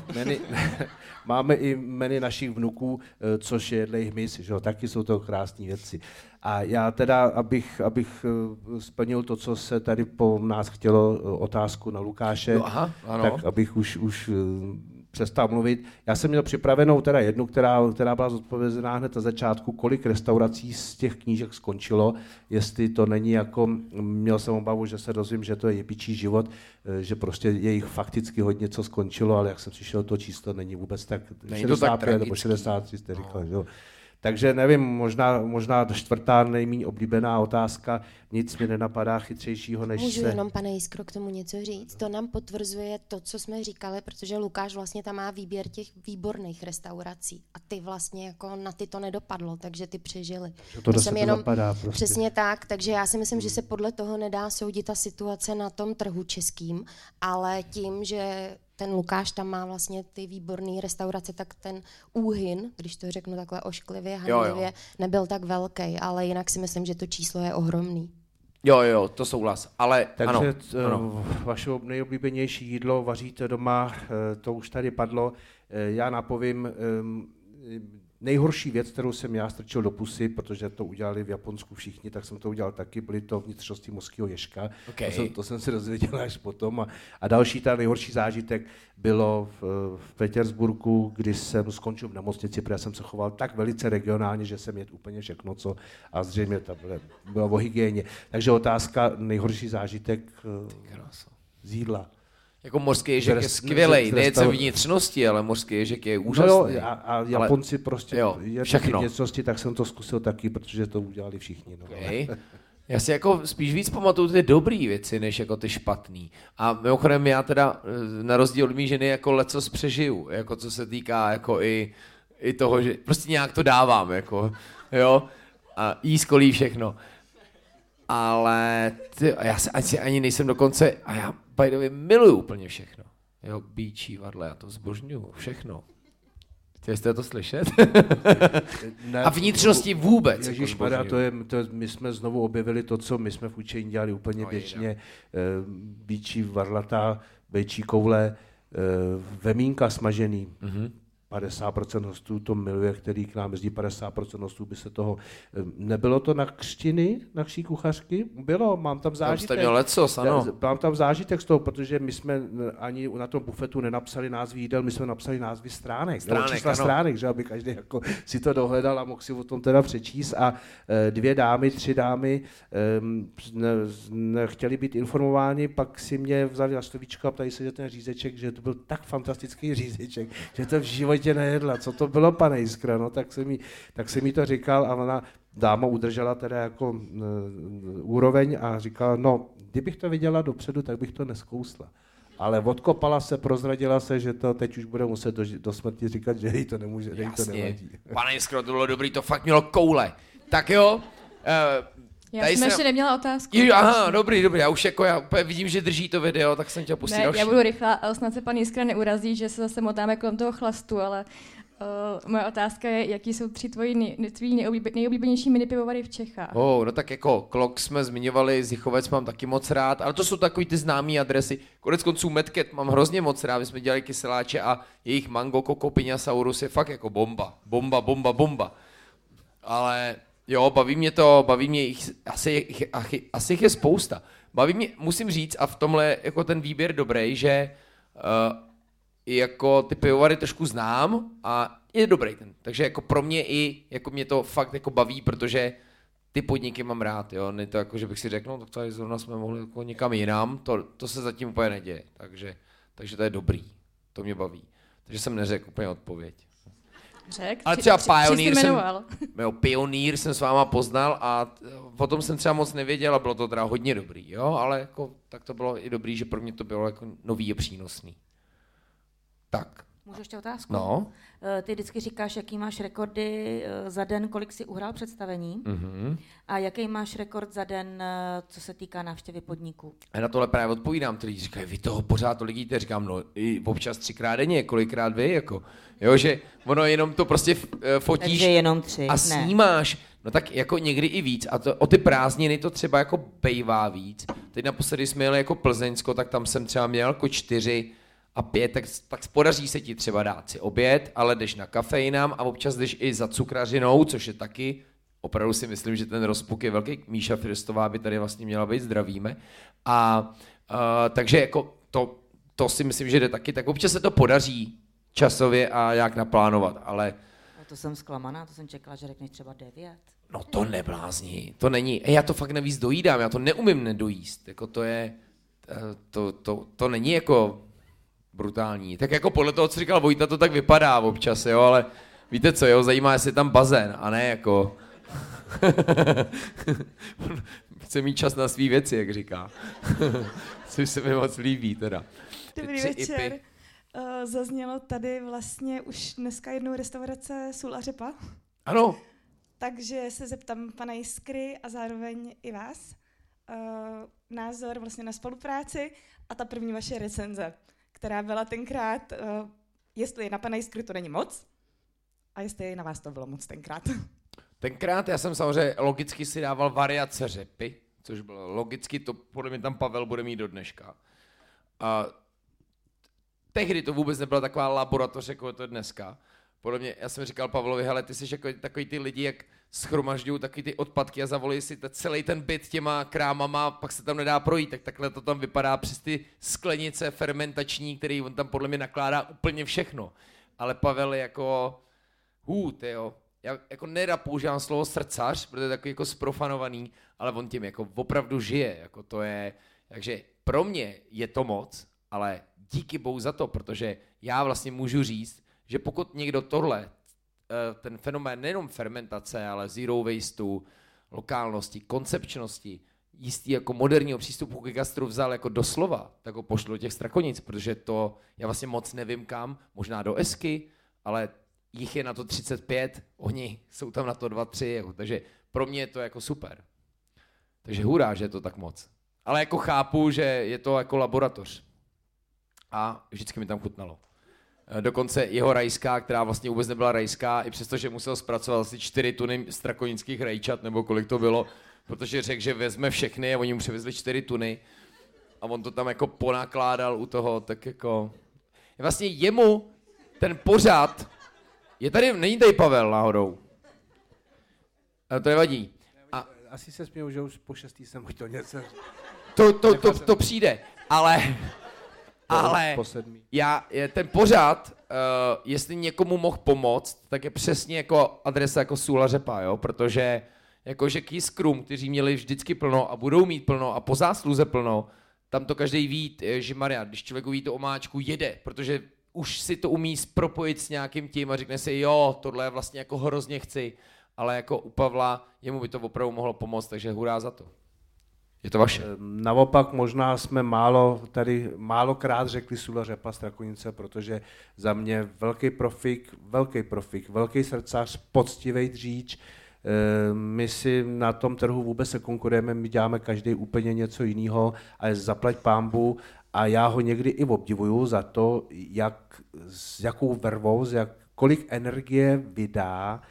Máme i meny našich vnuků, což je jedlej hmyz, že jo, taky jsou to krásné věci. A já teda, abych splnil to, co se tady po nás chtělo, otázku na Lukáše, no, aha, ano. Tak abych už přestal mluvit. Já jsem měl připravenou teda jednu, která byla zodpovězená hned na začátku, kolik restaurací z těch knížek skončilo, jestli to není jako, měl jsem obavu, že se dozvím, že to je jepičí život, že prostě je jich fakticky hodně co skončilo, ale jak jsem přišel, to číslo není vůbec tak, není 65 nebo 63 jste říkal, že jo. Takže nevím, možná čtvrtá nejméně oblíbená otázka, nic mi nenapadá chytřejšího, než Můžu jenom, pane Jiskro, k tomu něco říct? To nám potvrzuje to, co jsme říkali, protože Lukáš vlastně tam má výběr těch výborných restaurací a ty vlastně jako na ty to nedopadlo, takže ty přežili. To jsem jenom napadá, prostě. Přesně tak, takže já si myslím, že se podle toho nedá soudit ta situace na tom trhu českým, ale tím, že ten Lukáš tam má vlastně ty výborné restaurace, tak ten úhyn, když to řeknu takhle ošklivě, hanlivě, nebyl tak velký, ale jinak si myslím, že to číslo je ohromný. Jo, to souhlas, ale takže ano. Vaše nejoblíbenější jídlo vaříte doma, to už tady padlo. Já napovím, nejhorší věc, kterou jsem já strčil do pusy, protože to udělali v Japonsku všichni, tak jsem to udělal taky, byly to vnitřnosti mořského ježka. Okay. To jsem si dozvěděl až potom. A další, ta nejhorší zážitek bylo v Petersburgu, když jsem skončil v nemocnici, protože jsem se choval tak velice regionálně, že jsem jedl úplně všechno, co a zřejmě to bylo o hygieně. Takže otázka, nejhorší zážitek z jídla. Jako mořský ježek je skvělej, nejen vnitřnosti, ale mořský ježek je úžasný. No jo, a Japonci prostě všechno. Vnitřnosti, tak jsem to zkusil taky, protože to udělali všichni. No. Okay. Já si jako spíš víc pamatuju ty dobrý věci, než jako ty špatný. A mimochodem já teda na rozdíl od mý ženy jako lecos přežiju, jako co se týká jako i toho, že prostě nějak to dávám, jako, jo, a jískolí všechno. Ale já se ani nejsem dokonce, a já by the way miluju úplně všechno. Jo, bíčí vadle, já to zbožňuju, všechno. Chtěli jste to slyšet? Ne, a vnitřnosti vůbec. Ježišmarja, my jsme znovu objevili to, co my jsme v učení dělali úplně běžně. Bíčí varlata, bejčí koule, vemínka smažený. Mm-hmm. 50% hostů to miluje, který k nám jezdí, 50% hostů by se toho... Nebylo to na křtiny, na kří kuchařky? Bylo, mám tam zážitek. Tam jste měl lecos, ano. Mám tam zážitek z toho, protože my jsme ani na tom bufetu nenapsali názvy jídel, my jsme napsali názvy stránek, čísla stránek, že aby každý jako si to dohledal a mohl si o tom teda přečíst. A 3 dámy chtěli být informováni, pak si mě vzali na slovíčko a ptali se, že ten řízeček, že to byl tak fantastický řízeček, že to v životě nejedla, co to bylo, pane Jiskra, no, tak jsem mi to říkal a ona, dáma udržela teda jako úroveň a říkala, no, kdybych to viděla dopředu, tak bych to neskousla. Ale odkopala se, prozradila se, že to teď už bude muset do smrti říkat, že jí to nemůže, že jí to nevadí. Pane Jiskro, to bylo dobrý, to fakt mělo koule. Tak jo. Já jsem ještě neměla otázku. Aha, dobrý, já už jako, já vidím, že drží to video, tak jsem chtěl pustit další. Já budu rychlá, ale snad se pan Jiskra neurazí, že se zase motáme kolem toho chlastu, ale Moje otázka je, jaký jsou 3 tvý nejoblíbenější mini pivovary v Čechách? No tak jako Klok jsme zmiňovali, Zichovec mám taky moc rád, ale to jsou takový ty známý adresy. Konec konců Medcat mám hrozně moc rád, my jsme dělali kyseláče a jejich mango coco piñasaurus je fakt jako bomba. Bomba. Ale jo, baví mě jich, asi jich je spousta. Baví mě, musím říct, a v tomhle jako ten výběr dobrý, že jako ty pivovary trošku znám a je dobrý ten. Takže jako pro mě i, jako mě to fakt jako baví, protože ty podniky mám rád, jo. Ne to jako, že bych si řekl, no tak tady zrovna jsme mohli jako někam jinam, to se zatím úplně neděje, takže to je dobrý, to mě baví. Takže jsem neřekl úplně odpověď. Ale třeba Pioneer jsem s váma poznal a o tom jsem třeba moc nevěděl a bylo to teda hodně dobrý, jo, ale jako, tak to bylo i dobrý, že pro mě to bylo jako nový a přínosný. Tak. Můžu ještě otázku? No. Ty vždycky říkáš, jaký máš rekordy za den, kolik jsi uhrál představení a jaký máš rekord za den, co se týká návštěvy podniků. A na tohle právě odpovídám, ty lidi říkají, vy toho pořád tolik jíte, říkám, no i občas 3krát denně, kolikrát vy, jako, jo, že ono jenom to prostě fotíš. Takže jenom 3, a snímáš, no tak jako někdy i víc a to, o ty prázdniny to třeba jako bejvá víc. Teď naposledy jsme jeli jako Plzeňsko, tak tam jsem třeba měl jako 4 a 5, tak podaří se ti třeba dát si oběd, ale jdeš na kafe jinam a občas jdeš i za cukrařinou, což je taky, opravdu si myslím, že ten rozpuk je velký. Míša Firstová by tady vlastně měla být, zdravíme. Takže jako to si myslím, že jde taky, tak občas se to podaří časově a jak naplánovat, ale... A to jsem zklamaná, to jsem čekala, že řekneš třeba 9. No to neblázni, to není, já to fakt nevíc dojídám, já to neumím nedojíst, jako to je, to není jako... brutální. Tak jako podle toho, co říkal Vojta, to tak vypadá občas, jo, ale víte co, jo, zajímá, jestli je tam bazén, a ne jako... Chce mít čas na svý věci, jak říká. Což se mi moc líbí, teda. Dobrý večer. Zaznělo tady vlastně už dneska jednou restaurace Sůl a řepa. Ano. Takže se zeptám pana Jiskry a zároveň i vás. Názor vlastně na spolupráci a ta první vaše recenze, která byla tenkrát, jestli na pana Jiskry to není moc, a jestli na vás to bylo moc tenkrát. Tenkrát já jsem samozřejmě logicky si dával variace řepy, což bylo logicky, to podle mě tam Pavel bude mít do dneška. A tehdy to vůbec nebyla taková laboratoř, jako to je dneska. Podle mě, já jsem říkal Pavlovi, hele, ty jsi jako takový ty lidi, jak schromažďují takový ty odpadky a zavolí si celý ten byt těma krámama, pak se tam nedá projít, tak takhle to tam vypadá přes ty sklenice fermentační, který on tam podle mě nakládá úplně všechno. Ale Pavel je jako, tyjo, já jako nerad používám slovo srdcař, protože je takový jako sprofanovaný, ale on tím jako opravdu žije, jako to je, takže pro mě je to moc, ale díky bohu za to, protože já vlastně můžu říct, že pokud někdo tohle, ten fenomén nejenom fermentace, ale zero wasteu, lokálnosti, koncepčnosti, jistý jako moderního přístupu k gastru vzal jako doslova, tak ho pošlu do těch Strakonic, protože to já vlastně moc nevím kam, možná do Esky, ale jich je na to 35, oni jsou tam na to 2-3, jako, takže pro mě je to jako super. Takže hurá, že je to tak moc. Ale jako chápu, že je to jako laboratoř. A vždycky mi tam chutnalo. Dokonce jeho rajská, která vlastně vůbec nebyla rajská, i přesto, že musel zpracovat asi 4 tuny strakonických rajčat, nebo kolik to bylo, protože řekl, že vezme všechny a oni mu přivezli 4 tuny a on to tam jako ponakládal u toho, tak jako... Vlastně jemu ten pořad... Není tady Pavel náhodou. To nevadí. Asi se směju, že už po 6. jsem to něco... To přijde, ale ten pořad, jestli někomu mohl pomoct, tak je přesně jako adresa jako Sůl a řepa, jo, protože jakože k Jiskrům, kteří měli vždycky plno a budou mít plno a po zásluze plno, tam to každý ví, že Maria, když člověk uvidí to omáčku, jede, protože už si to umí propojit s nějakým tím a řekne si, jo, tohle je vlastně jako hrozně chci, ale jako u Pavla, jemu by to opravdu mohlo pomoct, takže hurá za to. Je to vaše. Naopak možná jsme málokrát řekli Sůl a řepa Strakonice, protože za mě velký profik, velký srdcař, poctivý dříč. My si na tom trhu vůbec se konkurujeme, my děláme každý úplně něco jiného a zaplať pánbu a já ho někdy i obdivuju za to, s jakou vervou, s kolik energie vydá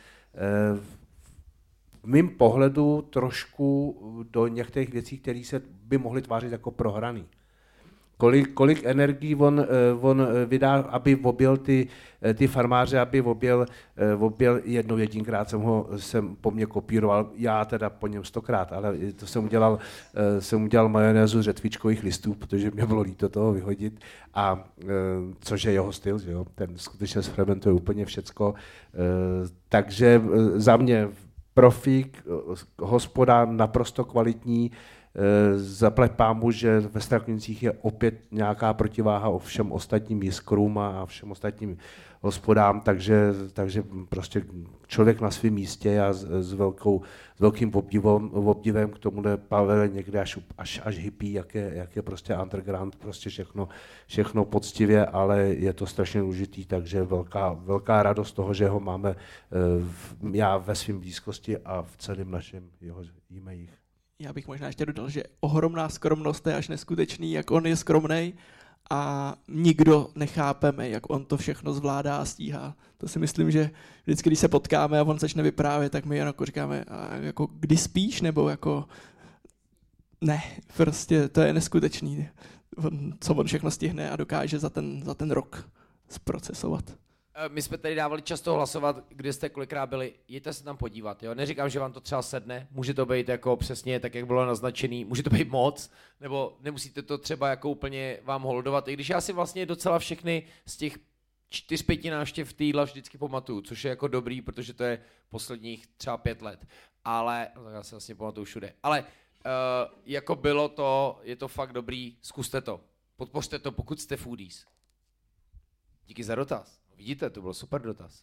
v mém pohledu trošku do některých věcí, které se by mohly tvářit jako prohraný. Kolik energií on vydá, aby objel ty farmáře, aby objel jednou jedinkrát, jsem po mně kopíroval, já teda po něm 100krát, ale to jsem udělal majonézu řetvičkových listů, protože mě bylo líto toho vyhodit, a což je jeho styl, že jo? Ten skutečně zfermentuje úplně všecko, takže za mě profík, hospoda naprosto kvalitní, zaplať pámu, že ve Strakonicích je opět nějaká protiváha o všem ostatním jiskrům a všem ostatním hospodám, takže prostě člověk na svém místě a s velkým obdivem k tomuhle Pavel někde až hippie, jak je prostě underground, prostě všechno poctivě, ale je to strašně důležitý, takže velká radost toho, že ho máme já ve svým blízkosti a v celém našem jeho e-mailích. Já bych možná ještě dodal, že ohromná skromnost je až neskutečný, jak on je skromnej, a nikdo nechápeme, jak on to všechno zvládá a stíhá. To si myslím, že vždycky, když se potkáme a on začne vyprávět, tak my jen jako říkáme, a jako kdy spíš, nebo jako ne, prostě to je neskutečný, co on všechno stihne a dokáže za ten rok zprocesovat. My jsme tady dávali často hlasovat, kde jste kolikrát byli, jděte se tam podívat, jo? Neříkám, že vám to třeba sedne, může to být jako přesně tak, jak bylo naznačený, může to být moc, nebo nemusíte to třeba jako úplně vám holdovat, i když já si vlastně docela všechny z těch 4-5 návštěv týdla vždycky pamatuju, což je jako dobrý, protože to je posledních třeba 5 let, ale, no, já se vlastně pamatuju všude, ale jako bylo to, je to fakt dobrý, zkuste to, podpořte to, pokud jste foodies. Díky za dotaz. Vidíte, to byl super dotaz.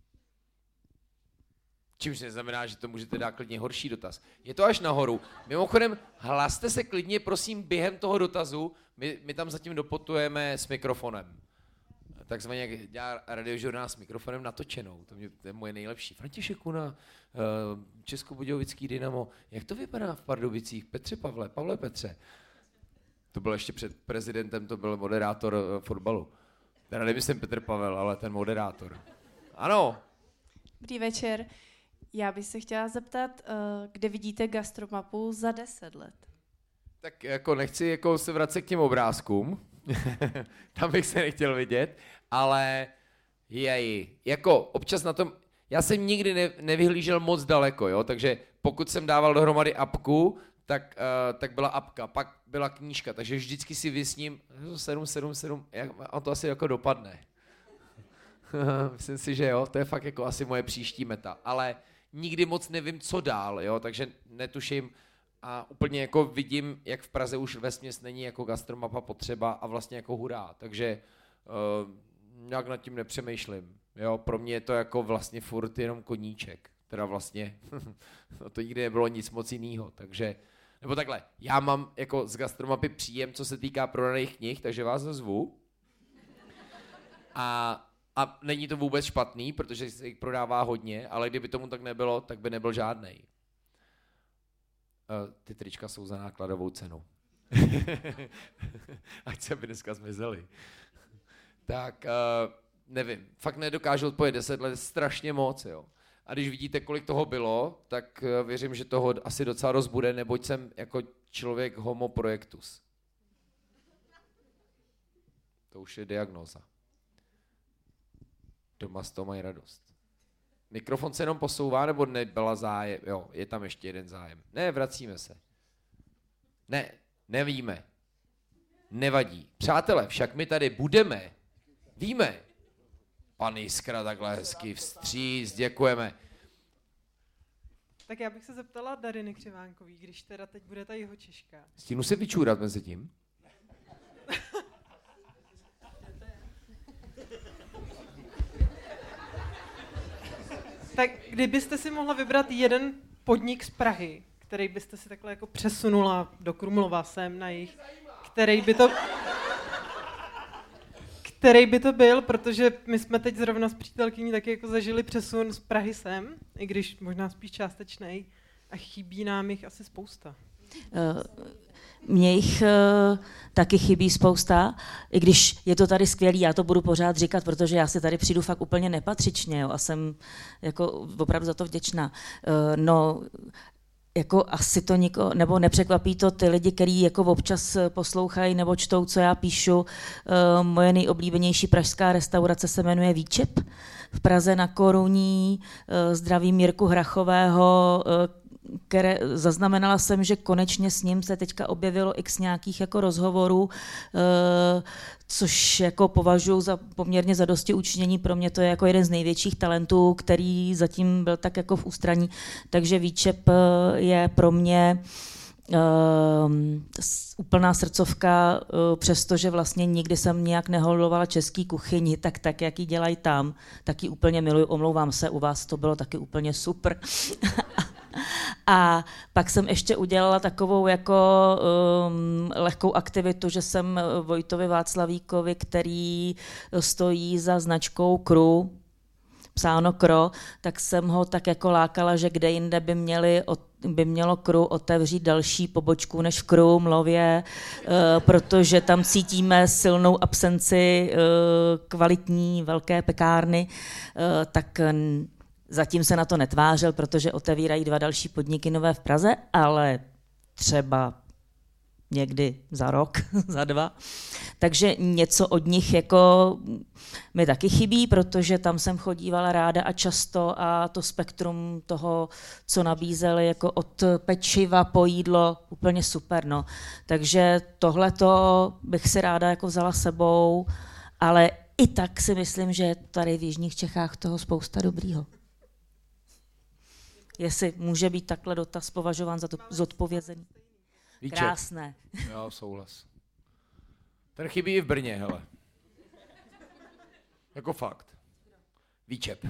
Čímž neznamená, že to můžete dát klidně horší dotaz. Je to až nahoru. Mimochodem, hlaste se klidně, prosím, během toho dotazu. My tam zatím dopotujeme s mikrofonem. Takzvaně, jak dělá radiožurnál s mikrofonem natočenou. To je moje nejlepší. Františeku na Českobudějovický Dynamo. Jak to vypadá v Pardubicích? Pavle Petře. To byl ještě před prezidentem, to byl moderátor fotbalu. Teda nemyslím Petr Pavel, ale ten moderátor. Ano. Dobrý večer. Já bych se chtěla zeptat, kde vidíte gastromapu za 10 let? Tak jako nechci jako se vracet k těm obrázkům, tam bych se nechtěl vidět, ale jako občas na tom, já jsem nikdy nevyhlížel moc daleko, jo, takže pokud jsem dával dohromady apku, tak byla apka, pak byla knížka, takže vždycky si vysním 7, a to asi jako dopadne. Myslím si, že jo, to je fakt jako asi moje příští meta, ale nikdy moc nevím, co dál, jo, takže netuším a úplně jako vidím, jak v Praze už vesměs není jako gastromapa potřeba a vlastně jako hurá, takže nějak nad tím nepřemýšlím, jo, pro mě je to jako vlastně furt jenom koníček, teda vlastně to nikdy nebylo nic moc jinýho, takže nebo takhle, já mám jako z gastromapy příjem, co se týká prodaných knih, takže vás zvu. A není to vůbec špatný, protože se jich prodává hodně, ale kdyby tomu tak nebylo, tak by nebyl žádnej. Ty trička jsou za nákladovou cenu. Ať se by dneska zmizeli. Tak nevím, fakt nedokážu odpovědět, 10 let strašně moc, jo. A když vidíte, kolik toho bylo, tak věřím, že toho asi docela dost bude, neboť jsem jako člověk homo projektus. To už je diagnóza. Doma z toho mají radost. Mikrofon se jenom posouvá, nebo nebyla zájem? Jo, je tam ještě jeden zájem. Ne, vracíme se. Ne, nevíme. Nevadí. Přátelé, však my tady budeme. Víme. Pan Jiskra takhle hezky vstříc, děkujeme. Tak já bych se zeptala Dariny Křivánkový, když teda teď bude ta jeho Češka. Stínu se vyčůrat mezi tím? Tak kdybyste si mohla vybrat jeden podnik z Prahy, který byste si takhle jako přesunula do Krumlova sem na jih, který by to byl, protože my jsme teď zrovna s přítelkyní taky jako zažili přesun z Prahy sem, i když možná spíš částečnej, a chybí nám jich asi spousta. Mě jich taky chybí spousta, i když je to tady skvělý, já to budu pořád říkat, protože já si tady přijdu fakt úplně nepatřičně, jo, a jsem jako opravdu za to vděčná. No, jako asi to nebo nepřekvapí to ty lidi, kteří jako občas poslouchají nebo čtou, co já píšu. Moje nejoblíbenější pražská restaurace se jmenuje Výčep v Praze na Koruní. Zdravím Jirku Hrachového, zaznamenala jsem, že konečně s ním se teďka objevilo x nějakých jako rozhovorů, což jako považuji za poměrně za dosti učinění. Pro mě to je jako jeden z největších talentů, který zatím byl tak jako v ústraní. Takže Výčep je pro mě úplná srdcovka, přestože vlastně nikdy jsem nějak neholdovala český kuchyni, tak jak ji dělají tam, tak ji úplně miluji. Omlouvám se, u vás to bylo taky úplně super. A pak jsem ještě udělala takovou jako lehkou aktivitu, že jsem Vojtovi Václavíkovi, který stojí za značkou Kru, psáno Kro, tak jsem ho tak jako lákala, že kde jinde by mělo Kru otevřít další pobočku než v Krumlově, protože tam cítíme silnou absenci kvalitní velké pekárny, tak zatím se na to netvářil, protože otevírají 2 další podniky nové v Praze, ale třeba někdy za rok, za 2. Takže něco od nich jako mi taky chybí, protože tam jsem chodívala ráda a často a to spektrum toho, co nabízeli jako od pečiva po jídlo, úplně super. No. Takže tohleto bych si ráda jako vzala sebou, ale i tak si myslím, že tady v jižních Čechách toho spousta dobrýho. Jestli může být takhle dotaz považován za to zodpovězený. Výčep. Krásné. Jo, souhlas. Ten chybí i v Brně, hele. Jako fakt. Výčep.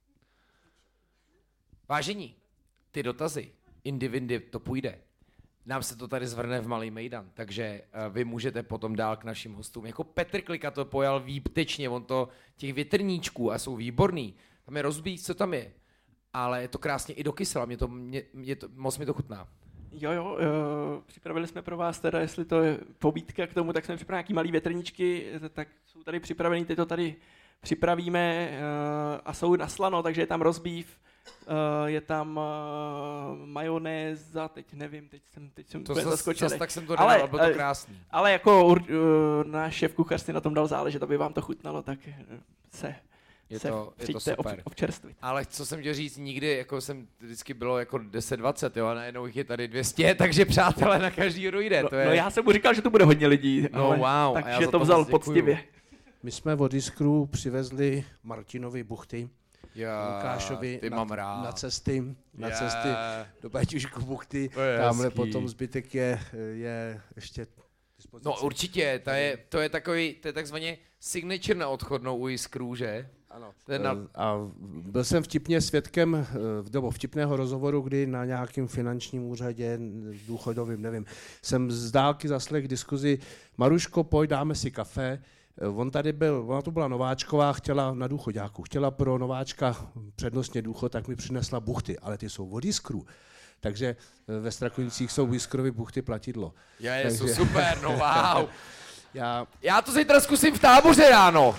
Vážení, ty dotazy, indy to půjde. Nám se to tady zvrne v Malý mejdan, takže vy můžete potom dál k našim hostům. Jako Petr Klika to pojal výptečně, on to těch větrníčků a jsou výborný. Tam je rozbíj, co tam je. Ale je to krásně i do kysela, moc mi to chutná. Jo, připravili jsme pro vás teda, jestli to je pobídka k tomu, tak jsme připravili nějaký malý větrníčky, tak jsou tady připravený, teď to tady připravíme a jsou na slano, takže je tam rozbív, je tam majonéza, teď nevím, teď jsem to zaskočený. Tak jsem to nedal, bylo to krásný. Ale jako náš šéf kuchař si na tom dal záležet, aby vám to chutnalo, tak je to super. Občerstvit. Ale co jsem chtěl říct, nikdy, jako jsem vždycky bylo jako 10-20, jo, a najednou jich je tady 200, takže přátelé, na každý jde. No já jsem mu říkal, že to bude hodně lidí, no, wow, takže to vzal poctivě. My jsme od Iskru přivezli Martinovi buchty, Lukášovi na cesty do Baťušku buchty, tamhle potom zbytek je ještě dispozici. No určitě, to je takzvaně signature na odchodnou u Iskru, že? Ano. A byl jsem vtipně svědkem vtipného rozhovoru, kdy na nějakém finančním úřadě, důchodovým, nevím, jsem z dálky zaslech diskuzi: Maruško, pojď, dáme si kafe. Ona tu byla nováčková, chtěla na důchoďáku, chtěla pro nováčka přednostně důchod, tak mi přinesla buchty, ale ty jsou od Iskru. Takže ve Strakonicích jsou Iskrovy buchty platidlo. Takže super, no wow. Já to zítra zkusím v Táboře ráno.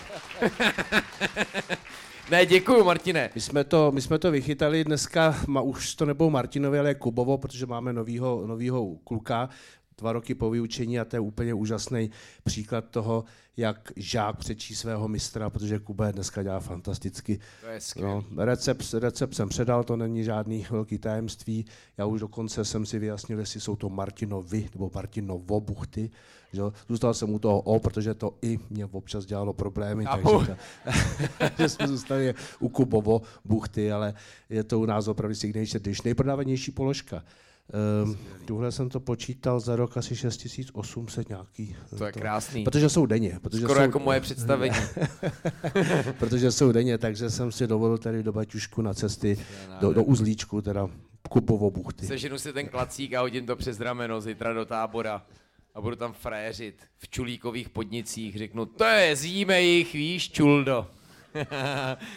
Ne, děkuju, Martine. My jsme to vychytali dneska, už to nebylo Martinovi, ale Kubovo, protože máme novýho kluka, 2 roky po vyučení, a to je úplně úžasný příklad toho, jak žák přečí svého mistra, protože Kuba dneska dělá fantasticky. To je skvělý. Recept jsem předal, to není žádný velký tajemství. Já už dokonce jsem si vyjasnil, jestli jsou to Martinovy nebo Martinovo buchty. Že? Zůstal jsem u toho O, protože to i mě občas dělalo problémy, takže jsme zůstali u Kubovo buchty, ale je to u nás opravdu signature dish. Nejprodávanější položka. Tuhle jsem to počítal za rok asi 6800 nějaký. To je krásný. Protože jsou denně. Skoro jako moje představení. Protože jsou denně, takže jsem si dovolil tady do Baťušku na cesty do uzlíčku, teda Kubovo buchty. Seženu si ten klacík a hodím to přes rameno zítra do Tábora a budu tam frajeřit v čulíkových podnicích. Řeknu, to je, zjíme jich, víš, čuldo.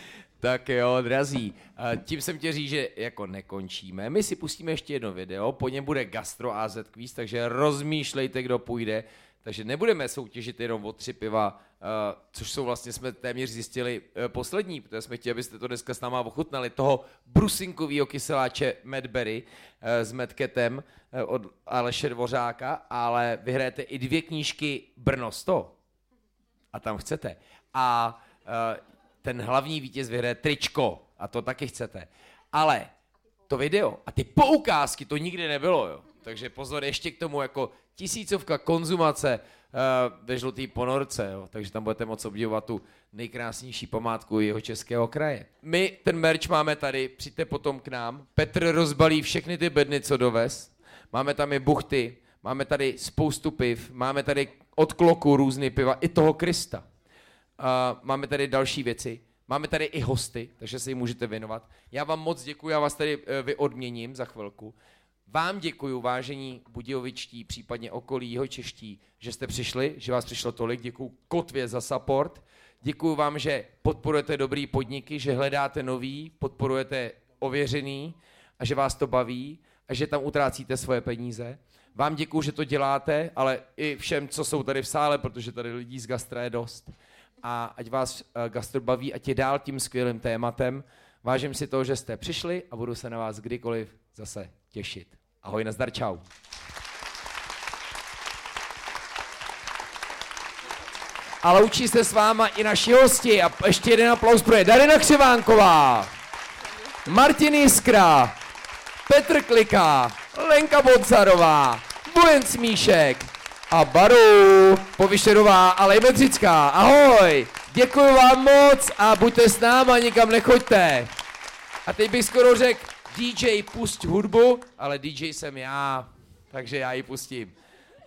Tak jo, drazí, tím jsem tě říct, že jako nekončíme. My si pustíme ještě jedno video, po něm bude Gastro AZ Quiz, takže rozmýšlejte, kdo půjde. Takže nebudeme soutěžit jenom o 3 piva, což jsou vlastně, jsme téměř zjistili poslední, protože jsme chtěli, abyste to dneska s náma ochutnali, toho brusinkovýho kyseláče Madberry s Madcatem od Aleše Dvořáka, ale vyhrajete i 2 knížky Brno 100. A tam chcete. A ten hlavní vítěz vyhraje tričko. A to taky chcete. Ale to video a ty poukázky, to nikdy nebylo, jo. Takže pozor, ještě k tomu jako 1000 konzumace ve Žlutý ponorce, jo. Takže tam budete moct obdivovat tu nejkrásnější památku jeho českého kraje. My ten merch máme tady, přijďte potom k nám. Petr rozbalí všechny ty bedny, co dovez. Máme tam i buchty, máme tady spoustu piv, máme tady od Kloku různý piva, i toho Krista. Máme tady další věci, máme tady i hosty, takže se jim můžete věnovat. Já vám moc děkuji, já vás tady vyodměním za chvilku. Vám děkuji, vážení budějovičtí, případně okolí jihočeští, že jste přišli, že vás přišlo tolik. Děkuji Kotvě za support. Děkuji vám, že podporujete dobrý podniky, že hledáte nový, podporujete ověřený a že vás to baví a že tam utrácíte svoje peníze. Vám děkuji, že to děláte, ale i všem, co jsou tady v sále, protože tady lidí z gastra je dost. A ať vás gastro baví, ať je dál tím skvělým tématem. Vážím si toho, že jste přišli a budu se na vás kdykoliv zase těšit. Ahoj, nazdar, čau. A loučí se s váma i naši hosti a ještě jeden aplaus pro je. Darina Křivánková, Martin Jiskra, Petr Klika, Lenka Boncarová, Bujen Smíšek a Baru Povyšerová a Lejmedřická. Ahoj, děkuji vám moc a buďte s náma, nikam nechoďte. A teď bych skoro řekl, DJ pusť hudbu, ale DJ jsem já, takže já ji pustím.